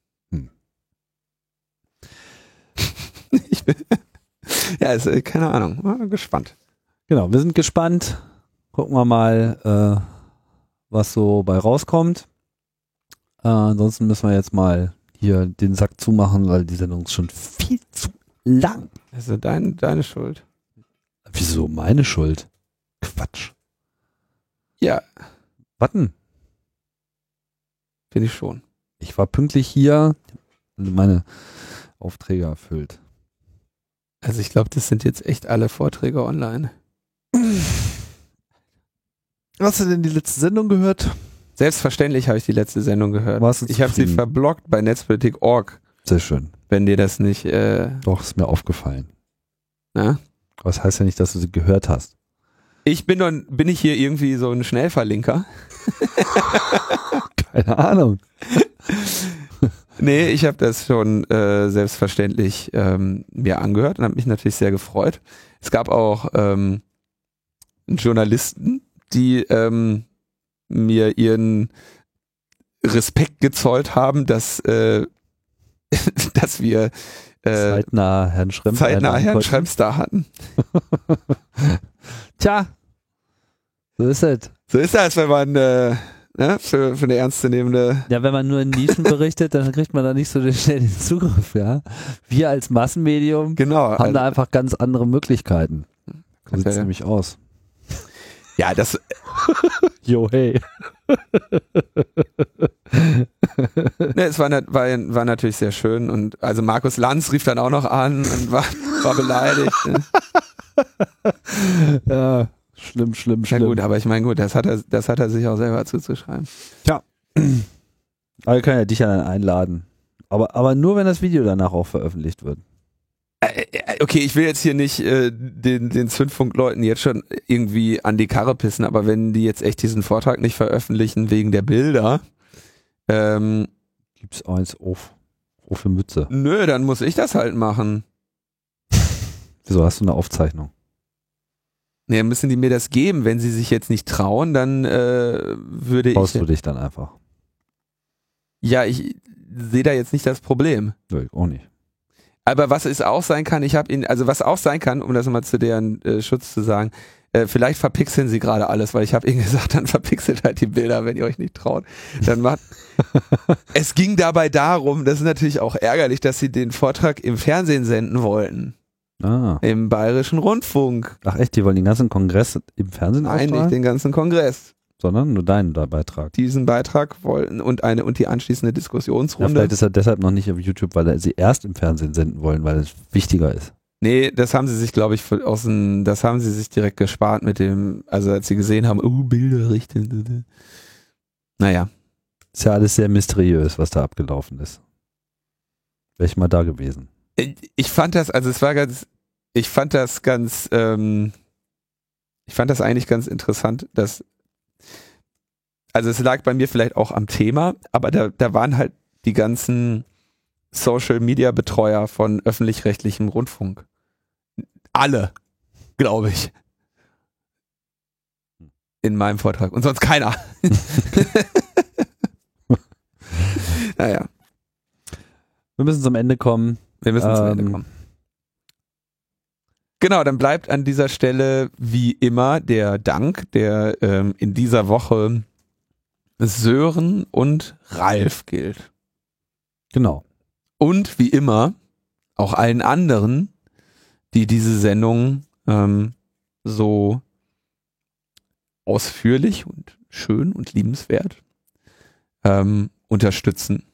Keine Ahnung. Mal gespannt. Genau, wir sind gespannt. Gucken wir mal, was so bei rauskommt. Ansonsten müssen wir jetzt mal hier den Sack zumachen, weil die Sendung ist schon viel zu lang. Also deine Schuld. Wieso meine Schuld? Quatsch. Ja. Warten. Finde ich schon. Ich war pünktlich hier, meine Aufträge erfüllt. Also ich glaube, das sind jetzt echt alle Vorträge online. Hast du denn die letzte Sendung gehört? Selbstverständlich habe ich die letzte Sendung gehört. Ich habe sie verblockt bei Netzpolitik.org. Sehr schön. Wenn dir das nicht... Doch, ist mir aufgefallen. Na? Aber das heißt ja nicht, dass du sie gehört hast. Bin ich hier irgendwie so ein Schnellverlinker? Keine Ahnung. Nee, ich habe das schon selbstverständlich mir angehört und habe mich natürlich sehr gefreut. Es gab auch Journalisten, die mir ihren Respekt gezollt haben, dass wir zeitnah Herrn Schrems da hatten. Tja, so ist es. So ist das, wenn man für eine ernstzunehmende... Ja, wenn man nur in Nischen berichtet, dann kriegt man da nicht so schnell den Zugriff, ja. Wir als Massenmedium haben da einfach ganz andere Möglichkeiten. So sieht es nämlich aus. Ja, das... Jo, hey. Es war natürlich sehr schön und also Markus Lanz rief dann auch noch an und war beleidigt. Ja, schlimm. Ja gut, aber ich meine, gut, das hat er sich auch selber zuzuschreiben. Tja. Aber wir können ja dich ja dann einladen. Aber nur, wenn das Video danach auch veröffentlicht wird. Okay, ich will jetzt hier nicht den Zündfunkleuten jetzt schon irgendwie an die Karre pissen, aber wenn die jetzt echt diesen Vortrag nicht veröffentlichen wegen der Bilder, gibt's eins auf für Mütze. Nö, dann muss ich das halt machen. Wieso hast du eine Aufzeichnung? Nee, müssen die mir das geben. Wenn sie sich jetzt nicht trauen, dann würde ich... Brauchst du dich dann einfach? Ja, ich sehe da jetzt nicht das Problem. Nö, auch nicht. Aber was es auch sein kann, was auch sein kann, um das mal zu deren Schutz zu sagen, vielleicht verpixeln sie gerade alles, weil ich habe ihnen gesagt, dann verpixelt halt die Bilder, wenn ihr euch nicht traut. Dann macht. Es ging dabei darum, das ist natürlich auch ärgerlich, dass sie den Vortrag im Fernsehen senden wollten. Ah. Im Bayerischen Rundfunk. Ach echt, die wollen den ganzen Kongress im Fernsehen ausstrahlen? Nein, nicht den ganzen Kongress. Sondern nur deinen Beitrag. Diesen Beitrag wollten und die anschließende Diskussionsrunde. Ja, vielleicht ist er deshalb noch nicht auf YouTube, weil sie erst im Fernsehen senden wollen, weil es wichtiger ist. Nee, das haben sie sich, glaube ich, das haben sie sich direkt gespart mit dem, also als sie gesehen haben, Bilder richten. Naja. Ist ja alles sehr mysteriös, was da abgelaufen ist. Wäre ich mal da gewesen. Ich fand das eigentlich ganz interessant, dass also es lag bei mir vielleicht auch am Thema, aber da waren halt die ganzen Social-Media-Betreuer von öffentlich-rechtlichem Rundfunk. Alle, glaube ich. In meinem Vortrag. Und sonst keiner. Naja. Wir müssen zum Ende kommen. Genau, dann bleibt an dieser Stelle wie immer der Dank, der in dieser Woche Sören und Ralf gilt. Genau. Und wie immer auch allen anderen, die diese Sendung so ausführlich und schön und liebenswert unterstützen.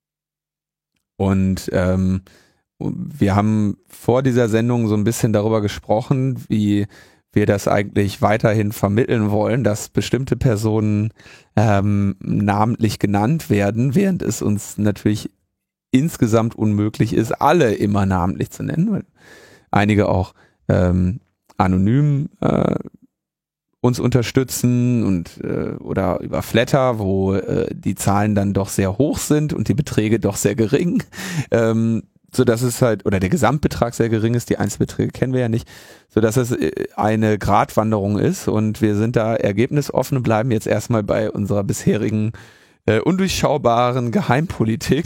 Und wir haben vor dieser Sendung so ein bisschen darüber gesprochen, wie wir das eigentlich weiterhin vermitteln wollen, dass bestimmte Personen namentlich genannt werden, während es uns natürlich insgesamt unmöglich ist, alle immer namentlich zu nennen, weil einige auch anonym uns unterstützen und oder über Flatter, wo die Zahlen dann doch sehr hoch sind und die Beträge doch sehr gering, so dass es halt, oder der Gesamtbetrag sehr gering ist, die Einzelbeträge kennen wir ja nicht, so dass es eine Gratwanderung ist und wir sind da ergebnisoffen und bleiben jetzt erstmal bei unserer bisherigen undurchschaubaren Geheimpolitik.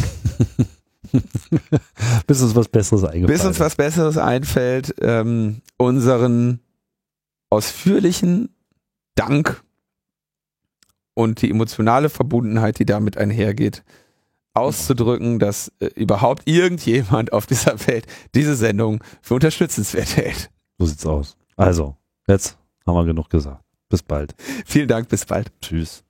Bis uns was Besseres einfällt. Unseren ausführlichen Dank und die emotionale Verbundenheit, die damit einhergeht, auszudrücken, dass überhaupt irgendjemand auf dieser Welt diese Sendung für unterstützenswert hält. So sieht's aus. Also, jetzt haben wir genug gesagt. Bis bald. Vielen Dank, bis bald. Tschüss.